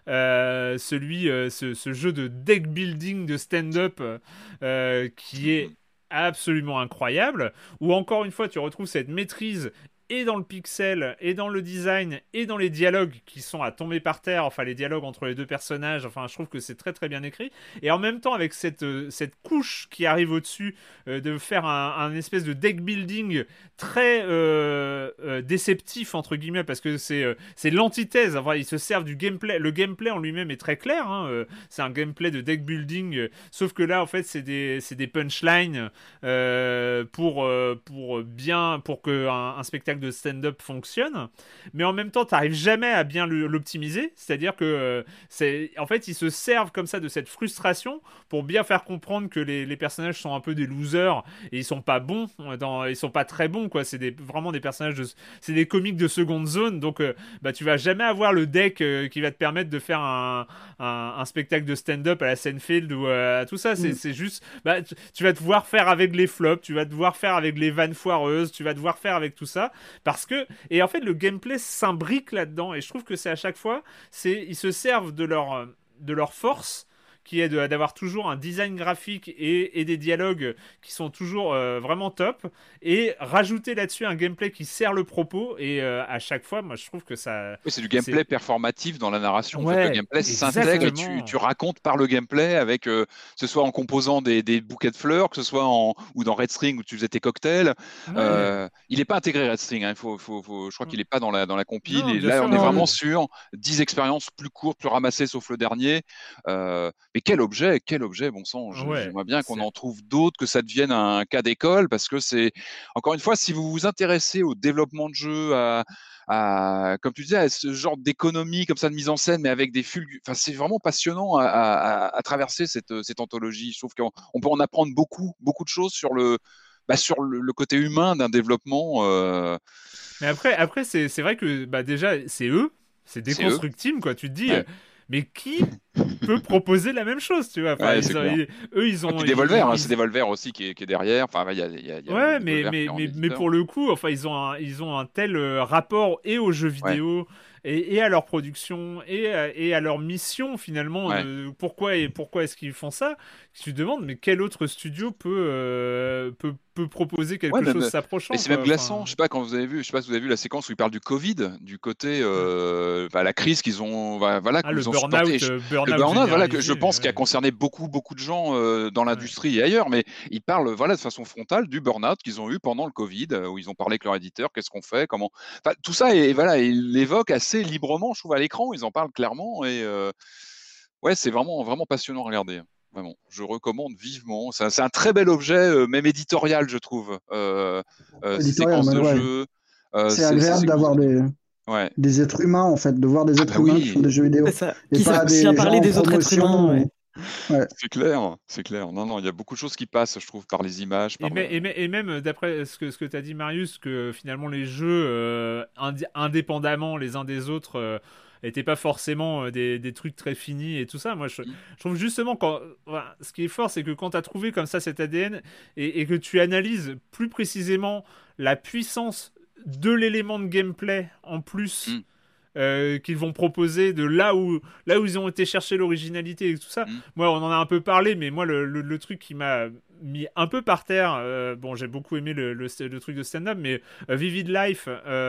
ce jeu de deck building de stand-up qui est absolument incroyable, où encore une fois tu retrouves cette maîtrise et dans le pixel, et dans le design, et dans les dialogues qui sont à tomber par terre, enfin les dialogues entre les deux personnages, enfin je trouve que c'est très très bien écrit, et en même temps avec cette couche qui arrive au-dessus, de faire un espèce de deck building très déceptif entre guillemets, parce que c'est l'antithèse, enfin ils se servent du gameplay, le gameplay en lui-même est très clair, c'est un gameplay de deck building, sauf que là en fait c'est des punchlines pour que un spectacle de stand-up fonctionne, mais en même temps t'arrives jamais à bien l'optimiser, c'est-à-dire que en fait ils se servent comme ça de cette frustration pour bien faire comprendre que les personnages sont un peu des losers et ils sont pas bons, ils sont pas très bons, quoi. C'est vraiment des personnages c'est des comiques de seconde zone, donc tu vas jamais avoir le deck qui va te permettre de faire un spectacle de stand-up à la Seinfeld ou à tout ça. C'est juste tu vas devoir faire avec les flops, tu vas devoir faire avec les vannes foireuses, tu vas devoir faire avec tout ça. parce que et en fait le gameplay s'imbrique là-dedans et je trouve que c'est à chaque fois ils se servent de leur force qui est d'avoir toujours un design graphique et des dialogues qui sont toujours vraiment top, et rajouter là-dessus un gameplay qui sert le propos, et à chaque fois, moi je trouve que ça... Oui, c'est du gameplay performatif dans la narration. Ouais, en fait, le gameplay s'intègre et tu racontes par le gameplay, avec, que ce soit en composant des bouquets de fleurs, que ce soit ou dans Red String où tu faisais tes cocktails. Ouais. Il n'est pas intégré Red String, hein. Je crois qu'il n'est pas dans la compile, non, et là on est vraiment sur 10 expériences plus courtes, plus ramassées, sauf le dernier. Mais quel objet, bon sang, j'aimerais bien qu'on en trouve d'autres, que ça devienne un cas d'école, parce que c'est, encore une fois, si vous vous intéressez au développement de jeux, comme tu disais, à ce genre d'économie comme ça, de mise en scène, mais avec des c'est vraiment passionnant à traverser cette anthologie. Je trouve qu'on peut en apprendre beaucoup de choses sur le côté humain d'un développement. Mais après c'est vrai que déjà, c'est eux, c'est Deconstruct quoi, tu te dis... Ouais. Mais qui peut proposer la même chose, tu vois? Enfin, ils ont. C'est Devolver aussi qui est derrière. Enfin, il y a ouais, mais pour le coup, enfin, ils ont un tel rapport et aux jeux vidéo. Et à leur production et à leur mission finalement, pourquoi est-ce qu'ils font ça? Tu te demandes, mais quel autre studio peut proposer quelque chose s'approchant? Et c'est même glaçant. Je sais pas si vous avez vu la séquence où ils parlent du Covid, du côté la crise qu'ils ont, le burn-out, que je pense qu'il a concerné beaucoup de gens dans l'industrie et ailleurs, mais ils parlent de façon frontale du burn-out qu'ils ont eu pendant le Covid, où ils ont parlé avec leur éditeur, qu'est-ce qu'on fait, comment, tout ça, et ils l'évoquent assez librement, je trouve, à l'écran, ils en parlent clairement, et c'est vraiment passionnant à regarder. Vraiment, je recommande vivement. C'est un très bel objet, même éditorial, je trouve. Séquence de jeu. C'est agréable d'avoir des êtres humains, en fait, de voir des êtres humains qui font des jeux vidéo. Qui savent bien parler des autres êtres humains. Ouais. C'est clair. Non, il y a beaucoup de choses qui passent, je trouve, par les images. Et même d'après ce que tu as dit, Marius, que finalement les jeux, indépendamment les uns des autres, n'étaient pas forcément des trucs très finis et tout ça. Moi, je trouve justement, ce qui est fort, c'est que quand tu as trouvé comme ça cet ADN et que tu analyses plus précisément la puissance de l'élément de gameplay en plus... qu'ils vont proposer, de là où ils ont été chercher l'originalité et tout ça. Moi, on en a un peu parlé, mais moi, le truc qui m'a mis un peu par terre, j'ai beaucoup aimé le truc de stand-up, mais Vivid Life,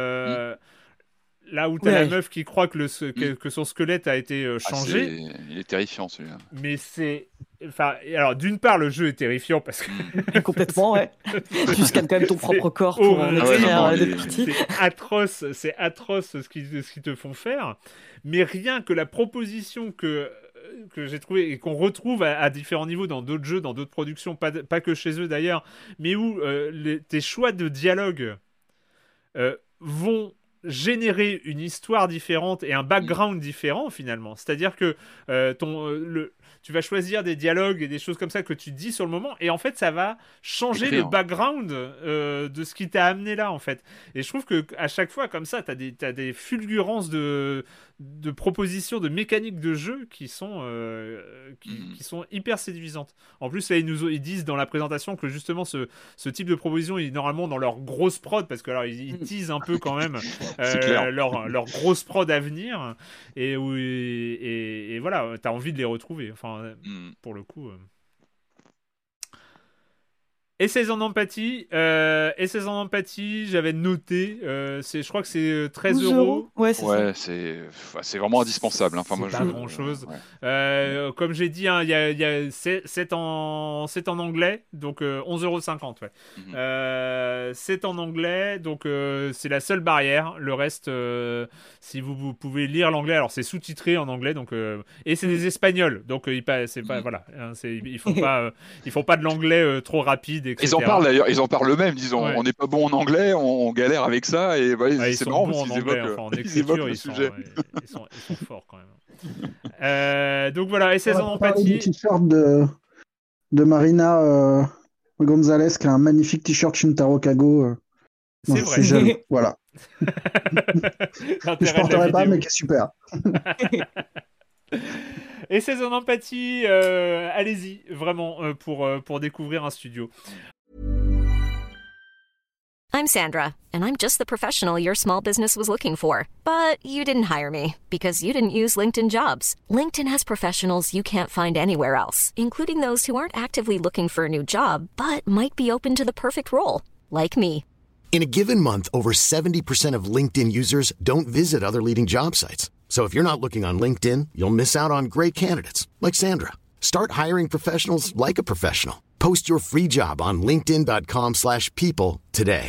là où t'as la meuf qui croit que son squelette a été changé. Il est terrifiant, celui-là. Mais c'est... alors, d'une part, le jeu est terrifiant parce que... Complètement, ouais. Tu scannes quand même ton propre corps pour extraire des parties. C'est atroce ce qu'ils te font faire. Mais rien que la proposition que j'ai trouvé et qu'on retrouve à différents niveaux dans d'autres jeux, dans d'autres productions, pas que chez eux d'ailleurs, mais où tes choix de dialogue vont générer une histoire différente et un background différent finalement. C'est-à-dire que tu vas choisir des dialogues et des choses comme ça que tu dis sur le moment, et en fait ça va changer le background de ce qui t'a amené là en fait. Et je trouve que à chaque fois comme ça t'as des fulgurances de propositions, de mécaniques de jeu qui sont hyper séduisantes. En plus là ils disent dans la présentation que justement ce type de proposition est normalement dans leur grosse prod, parce que alors ils teasent un peu quand même leur grosse prod à venir, et voilà, t'as envie de les retrouver, enfin pour le coup. Essais en empathie, j'avais noté, je crois que c'est 13 €. Ouais, c'est vraiment indispensable. Enfin, c'est pas grand chose. Ouais. Comme j'ai dit, il y a 7 en anglais, donc 11,50 €. Ouais. C'est en anglais, donc c'est la seule barrière. Le reste, si vous pouvez lire l'anglais, alors c'est sous-titré en anglais, donc et c'est des Espagnols, donc voilà, ils font pas de l'anglais trop rapide. Etc. Ils en parlent d'ailleurs, ils en parlent eux-mêmes, disons, on n'est pas bon en anglais, on galère avec ça, et c'est marrant parce qu'ils évoquent le sujet. Ils sont forts quand même. Donc voilà, et 16 ans d'empathie. Un t-shirt de Marina Gonzalez qui a un magnifique t-shirt Shintaro Kago. C'est vrai. Voilà. Je porterai pas, mais qui est super. Et 16 ans d'empathie, allez-y, vraiment, pour découvrir un studio. I'm Sandra, and I'm just the professional your small business was looking for. But you didn't hire me because you didn't use LinkedIn Jobs. LinkedIn has professionals you can't find anywhere else, including those who aren't actively looking for a new job, but might be open to the perfect role, like me. In a given month, over 70% of LinkedIn users don't visit other leading job sites. So if you're not looking on LinkedIn, you'll miss out on great candidates like Sandra. Start hiring professionals like a professional. Post your free job on linkedin.com/people today.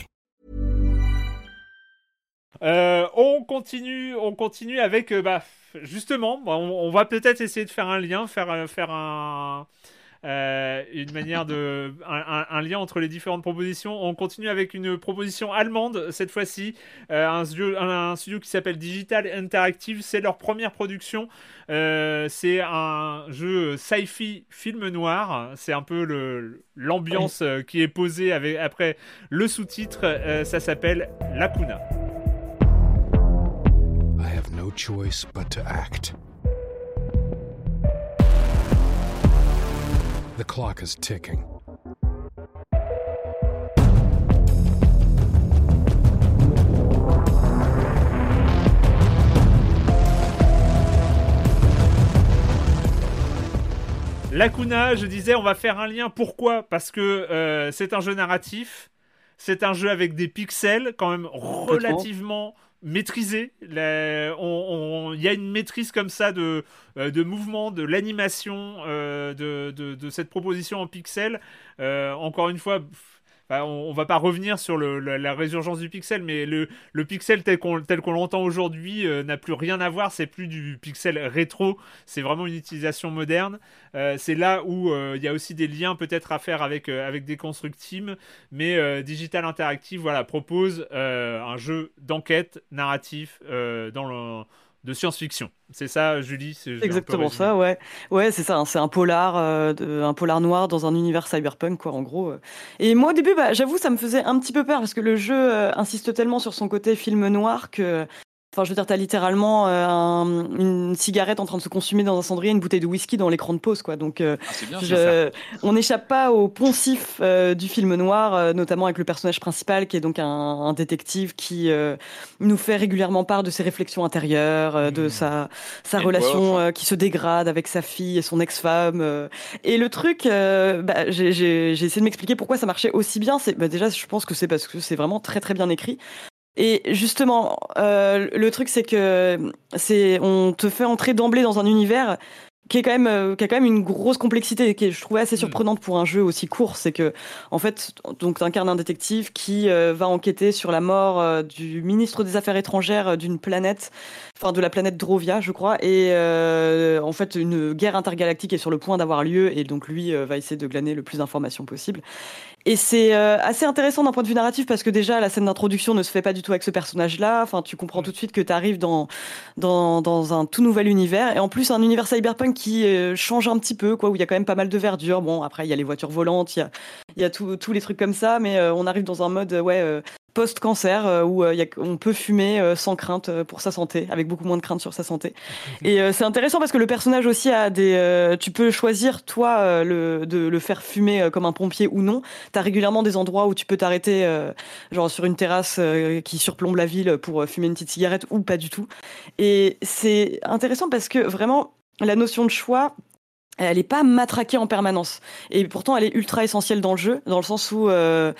On continue avec justement, on va peut-être essayer de faire un lien, faire une manière de un lien entre les différentes propositions. On continue avec une proposition allemande cette fois-ci, un studio qui s'appelle Digital Interactive. C'est leur première production. C'est un jeu sci-fi film noir. C'est un peu l'ambiance qui est posée après le sous-titre. Ça s'appelle Lacuna. I have no choice but to act. The clock is ticking. Lacuna, je disais, on va faire un lien. Pourquoi ? Parce que c'est un jeu narratif, c'est un jeu avec des pixels quand même relativement maîtrisés. Il y a une maîtrise comme ça de mouvement, de l'animation de cette proposition en pixels. Encore une fois, on va pas revenir sur la résurgence du pixel, mais le pixel tel qu'on l'entend aujourd'hui n'a plus rien à voir. C'est plus du pixel rétro, c'est vraiment une utilisation moderne. C'est là où il y a aussi des liens peut-être à faire avec des Construct Team, mais Digital Interactive propose un jeu d'enquête narratif de science-fiction. C'est ça, Julie? C'est exactement ça, ouais. Ouais, c'est ça, hein, c'est un polar noir dans un univers cyberpunk, quoi, en gros. Et moi, au début, j'avoue, ça me faisait un petit peu peur, parce que le jeu insiste tellement sur son côté film noir que... Enfin, je veux dire, t'as littéralement une cigarette en train de se consumer dans un cendrier, une bouteille de whisky dans l'écran de pause, quoi. Donc, on n'échappe pas au poncif du film noir, notamment avec le personnage principal, qui est donc un détective qui nous fait régulièrement part de ses réflexions intérieures, de sa relation qui se dégrade avec sa fille et son ex-femme. Et le truc, j'ai essayé de m'expliquer pourquoi ça marchait aussi bien. Déjà, je pense que c'est parce que c'est vraiment très très bien écrit. Et justement, le truc, c'est que on te fait entrer d'emblée dans un univers qui a quand même une grosse complexité, qui je trouvais assez surprenante pour un jeu aussi court. C'est que, en fait, donc t'incarnes un détective qui va enquêter sur la mort du ministre des Affaires étrangères d'une planète, enfin de la planète Drovia, je crois. Et en fait, une guerre intergalactique est sur le point d'avoir lieu, et donc lui va essayer de glaner le plus d'informations possible. Et c'est assez intéressant d'un point de vue narratif, parce que déjà la scène d'introduction ne se fait pas du tout avec ce personnage-là. Enfin, tu comprends tout de suite que tu arrives dans un tout nouvel univers, et en plus un univers cyberpunk qui change un petit peu, quoi, où il y a quand même pas mal de verdure. Bon, après il y a les voitures volantes, il y a tous les trucs comme ça, mais on arrive dans un mode post-cancer où on peut fumer sans crainte pour sa santé, avec beaucoup moins de crainte sur sa santé. Et c'est intéressant parce que le personnage aussi a tu peux choisir toi de le faire fumer comme un pompier ou non. T'as régulièrement des endroits où tu peux t'arrêter genre sur une terrasse qui surplombe la ville pour fumer une petite cigarette, ou pas du tout. Et c'est intéressant parce que vraiment la notion de choix, elle est pas matraquée en permanence, et pourtant elle est ultra essentielle dans le jeu, dans le sens où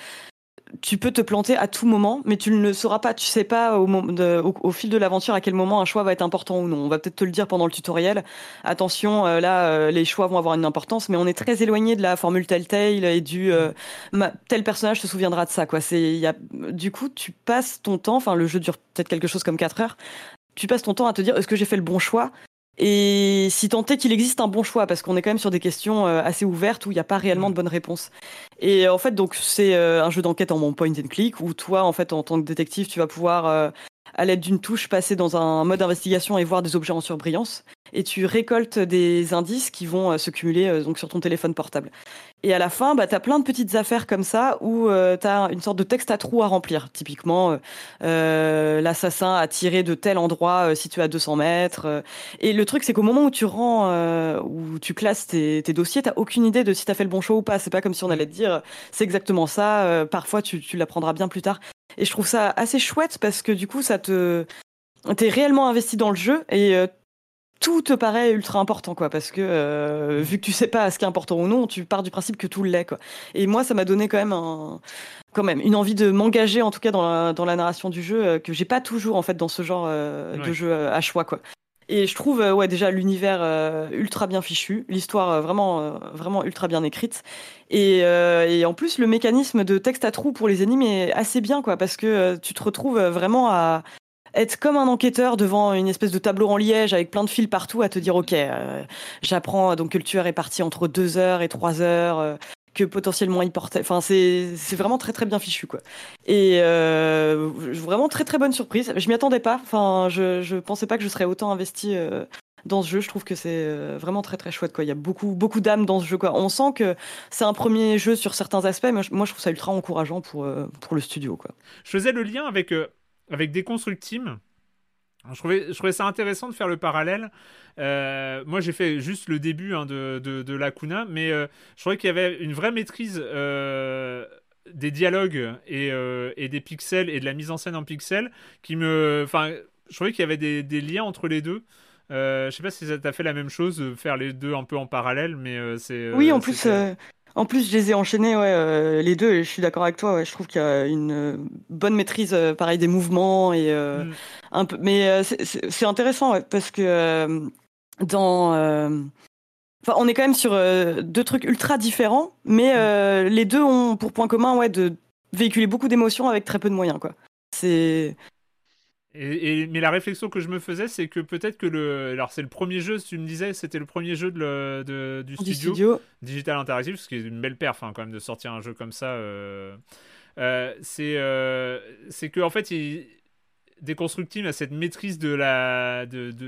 tu peux te planter à tout moment, mais tu ne le sauras pas. Tu sais pas au fil de l'aventure à quel moment un choix va être important ou non. On va peut-être te le dire pendant le tutoriel. Attention, les choix vont avoir une importance, mais on est très éloigné de la formule Telltale et du tel personnage se souviendra de ça, quoi. Du coup, tu passes ton temps, enfin le jeu dure peut-être quelque chose comme 4 heures, tu passes ton temps à te dire, est-ce que j'ai fait le bon choix ? Et si tant est qu'il existe un bon choix, parce qu'on est quand même sur des questions assez ouvertes où il n'y a pas réellement de bonne réponse. Et en fait, donc c'est un jeu d'enquête en point and click, où toi, en fait, en tant que détective, tu vas pouvoir, à l'aide d'une touche, passer dans un mode investigation et voir des objets en surbrillance. Et tu récoltes des indices qui vont se cumuler donc sur ton téléphone portable. Et à la fin, t'as plein de petites affaires comme ça où t'as une sorte de texte à trous à remplir. Typiquement, l'assassin a tiré de tel endroit situé à 200 mètres. Et le truc, c'est qu'au moment où où tu classes tes dossiers, t'as aucune idée de si t'as fait le bon choix ou pas. C'est pas comme si on allait te dire, c'est exactement ça. Parfois, tu l'apprendras bien plus tard. Et je trouve ça assez chouette parce que du coup, t'es réellement investi dans le jeu et tout te paraît ultra important, quoi, parce que vu que tu sais pas ce qui est important ou non, tu pars du principe que tout l'est, quoi. Et moi, ça m'a donné quand même une envie de m'engager, en tout cas dans la narration du jeu, que j'ai pas toujours en fait dans ce genre de jeu à choix, quoi. Et je trouve déjà l'univers ultra bien fichu, l'histoire vraiment ultra bien écrite, et en plus le mécanisme de texte à trous pour les énigmes est assez bien, quoi, parce que tu te retrouves vraiment à être comme un enquêteur devant une espèce de tableau en liège avec plein de fils partout à te dire ok, j'apprends donc que le tueur est parti entre 2 heures et 3 heures, que potentiellement il portait, enfin c'est vraiment très très bien fichu, quoi. Et vraiment très très bonne surprise, je m'y attendais pas, enfin je pensais pas que je serais autant investi dans ce jeu. Je trouve que c'est vraiment très très chouette, quoi. Il y a beaucoup d'âme dans ce jeu, quoi. On sent que c'est un premier jeu sur certains aspects, mais moi je trouve ça ultra encourageant pour le studio, quoi. Je faisais le lien avec Deconstruct Team. Je trouvais ça intéressant de faire le parallèle. Moi, j'ai fait juste le début de Lacuna, mais je trouvais qu'il y avait une vraie maîtrise des dialogues et des pixels et de la mise en scène en pixels je trouvais qu'il y avait des liens entre les deux. Je sais pas si ça t'a fait la même chose, faire les deux un peu en parallèle, mais c'est... Oui, en plus... En plus, je les ai enchaînés, les deux, et je suis d'accord avec toi. Ouais, je trouve qu'il y a une bonne maîtrise, pareil, des mouvements et un peu. Mais c'est intéressant, ouais, parce que on est quand même sur deux trucs ultra différents, mais les deux ont pour point commun, de véhiculer beaucoup d'émotions avec très peu de moyens, quoi. C'est... Mais la réflexion que je me faisais, c'est que peut-être que alors c'est le premier jeu, tu me disais, c'était le premier jeu du studio Digital Interactive, ce qui est une belle perf, hein, quand même, de sortir un jeu comme ça. C'est que en fait, Deconstruct Team a cette maîtrise leurs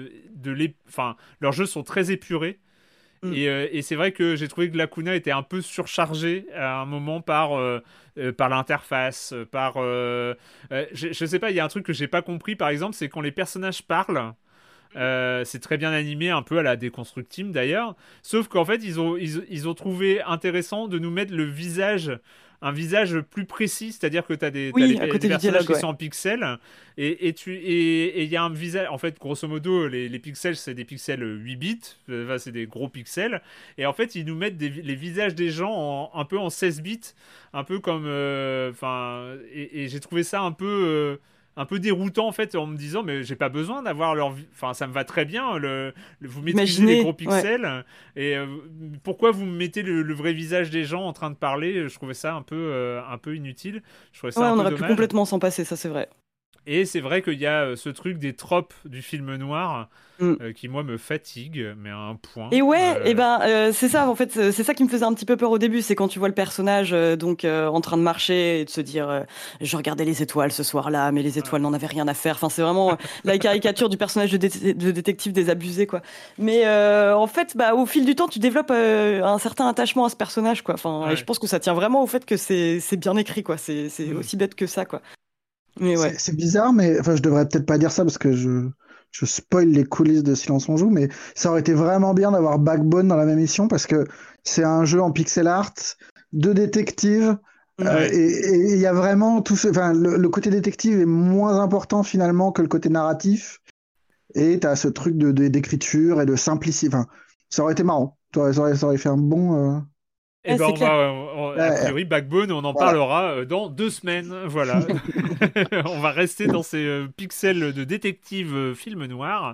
jeux sont très épurés. Et c'est vrai que j'ai trouvé que Lacuna était un peu surchargé à un moment par l'interface, je sais pas, il y a un truc que j'ai pas compris, par exemple, c'est quand les personnages parlent, c'est très bien animé, un peu à la Deconstruct Team d'ailleurs, sauf qu'en fait ils ont trouvé intéressant de nous mettre un visage plus précis, c'est-à-dire que tu as des personnages qui sont en pixels, et il y a un visage, en fait, grosso modo, les pixels, c'est des pixels 8 bits, c'est des gros pixels, et en fait, ils nous mettent les visages des gens un peu en 16 bits, un peu comme... et j'ai trouvé ça un peu déroutant, en fait, en me disant mais j'ai pas besoin d'avoir ça me va très bien, vous maîtrisez les gros pixels, et pourquoi vous me mettez le vrai visage des gens en train de parler? Je trouvais ça un peu inutile. Je trouvais ça un peu on aurait dommage. pu complètement s'en passer, ça c'est vrai. Et c'est vrai qu'il y a ce truc des tropes du film noir qui, moi, me fatigue, mais à un point. Et c'est ça, en fait, c'est ça qui me faisait un petit peu peur au début, c'est quand tu vois le personnage en train de marcher et de se dire je regardais les étoiles ce soir-là, mais les étoiles n'en avaient rien à faire. Enfin, c'est vraiment la caricature du personnage de détective désabusé, quoi. Mais en fait, au fil du temps, tu développes un certain attachement à ce personnage, quoi. Enfin, et je pense que ça tient vraiment au fait que c'est bien écrit, quoi. C'est aussi bête que ça, quoi. Mais ouais. C'est bizarre, mais enfin, je devrais peut-être pas dire ça parce que je spoil les coulisses de Silence on joue, mais ça aurait été vraiment bien d'avoir Backbone dans la même émission parce que c'est un jeu en pixel art de détective. Et il y a vraiment tout le côté détective est moins important finalement que le côté narratif, et t'as ce truc d'écriture et de simplicité. Enfin, ça aurait été marrant. Ça aurait fait un bon. Et a priori, Backbone, on en parlera dans 2 semaines. Voilà. On va rester dans ces pixels de détective film noir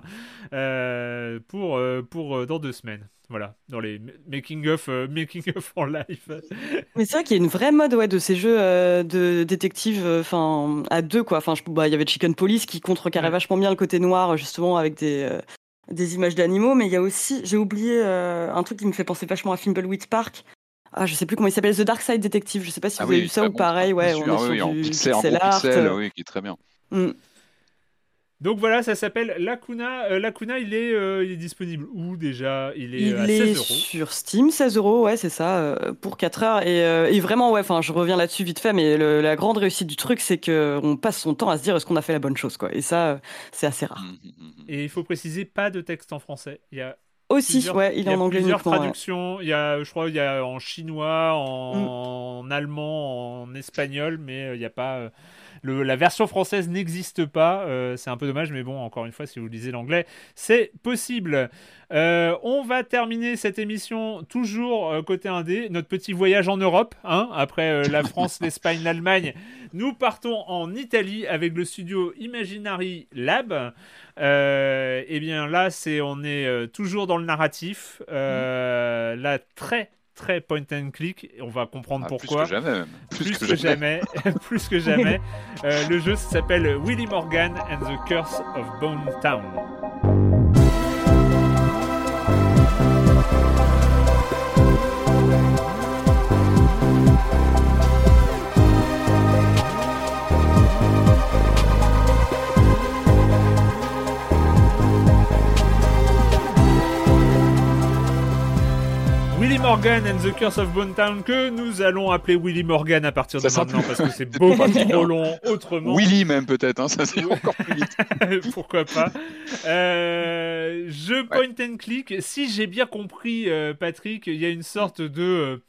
pour dans 2 semaines. Voilà, dans les making of en live. Mais c'est vrai qu'il y a une vraie mode de ces jeux de détective à deux, quoi. Il y avait Chicken Police qui contrecarrait vachement bien le côté noir, justement, avec des images d'animaux, mais il y a aussi, j'ai oublié un truc qui me fait penser vachement à Thimbleweed Park. Je sais plus comment il s'appelle, The Dark Side Detective. Je sais pas si vous avez vu ça ou pareil. Ouais, on est sur du pixel art. Oui, qui est très bien. Donc voilà, ça s'appelle Lacuna. Lacuna, il est disponible où déjà? Il est à 16 €. Sur Steam, 16 €, ouais, c'est ça, pour 4 heures. Et vraiment, je reviens là-dessus vite fait, mais la grande réussite du truc, c'est qu'on passe son temps à se dire est-ce qu'on a fait la bonne chose, quoi. Et ça, c'est assez rare. Et il faut préciser, pas de texte en français. Il y a aussi, il est en anglais. Plusieurs traductions. Il y a, je crois, il y a en chinois, en allemand, en espagnol, mais il n'y a pas la version française n'existe pas. C'est un peu dommage, mais bon, encore une fois, si vous lisez l'anglais, c'est possible. On va terminer cette émission toujours côté indé, notre petit voyage en Europe, hein, après la France, l'Espagne, l'Allemagne. Nous partons en Italie avec le studio Imaginary Lab. Et bien là, on est toujours dans le narratif. Là, très point and click, on va comprendre pourquoi. Plus que jamais. Plus que jamais. Le jeu s'appelle Willie Morgan and the Curse of Bone Town. Willie Morgan and the Curse of Bone Town, que nous allons appeler Willie Morgan à partir de maintenant, parce que c'est beaucoup trop long autrement. Willie même peut-être, hein, ça c'est encore plus vite. Pourquoi pas. Jeu point and click, si j'ai bien compris, Patrick, il y a une sorte de...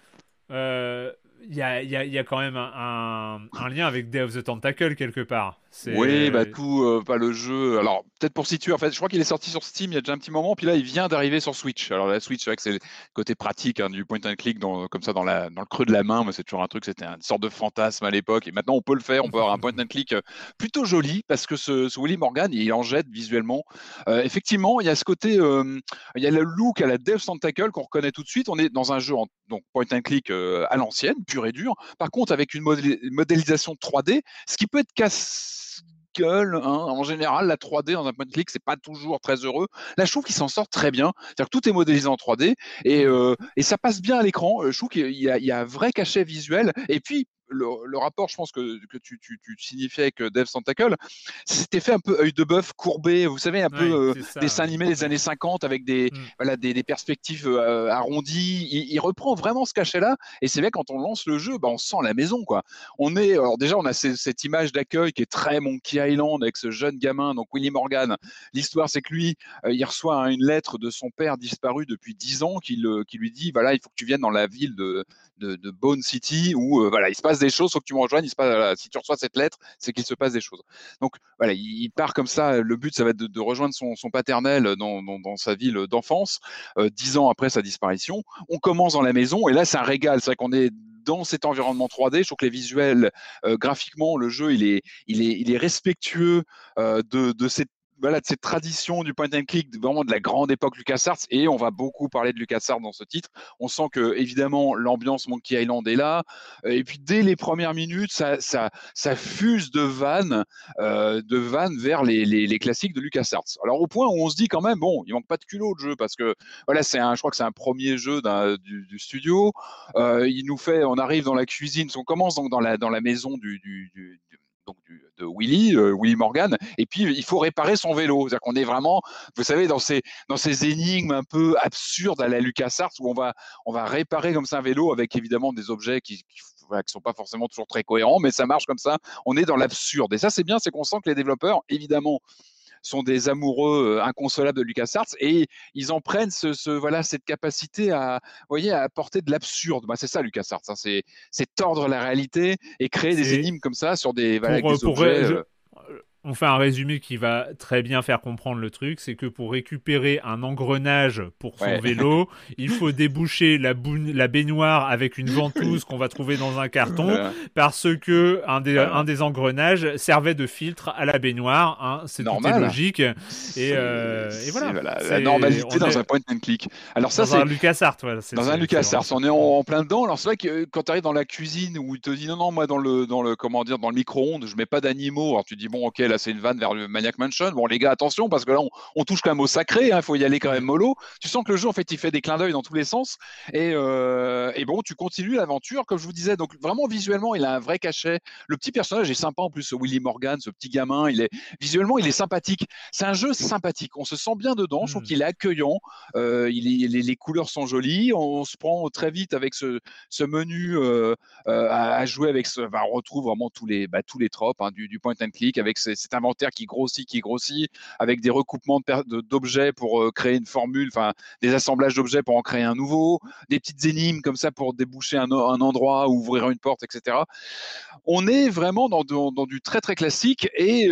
Il y a quand même un lien avec Day of the Tentacle quelque part. Oui, pas le jeu. Alors, peut-être pour situer, en fait, je crois qu'il est sorti sur Steam il y a déjà un petit moment, puis là, il vient d'arriver sur Switch. Alors, la Switch, c'est vrai que c'est le côté pratique du point and click, comme ça, dans le creux de la main. Moi, c'est toujours un truc, c'était une sorte de fantasme à l'époque. Et maintenant, on peut le faire, on peut avoir un point and click plutôt joli, parce que ce Willie Morgan, il en jette visuellement. Effectivement, il y a ce côté, il y a le look à la Day of the Tentacle qu'on reconnaît tout de suite. On est dans un jeu, donc point and click à l'ancienne, pur et dur. Par contre, avec une modélisation 3D, ce qui peut être casse-gueule, hein. En général, la 3D dans un point and click, c'est pas toujours très heureux. Là, je trouve qu'il s'en sort très bien. C'est-à-dire que tout est modélisé en 3D et ça passe bien à l'écran. Je trouve qu'il y a un vrai cachet visuel. Et puis, le rapport, je pense que tu signifiais avec Day of the Tentacle, c'était fait un peu œil de bœuf courbé, vous savez, un peu dessin animé des années 50 avec des perspectives arrondies. Il reprend vraiment ce cachet-là, et c'est vrai, quand on lance le jeu, on sent la maison, quoi. Alors déjà, on a cette image d'accueil qui est très Monkey Island avec ce jeune gamin, donc Willie Morgan. L'histoire, c'est que lui, il reçoit une lettre de son père disparu depuis 10 ans qui lui dit, voilà, il faut que tu viennes dans la ville de Bone City où il se passe des choses, faut que tu me rejoignes. Si tu reçois cette lettre, c'est qu'il se passe des choses. Donc voilà, il part comme ça. Le but, ça va être de rejoindre son paternel dans sa ville d'enfance, 10 ans après sa disparition. On commence dans la maison et là, c'est un régal. C'est vrai qu'on est dans cet environnement 3D. Je trouve que les visuels, graphiquement, le jeu, il est respectueux de cette tradition du point and click, vraiment de la grande époque LucasArts, et on va beaucoup parler de LucasArts dans ce titre. On sent que, évidemment, l'ambiance Monkey Island est là, et puis dès les premières minutes, ça fuse de vannes vers les classiques de LucasArts. Alors, au point où on se dit quand même, bon, il manque pas de culot, le jeu, parce que, voilà, je crois que c'est un premier jeu du studio. On arrive dans la cuisine, on commence donc dans la maison de Willie Morgan, et puis il faut réparer son vélo. C'est-à-dire qu'on est vraiment, vous savez, dans ces énigmes un peu absurdes à la LucasArts, où on va réparer comme ça un vélo avec évidemment des objets qui sont pas forcément toujours très cohérents, mais ça marche comme ça. On est dans l'absurde, et ça c'est bien, c'est qu'on sent que les développeurs, évidemment, sont des amoureux inconsolables de LucasArts, et ils en prennent cette capacité à apporter de l'absurde. C'est ça LucasArts, hein, c'est tordre la réalité et créer des énigmes comme ça sur des objets. On fait un résumé qui va très bien faire comprendre le truc, c'est que pour récupérer un engrenage pour son vélo, il faut déboucher la baignoire avec une ventouse qu'on va trouver dans un carton, parce que un des engrenages servait de filtre à la baignoire, hein, c'est tout est logique, et voilà. La normalité dans un point and click. Alors ça, c'est un LucasArts, dans un LucasArts, on est en plein dedans. Alors c'est vrai que quand tu arrives dans la cuisine où il te dit non, moi dans le micro-ondes, je mets pas d'animaux. Alors tu dis bon, ok, là c'est une vanne vers le Maniac Mansion. Bon les gars, attention, parce que là on touche quand même au sacré, il faut y aller quand même mollo. Tu sens que le jeu, en fait, il fait des clins d'œil dans tous les sens, et bon, tu continues l'aventure, comme je vous disais. Donc vraiment, visuellement, il a un vrai cachet. Le petit personnage est sympa en plus, ce Willie Morgan, ce petit gamin, visuellement il est sympathique. C'est un jeu sympathique, on se sent bien dedans. Je trouve qu'il est accueillant, les couleurs sont jolies, on se prend très vite avec ce menu à jouer avec on retrouve vraiment tous les tropes, hein, du point and click, avec ces cet inventaire qui grossit, avec des recoupements d'objets pour créer une formule, enfin des assemblages d'objets pour en créer un nouveau, des petites énigmes comme ça pour déboucher un endroit ou ouvrir une porte, etc. On est vraiment dans du très très classique et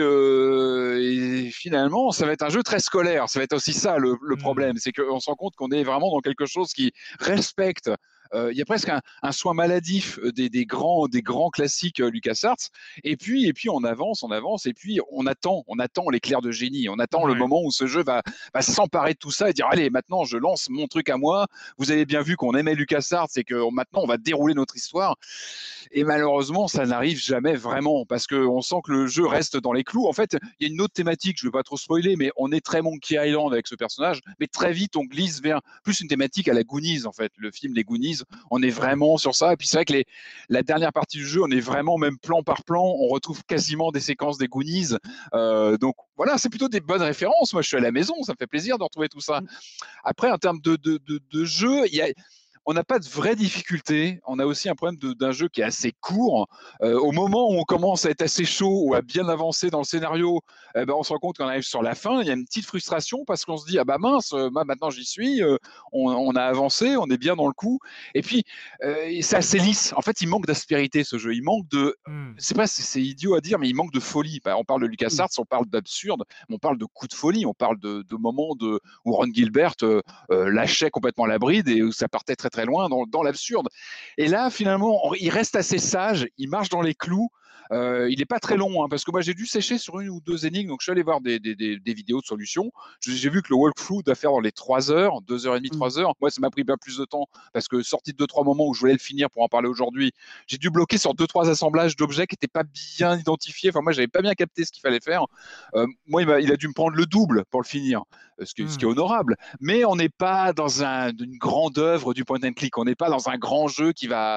finalement ça va être un jeu très scolaire. Ça va être aussi ça le problème, c'est qu'on se rend compte qu'on est vraiment dans quelque chose qui respecte. Il y a presque un soin maladif des grands classiques LucasArts. Et puis on avance, et puis on attend l'éclair de génie. On attend le moment où ce jeu va s'emparer de tout ça et dire allez, maintenant je lance mon truc à moi. Vous avez bien vu qu'on aimait LucasArts et que maintenant on va dérouler notre histoire. Et malheureusement, ça n'arrive jamais vraiment parce qu'on sent que le jeu reste dans les clous. En fait, il y a une autre thématique, je ne veux pas trop spoiler, mais on est très Monkey Island avec ce personnage, mais très vite on glisse vers plus une thématique à la Goonies en fait, le film des Goonies. On est vraiment sur ça. Et puis c'est vrai que la dernière partie du jeu, on est vraiment même plan par plan. On retrouve quasiment des séquences des Goonies. Donc voilà, c'est plutôt des bonnes références. Moi, je suis à la maison, ça me fait plaisir de retrouver tout ça. Après, en termes de jeu, on n'a pas de vraie difficulté. On a aussi un problème d'un jeu qui est assez court. Au moment où on commence à être assez chaud ou à bien avancer dans le scénario, on se rend compte qu'on arrive sur la fin. Il y a une petite frustration parce qu'on se dit ah bah mince, maintenant j'y suis. On a avancé, on est bien dans le coup. Et puis c'est assez lisse. En fait, il manque d'aspérité ce jeu. Il manque de. C'est idiot à dire, mais il manque de folie. On parle de LucasArts, on parle d'absurde, on parle de coups de folie, on parle de moments où Ron Gilbert lâchait complètement la bride et où ça partait très très loin dans l'absurde. Et là, finalement, il reste assez sage, il marche dans les clous. Il n'est pas très long, parce que moi j'ai dû sécher sur une ou deux énigmes, donc je suis allé voir des vidéos de solutions. J'ai vu que le walkthrough doit faire dans les 3 heures, 2h30, 3 heures. Moi, ça m'a pris bien plus de temps parce que sorti de 2-3 moments où je voulais le finir pour en parler aujourd'hui, j'ai dû bloquer sur 2-3 assemblages d'objets qui n'étaient pas bien identifiés. Enfin, moi, j'avais pas bien capté ce qu'il fallait faire. Moi, il a dû me prendre le double pour le finir, ce qui est honorable. Mais on n'est pas dans une grande œuvre du point and click. On n'est pas dans un grand jeu qui va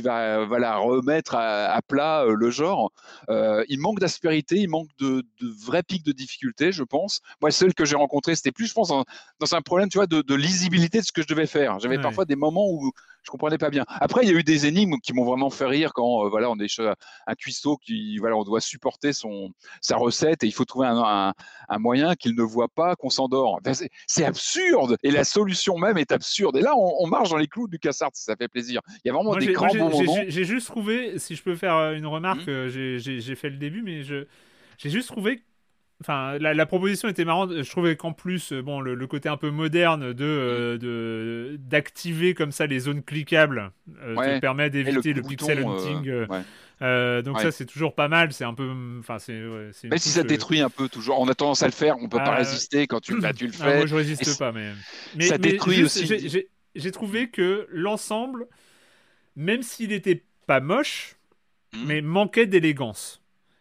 remettre à plat le genre. Il manque d'aspérité, il manque de vrais pics de difficulté, je pense. Moi, celle que j'ai rencontrée, c'était plus, je pense, dans un problème, tu vois, de lisibilité de ce que je devais faire. J'avais parfois des moments où je comprenais pas bien. Après, il y a eu des énigmes qui m'ont vraiment fait rire quand, on est chez un cuistot on doit supporter sa recette et il faut trouver un moyen qu'il ne voit pas qu'on s'endort. Enfin, c'est absurde et la solution même est absurde. Et là, on marche dans les clous de LucasArts, ça fait plaisir. Il y a vraiment des grands bons moments. J'ai juste trouvé, si je peux faire une remarque, j'ai fait le début, mais j'ai juste trouvé. Enfin, la proposition était marrante. Je trouvais qu'en plus, le côté un peu moderne d'activer comme ça les zones cliquables te permet d'éviter le pixel hunting. Donc ça, c'est toujours pas mal. C'est un peu, même si ça détruit un peu toujours. On a tendance à le faire. On peut pas résister quand tu le fais. Moi, je résiste pas, mais ça détruit aussi. J'ai trouvé que l'ensemble, même s'il était pas moche, mais manquait d'élégance.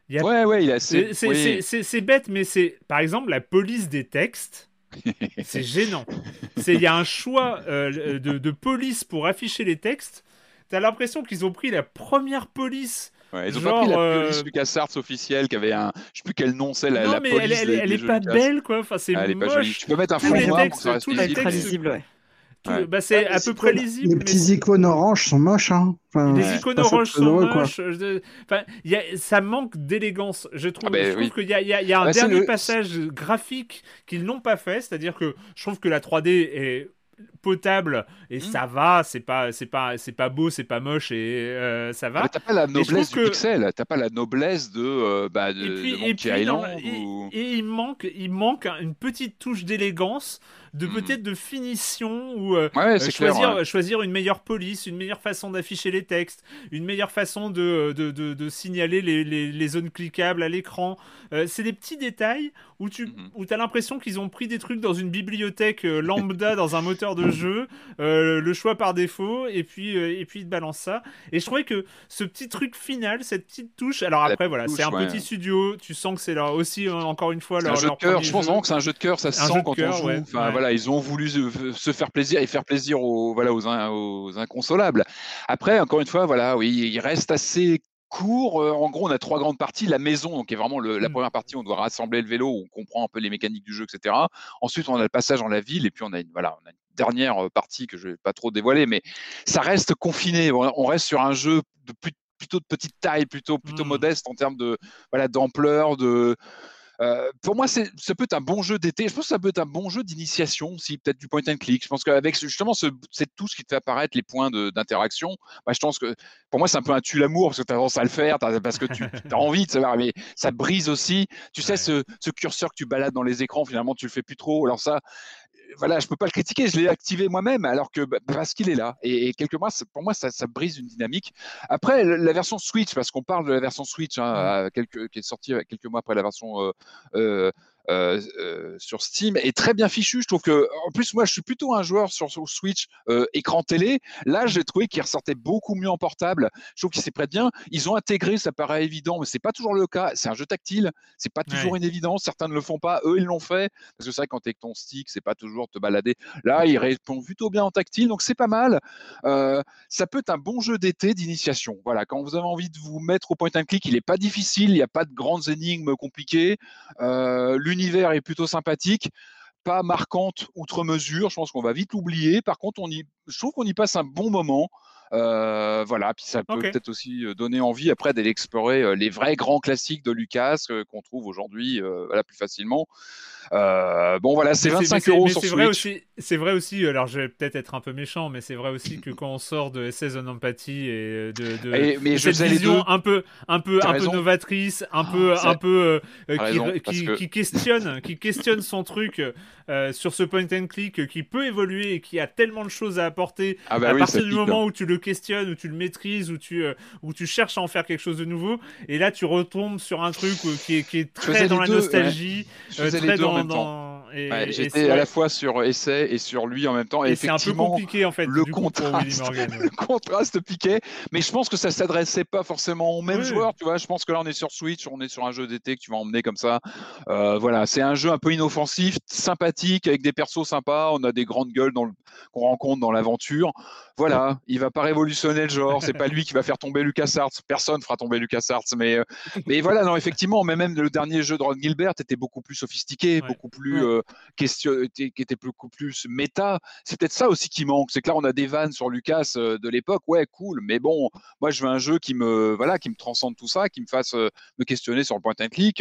C'est bête, mais c'est par exemple la police des textes. C'est gênant. Il y a un choix de police pour afficher les textes. T'as l'impression qu'ils ont pris la première police. Ils ont pas pris la police LucasArts officielle qui avait je sais plus quel nom c'est la police. Non, mais elle est pas belle, quoi. Enfin, c'est elle moche. Est pas jolie. Tu peux mettre un fond noir pour ça reste très lisible, ouais. C'est à peu près lisible. Les petits icônes orange sont moches. Les icônes orange sont moches. Ça manque d'élégance. Je trouve qu'il y a un dernier passage graphique qu'ils n'ont pas fait. C'est-à-dire que je trouve que la 3D est potable et ça va, c'est pas beau, c'est pas moche et ça va. T'as pas la noblesse du pixel, t'as pas la noblesse de Monkey Island. Et il manque une petite touche d'élégance, peut-être de finition ou choisir une meilleure police, une meilleure façon d'afficher les textes, une meilleure façon de signaler les zones cliquables à l'écran. C'est des petits détails où t'as l'impression qu'ils ont pris des trucs dans une bibliothèque lambda dans un moteur de jeu, le choix par défaut, et puis ils te balancent ça. Et je trouvais que ce petit truc final, cette petite touche, alors après c'est un petit studio, tu sens que c'est aussi encore une fois leur jeu de cœur. Je pense vraiment que c'est un jeu de cœur, ça se sent quand on joue. Ils ont voulu se faire plaisir et faire plaisir aux inconsolables. Après, encore une fois, il reste assez court. En gros, on a 3 grandes parties. La maison, donc, est vraiment la première partie, on doit rassembler le vélo, on comprend un peu les mécaniques du jeu, etc. Ensuite, on a le passage dans la ville, et puis on a une dernière partie que je ne vais pas trop dévoiler, mais ça reste confiné. On reste sur un jeu de plus plutôt de petite taille, plutôt modeste en termes de d'ampleur, de pour moi, ça peut être un bon jeu d'été. Je pense que ça peut être un bon jeu d'initiation aussi, peut-être du point and click. Je pense qu'avec justement c'est tout ce qui te fait apparaître les points d'interaction. Je pense que pour moi, c'est un peu un tue-l'amour parce que tu as tendance à le faire, parce que tu as envie de savoir, mais ça brise aussi. Tu sais, ce curseur que tu balades dans les écrans, finalement, tu le fais plus trop. Alors ça, je peux pas le critiquer, je l'ai activé moi-même, alors que parce qu'il est là. Et quelque part, pour moi, ça brise une dynamique. Après, la version Switch, parce qu'on parle de la version Switch, qui est sortie quelques mois après la version sur Steam, est très bien fichu. Je trouve que, en plus, moi, je suis plutôt un joueur sur Switch écran télé. Là, j'ai trouvé qu'il ressortait beaucoup mieux en portable. Je trouve qu'il s'y prête bien. Ils ont intégré, ça paraît évident, mais c'est pas toujours le cas. C'est un jeu tactile, c'est pas toujours une évidence. Certains ne le font pas, eux, ils l'ont fait. Parce que c'est vrai, quand t'es avec ton stick, c'est pas toujours te balader. Là, il répond plutôt bien en tactile, donc c'est pas mal. Ça peut être un bon jeu d'été d'initiation. Voilà, quand vous avez envie de vous mettre au point and click, il est pas difficile, il n'y a pas de grandes énigmes compliquées. L'univers est plutôt sympathique, pas marquante outre mesure. Je pense qu'on va vite l'oublier. Par contre, je trouve qu'on y passe un bon moment. Puis ça peut peut-être aussi donner envie après d'aller explorer les vrais grands classiques de Lucas qu'on trouve aujourd'hui plus facilement. C'est 25 € sur Switch. C'est vrai aussi, alors je vais peut-être être un peu méchant, mais c'est vrai aussi que quand on sort de Essays on Empathy et de cette vision un peu novatrice, qui questionne son truc sur ce point and click qui peut évoluer et qui a tellement de choses à apporter à partir du moment où tu le questionnes, où tu le maîtrises, où tu cherches à en faire quelque chose de nouveau, et là tu retombes sur un truc qui est très dans la nostalgie, très j'étais à la fois sur Essay et sur lui en même temps, et c'est un peu compliqué en fait le contraste piquait, mais je pense que ça s'adressait pas forcément aux mêmes joueurs, tu vois. Je pense que là on est sur Switch, on est sur un jeu d'été que tu vas emmener comme ça, c'est un jeu un peu inoffensif, sympathique, avec des persos sympas, on a des grandes gueules qu'on rencontre dans l'aventure. Il va pas révolutionner le genre, c'est pas lui qui va faire tomber LucasArts, personne fera tomber LucasArts, mais effectivement, même le dernier jeu de Ron Gilbert était beaucoup plus sophistiqué, beaucoup plus qui était beaucoup plus méta. C'est peut-être ça aussi qui manque, c'est que là on a des vannes sur Lucas de l'époque, cool, mais bon, moi je veux un jeu qui me transcende tout ça, qui me fasse me questionner sur le point and click.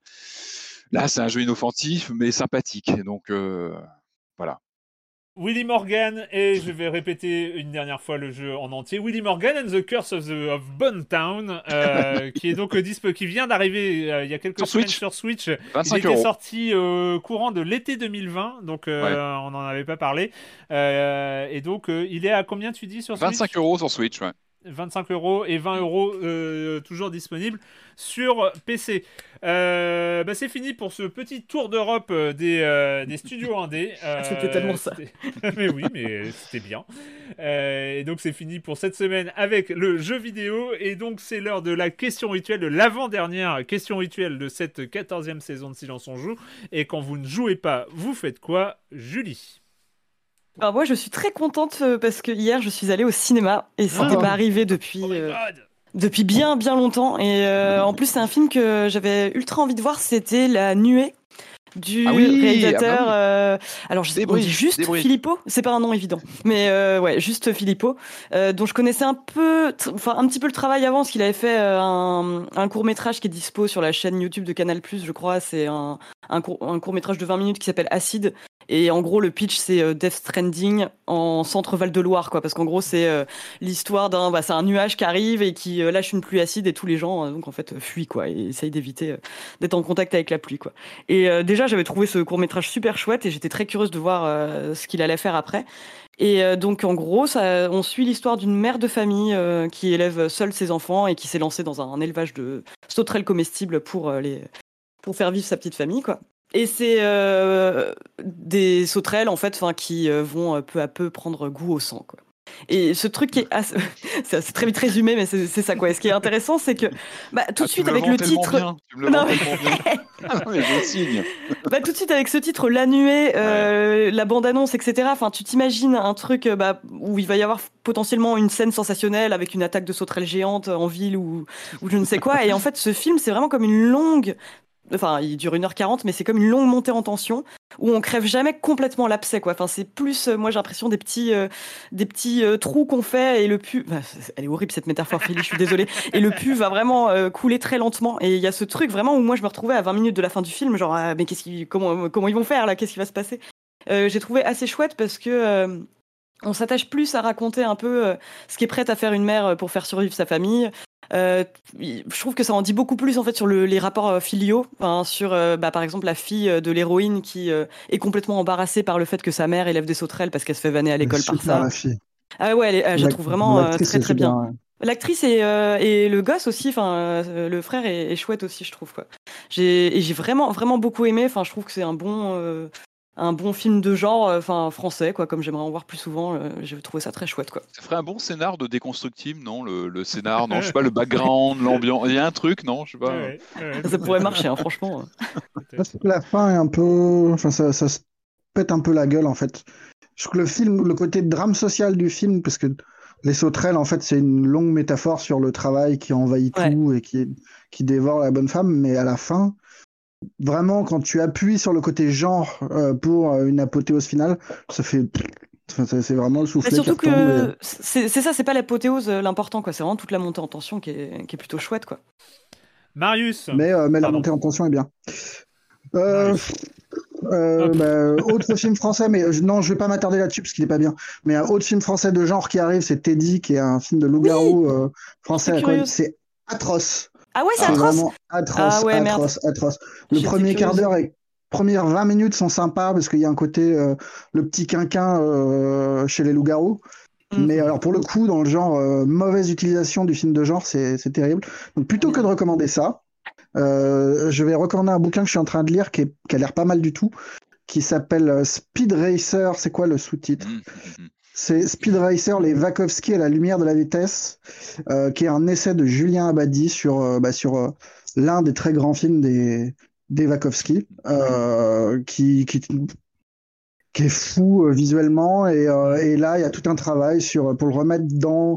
Là c'est un jeu inoffensif mais sympathique, donc voilà. Willy Morgan, et je vais répéter une dernière fois le jeu en entier. Willy Morgan and the Curse of Bone Town, qui est donc qui vient d'arriver il y a quelques semaines sur Switch. Il était sorti courant de l'été 2020, donc on n'en avait pas parlé. Et donc il est à combien tu dis sur Switch ? 25 € sur Switch, 25 € et 20 € toujours disponible sur PC. C'est fini pour ce petit tour d'Europe des studios indés. C'était tellement ça. Mais oui, mais c'était bien. Et donc c'est fini pour cette semaine avec le jeu vidéo. Et donc c'est l'heure de la question rituelle, de l'avant-dernière question rituelle de cette 14e saison de Silence on Joue. Et quand vous ne jouez pas, vous faites quoi, Julie ? Alors moi je suis très contente parce que hier je suis allée au cinéma et ça n'était pas arrivé depuis bien longtemps, et en plus c'est un film que j'avais ultra envie de voir, c'était La Nuée du réalisateur alors on dit juste Filippo, c'est pas un nom évident, mais juste Filippo, dont je connaissais un petit peu le travail avant, parce qu'il avait fait un court-métrage qui est dispo sur la chaîne YouTube de Canal+, je crois. C'est un court-métrage de 20 minutes qui s'appelle Acide. Et en gros, le pitch, c'est Death Stranding en centre Val-de-Loire, quoi. Parce qu'en gros, c'est l'histoire c'est un nuage qui arrive et qui lâche une pluie acide, et tous les gens, donc en fait, fuient, quoi, et essayent d'éviter d'être en contact avec la pluie, quoi. Et déjà, j'avais trouvé ce court-métrage super chouette, et j'étais très curieuse de voir ce qu'il allait faire après. Et donc, en gros, on suit l'histoire d'une mère de famille qui élève seule ses enfants et qui s'est lancée dans un élevage de sauterelles comestibles pour faire vivre sa petite famille, quoi. Et c'est des sauterelles en fait, qui vont peu à peu prendre goût au sang, quoi. Et ce truc qui est c'est très vite résumé, mais c'est ça, quoi. Et ce qui est intéressant, c'est que tout de suite avec le titre, tout de suite avec ce titre, La Nuée, la bande-annonce, etc. Enfin, tu t'imagines un truc où il va y avoir potentiellement une scène sensationnelle avec une attaque de sauterelles géantes en ville ou je ne sais quoi. Et en fait, ce film, c'est vraiment comme une longue Enfin, il dure 1h40, mais c'est comme une longue montée en tension où on crève jamais complètement l'abcès, quoi. Enfin, c'est plus, moi j'ai l'impression des petits trous qu'on fait et le pu. Bah, elle est horrible cette métaphore, Philly, je suis désolée. Et le pu va vraiment couler très lentement. Et il y a ce truc vraiment où moi je me retrouvais à 20 minutes de la fin du film, genre mais comment ils vont faire là, qu'est-ce qui va se passer? J'ai trouvé assez chouette parce que on s'attache plus à raconter un peu ce qu'est prête à faire une mère pour faire survivre sa famille. Je trouve que ça en dit beaucoup plus en fait sur les rapports filiaux, sur par exemple la fille de l'héroïne qui est complètement embarrassée par le fait que sa mère élève des sauterelles parce qu'elle se fait vanner à l'école par ça. La fille. Ah ouais, je la trouve vraiment très très bien. Ouais. L'actrice et le gosse aussi, le frère est chouette aussi, je trouve quoi. J'ai vraiment vraiment beaucoup aimé. Enfin, je trouve que c'est un bon film de genre, français, quoi, comme j'aimerais en voir plus souvent. J'ai trouvé ça très chouette, quoi. Ça ferait un bon scénar de déconstructible, non? Le scénar, non, je sais pas, le background, l'ambiance. Il y a un truc, non? Je sais pas. Ouais. Ça pourrait marcher, hein, franchement. Parce que la fin est un peu. Enfin, ça se pète un peu la gueule, en fait. Je trouve que le côté drame social du film, parce que les sauterelles, en fait, c'est une longue métaphore sur le travail qui envahit tout et qui dévore la bonne femme, mais à la fin. Vraiment, quand tu appuies sur le côté genre pour une apothéose finale, ça fait. C'est vraiment le soufflet. Surtout qui retombe. C'est ça, c'est pas l'apothéose l'important, quoi. C'est vraiment toute la montée en tension qui est plutôt chouette, quoi. Marius. Mais la montée en tension est bien. Autre film français, mais non, je vais pas m'attarder là-dessus parce qu'il est pas bien. Mais un autre film français de genre qui arrive, c'est Teddy, qui est un film de loup-garou français. C'est atroce. Ah ouais, c'est atroce. Vraiment atroce. Le premier quart d'heure et premières 20 minutes sont sympas parce qu'il y a un côté le petit quinquin chez les loups-garous. Mais alors pour le coup, dans le genre mauvaise utilisation du film de genre, c'est terrible. Donc plutôt que de recommander ça, je vais recommander un bouquin que je suis en train de lire qui a l'air pas mal du tout, qui s'appelle Speed Racer. C'est quoi le sous-titre? C'est Speed Racer, les Wachowski à la lumière de la vitesse, qui est un essai de Julien Abadi sur l'un des très grands films des Wachowski, qui est fou visuellement. Et là, il y a tout un travail pour le remettre dans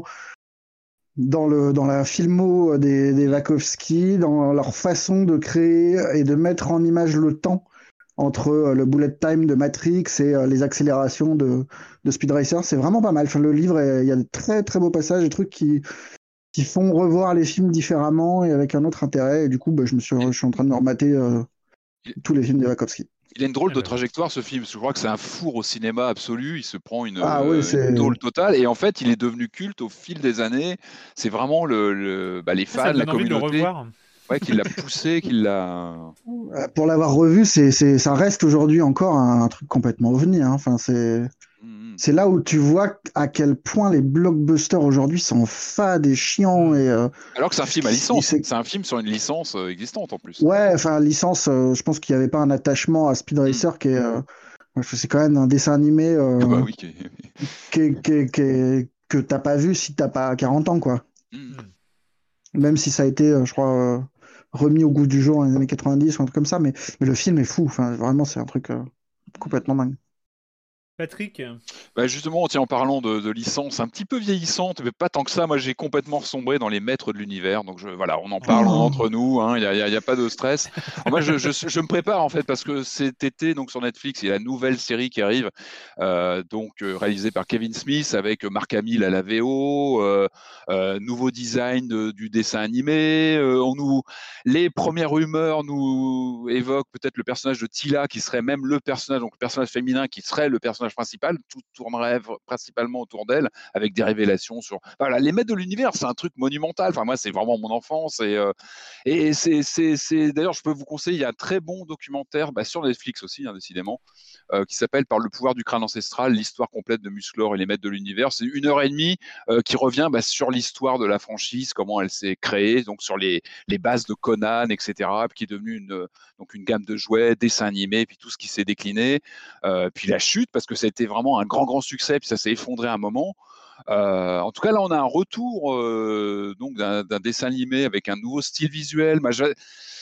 la filmo des Wachowski, dans leur façon de créer et de mettre en image le temps entre le bullet time de Matrix et les accélérations de Speed Racer. C'est vraiment pas mal. Enfin, le livre, il y a de très très beaux passages, des trucs qui font revoir les films différemment et avec un autre intérêt. Et du coup, je suis en train de me remater tous les films des Wachowski. Il a une drôle de trajectoire, ce film, parce que je crois que c'est un four au cinéma absolu. Il se prend une tôle totale, et en fait, il est devenu culte au fil des années. C'est vraiment les fans, la communauté. Qui l'a poussé, qui l'a. Pour l'avoir revu, ça reste aujourd'hui encore un truc complètement ovni. Hein. Enfin, c'est là où tu vois à quel point les blockbusters aujourd'hui sont fades et chiants. Alors que c'est un film à licence. C'est un film sur une licence existante en plus. Ouais, enfin, licence, je pense qu'il n'y avait pas un attachement à Speed Racer qui est. C'est quand même un dessin animé que t'as pas vu si t'as pas 40 ans, quoi. Même si ça a été, je crois, remis au goût du jour dans les années 90 ou un truc comme ça, mais le film est fou. Enfin, vraiment, c'est un truc complètement dingue. Patrick? Justement, en parlant de licence un petit peu vieillissante, mais pas tant que ça, moi j'ai complètement sombré dans les maîtres de l'univers, donc on en parle entre nous, il n'y a pas de stress. Alors, moi je me prépare en fait, parce que cet été, donc sur Netflix, il y a la nouvelle série qui arrive, réalisée par Kevin Smith avec Marc Hamill à la VO, nouveau design du dessin animé, les premières rumeurs nous évoquent peut-être le personnage de Tila qui serait même le personnage féminin qui serait le personnage principal, tout tournerait principalement autour d'elle, avec des révélations sur. Voilà, les maîtres de l'univers, c'est un truc monumental. Enfin, moi, c'est vraiment mon enfance. Et c'est d'ailleurs, je peux vous conseiller, il y a un très bon documentaire sur Netflix aussi, décidément, qui s'appelle Par le pouvoir du crâne ancestral, l'histoire complète de Musclor et les maîtres de l'univers. C'est 1h30 qui revient sur l'histoire de la franchise, comment elle s'est créée, donc sur les bases de Conan, etc., qui est devenue une gamme de jouets, dessins animés, puis tout ce qui s'est décliné, puis la chute, parce que ça a été vraiment un grand succès, puis ça s'est effondré à un moment. En tout cas, là, on a un retour d'un dessin animé avec un nouveau style visuel.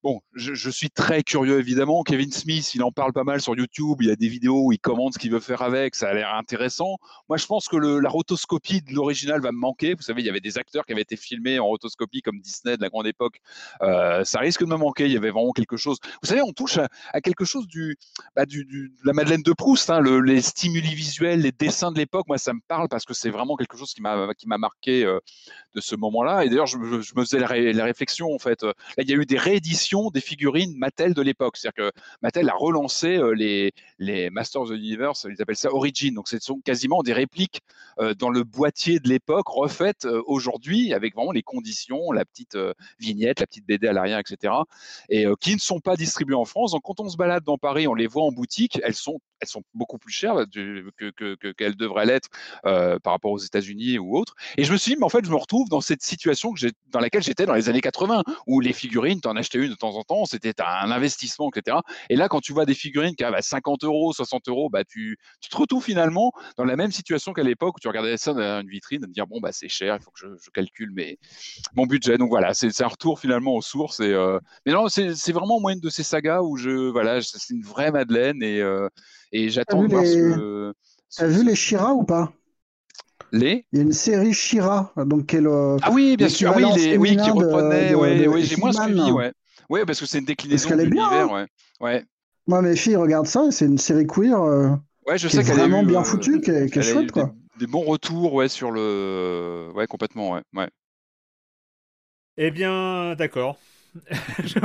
Bon, je suis très curieux évidemment. Kevin Smith, il en parle pas mal sur YouTube. Il y a des vidéos où il commente ce qu'il veut faire avec. Ça a l'air intéressant. Moi, je pense que la rotoscopie de l'original va me manquer. Vous savez, il y avait des acteurs qui avaient été filmés en rotoscopie comme Disney de la grande époque. Ça risque de me manquer. Il y avait vraiment quelque chose. Vous savez, on touche à quelque chose de la Madeleine de Proust. Hein, les stimuli visuels, les dessins de l'époque. Moi, ça me parle parce que c'est vraiment quelque chose qui m'a marqué de ce moment-là. Et d'ailleurs, je me faisais la réflexion en fait. Là, il y a eu des rééditions des figurines Mattel de l'époque. C'est-à-dire que Mattel a relancé les Masters of the Universe, ils appellent ça Origin. Donc, ce sont quasiment des répliques dans le boîtier de l'époque, refaites aujourd'hui avec vraiment les conditions, la petite vignette, la petite BD à l'arrière, etc. Et qui ne sont pas distribuées en France. Donc, quand on se balade dans Paris, on les voit en boutique, elles sont beaucoup plus chères qu'elles devraient l'être par rapport aux États-Unis ou autres. Et je me suis dit, mais en fait, je me retrouve dans cette situation dans laquelle j'étais dans les années 80, où les figurines, tu en achetais une de temps en temps, c'était un investissement, etc. Et là, quand tu vois des figurines qui avaient 50 €, 60 €, tu te retrouves finalement dans la même situation qu'à l'époque où tu regardais ça dans une vitrine et te dire, bon, c'est cher, il faut que je calcule mon budget. Donc voilà, c'est un retour finalement aux sources. Mais non, c'est vraiment une de ces sagas où c'est une vraie Madeleine et j'attends de voir T'as vu les She-Ra ou pas? Il y a une série She-Ra, donc ah oui, bien sûr, oui, qui reprenait, j'ai moins suivi, ouais, parce que c'est une déclinaison de l'univers, ouais. Moi, mes filles regardent ça, c'est une série queer, je sais qu'elle vraiment bien foutue, qui est chouette, quoi. Des bons retours, sur complètement, ouais. Eh bien, d'accord. Je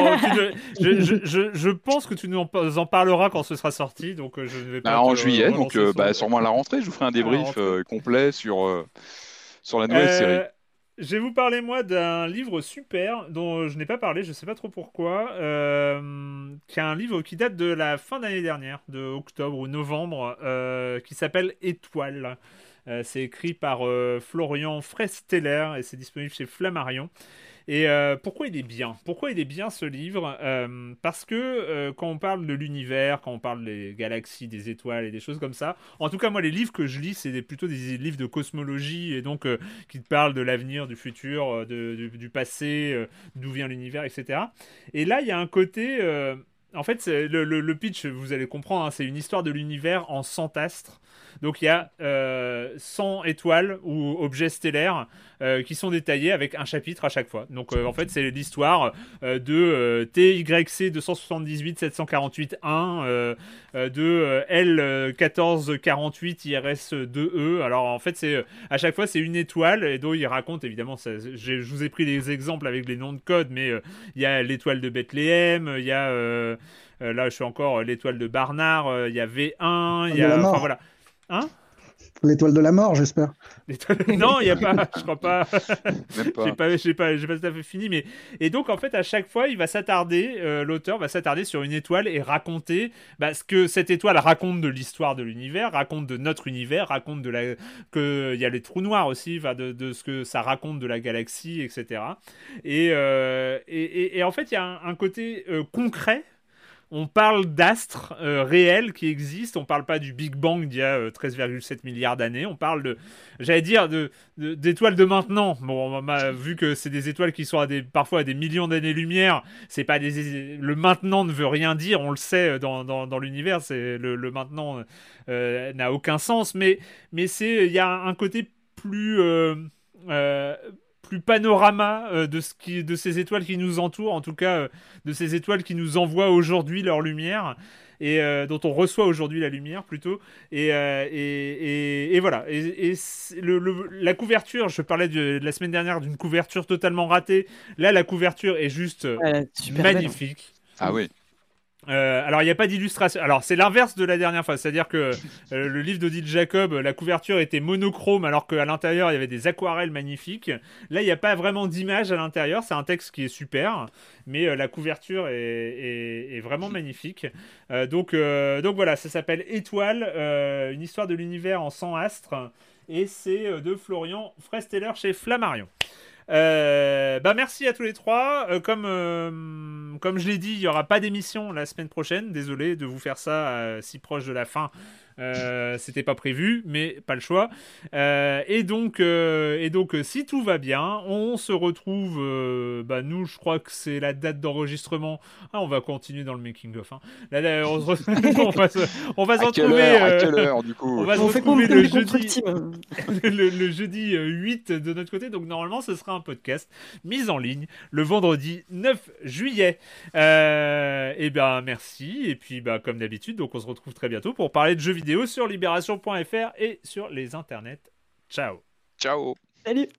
pense que tu nous en parleras quand ce sera sorti, donc je ne vais pas. En juillet, donc sûrement à la rentrée, je vous ferai un débrief complet sur la nouvelle série. Je vais vous parler moi d'un livre super dont je n'ai pas parlé, je ne sais pas trop pourquoi, qui est un livre qui date de la fin d'année dernière, de octobre ou novembre, qui s'appelle Étoile. C'est écrit par Florian Fresteller et c'est disponible chez Flammarion. Et pourquoi il est bien? Pourquoi il est bien ce livre? Parce que quand on parle de l'univers, quand on parle des galaxies, des étoiles et des choses comme ça, en tout cas moi les livres que je lis c'est plutôt des livres de cosmologie et donc qui te parlent de l'avenir, du futur, du passé, d'où vient l'univers, etc. Et là il y a un côté... En fait, le pitch, vous allez comprendre, hein, c'est une histoire de l'univers en 100 astres. Donc il y a 100 étoiles ou objets stellaires qui sont détaillés avec un chapitre à chaque fois. Donc en fait, c'est l'histoire de TYC 278 748 1, de L 1448 IRS 2E. Alors en fait, à chaque fois, c'est une étoile et donc il raconte évidemment. Je vous ai pris des exemples avec les noms de code, mais il y a l'étoile de Bethléem, il y a là, je suis encore l'étoile de Barnard, il y a V1, il y a. Enfin voilà. Hein? L'étoile de la mort, j'espère. Non, il n'y a pas, je crois pas. J'ai pas tout à fait fini, mais et donc en fait à chaque fois il va s'attarder, l'auteur va s'attarder sur une étoile et raconter ce que cette étoile raconte de l'histoire de l'univers, raconte de notre univers, raconte que il y a les trous noirs aussi, de ce que ça raconte de la galaxie, etc. Et en fait il y a un côté concret. On parle d'astres réels qui existent. On parle pas du Big Bang d'il y a 13,7 milliards d'années. On parle d'étoiles de maintenant. Bon, vu que c'est des étoiles qui sont parfois à des millions d'années-lumière, c'est pas le maintenant ne veut rien dire. On le sait dans l'univers. Le maintenant n'a aucun sens. Mais il y a un côté plus panorama de ces étoiles qui nous entourent, en tout cas de ces étoiles qui nous envoient aujourd'hui leur lumière et dont on reçoit aujourd'hui la lumière plutôt et voilà et la couverture, je parlais de la semaine dernière d'une couverture totalement ratée. Là la couverture est juste magnifique. Ah oui. Alors il n'y a pas d'illustration. Alors c'est l'inverse de la dernière fois, c'est-à-dire que le livre d'Odile Jacob, la couverture était monochrome alors qu'à l'intérieur il y avait des aquarelles magnifiques. Là il n'y a pas vraiment d'image à l'intérieur, c'est un texte qui est super, mais la couverture est vraiment magnifique. Donc voilà, ça s'appelle Étoile, une histoire de l'univers en 100 astres, et c'est de Florian Fresteller chez Flammarion. Merci à tous les trois. Comme je l'ai dit, il n'y aura pas d'émission la semaine prochaine. Désolé de vous faire ça si proche de la fin. C'était pas prévu, mais pas le choix. Et donc, si tout va bien, on se retrouve. Nous, je crois que c'est la date d'enregistrement. On va continuer dans le making of. Hein. Là, on va se retrouver. À quelle heure, du coup? On va se retrouver le jeudi 8 de notre côté. Donc normalement, ce sera un podcast mis en ligne le vendredi 9 juillet. Merci. Et puis, comme d'habitude, donc on se retrouve très bientôt pour parler de jeux vidéo sur libération.fr et sur les internets. Ciao. Ciao. Salut.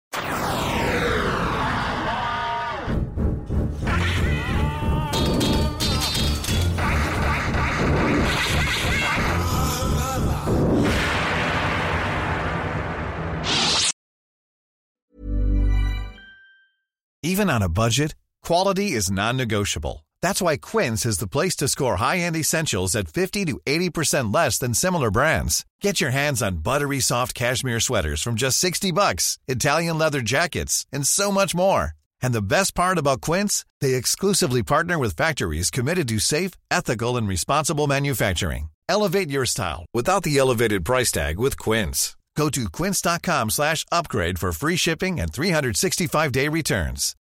Even on a budget, quality is non-negotiable. That's why Quince is the place to score high-end essentials at 50 to 80% less than similar brands. Get your hands on buttery soft cashmere sweaters from just $60, Italian leather jackets, and so much more. And the best part about Quince, they exclusively partner with factories committed to safe, ethical, and responsible manufacturing. Elevate your style without the elevated price tag with Quince. Go to quince.com/upgrade for free shipping and 365-day returns.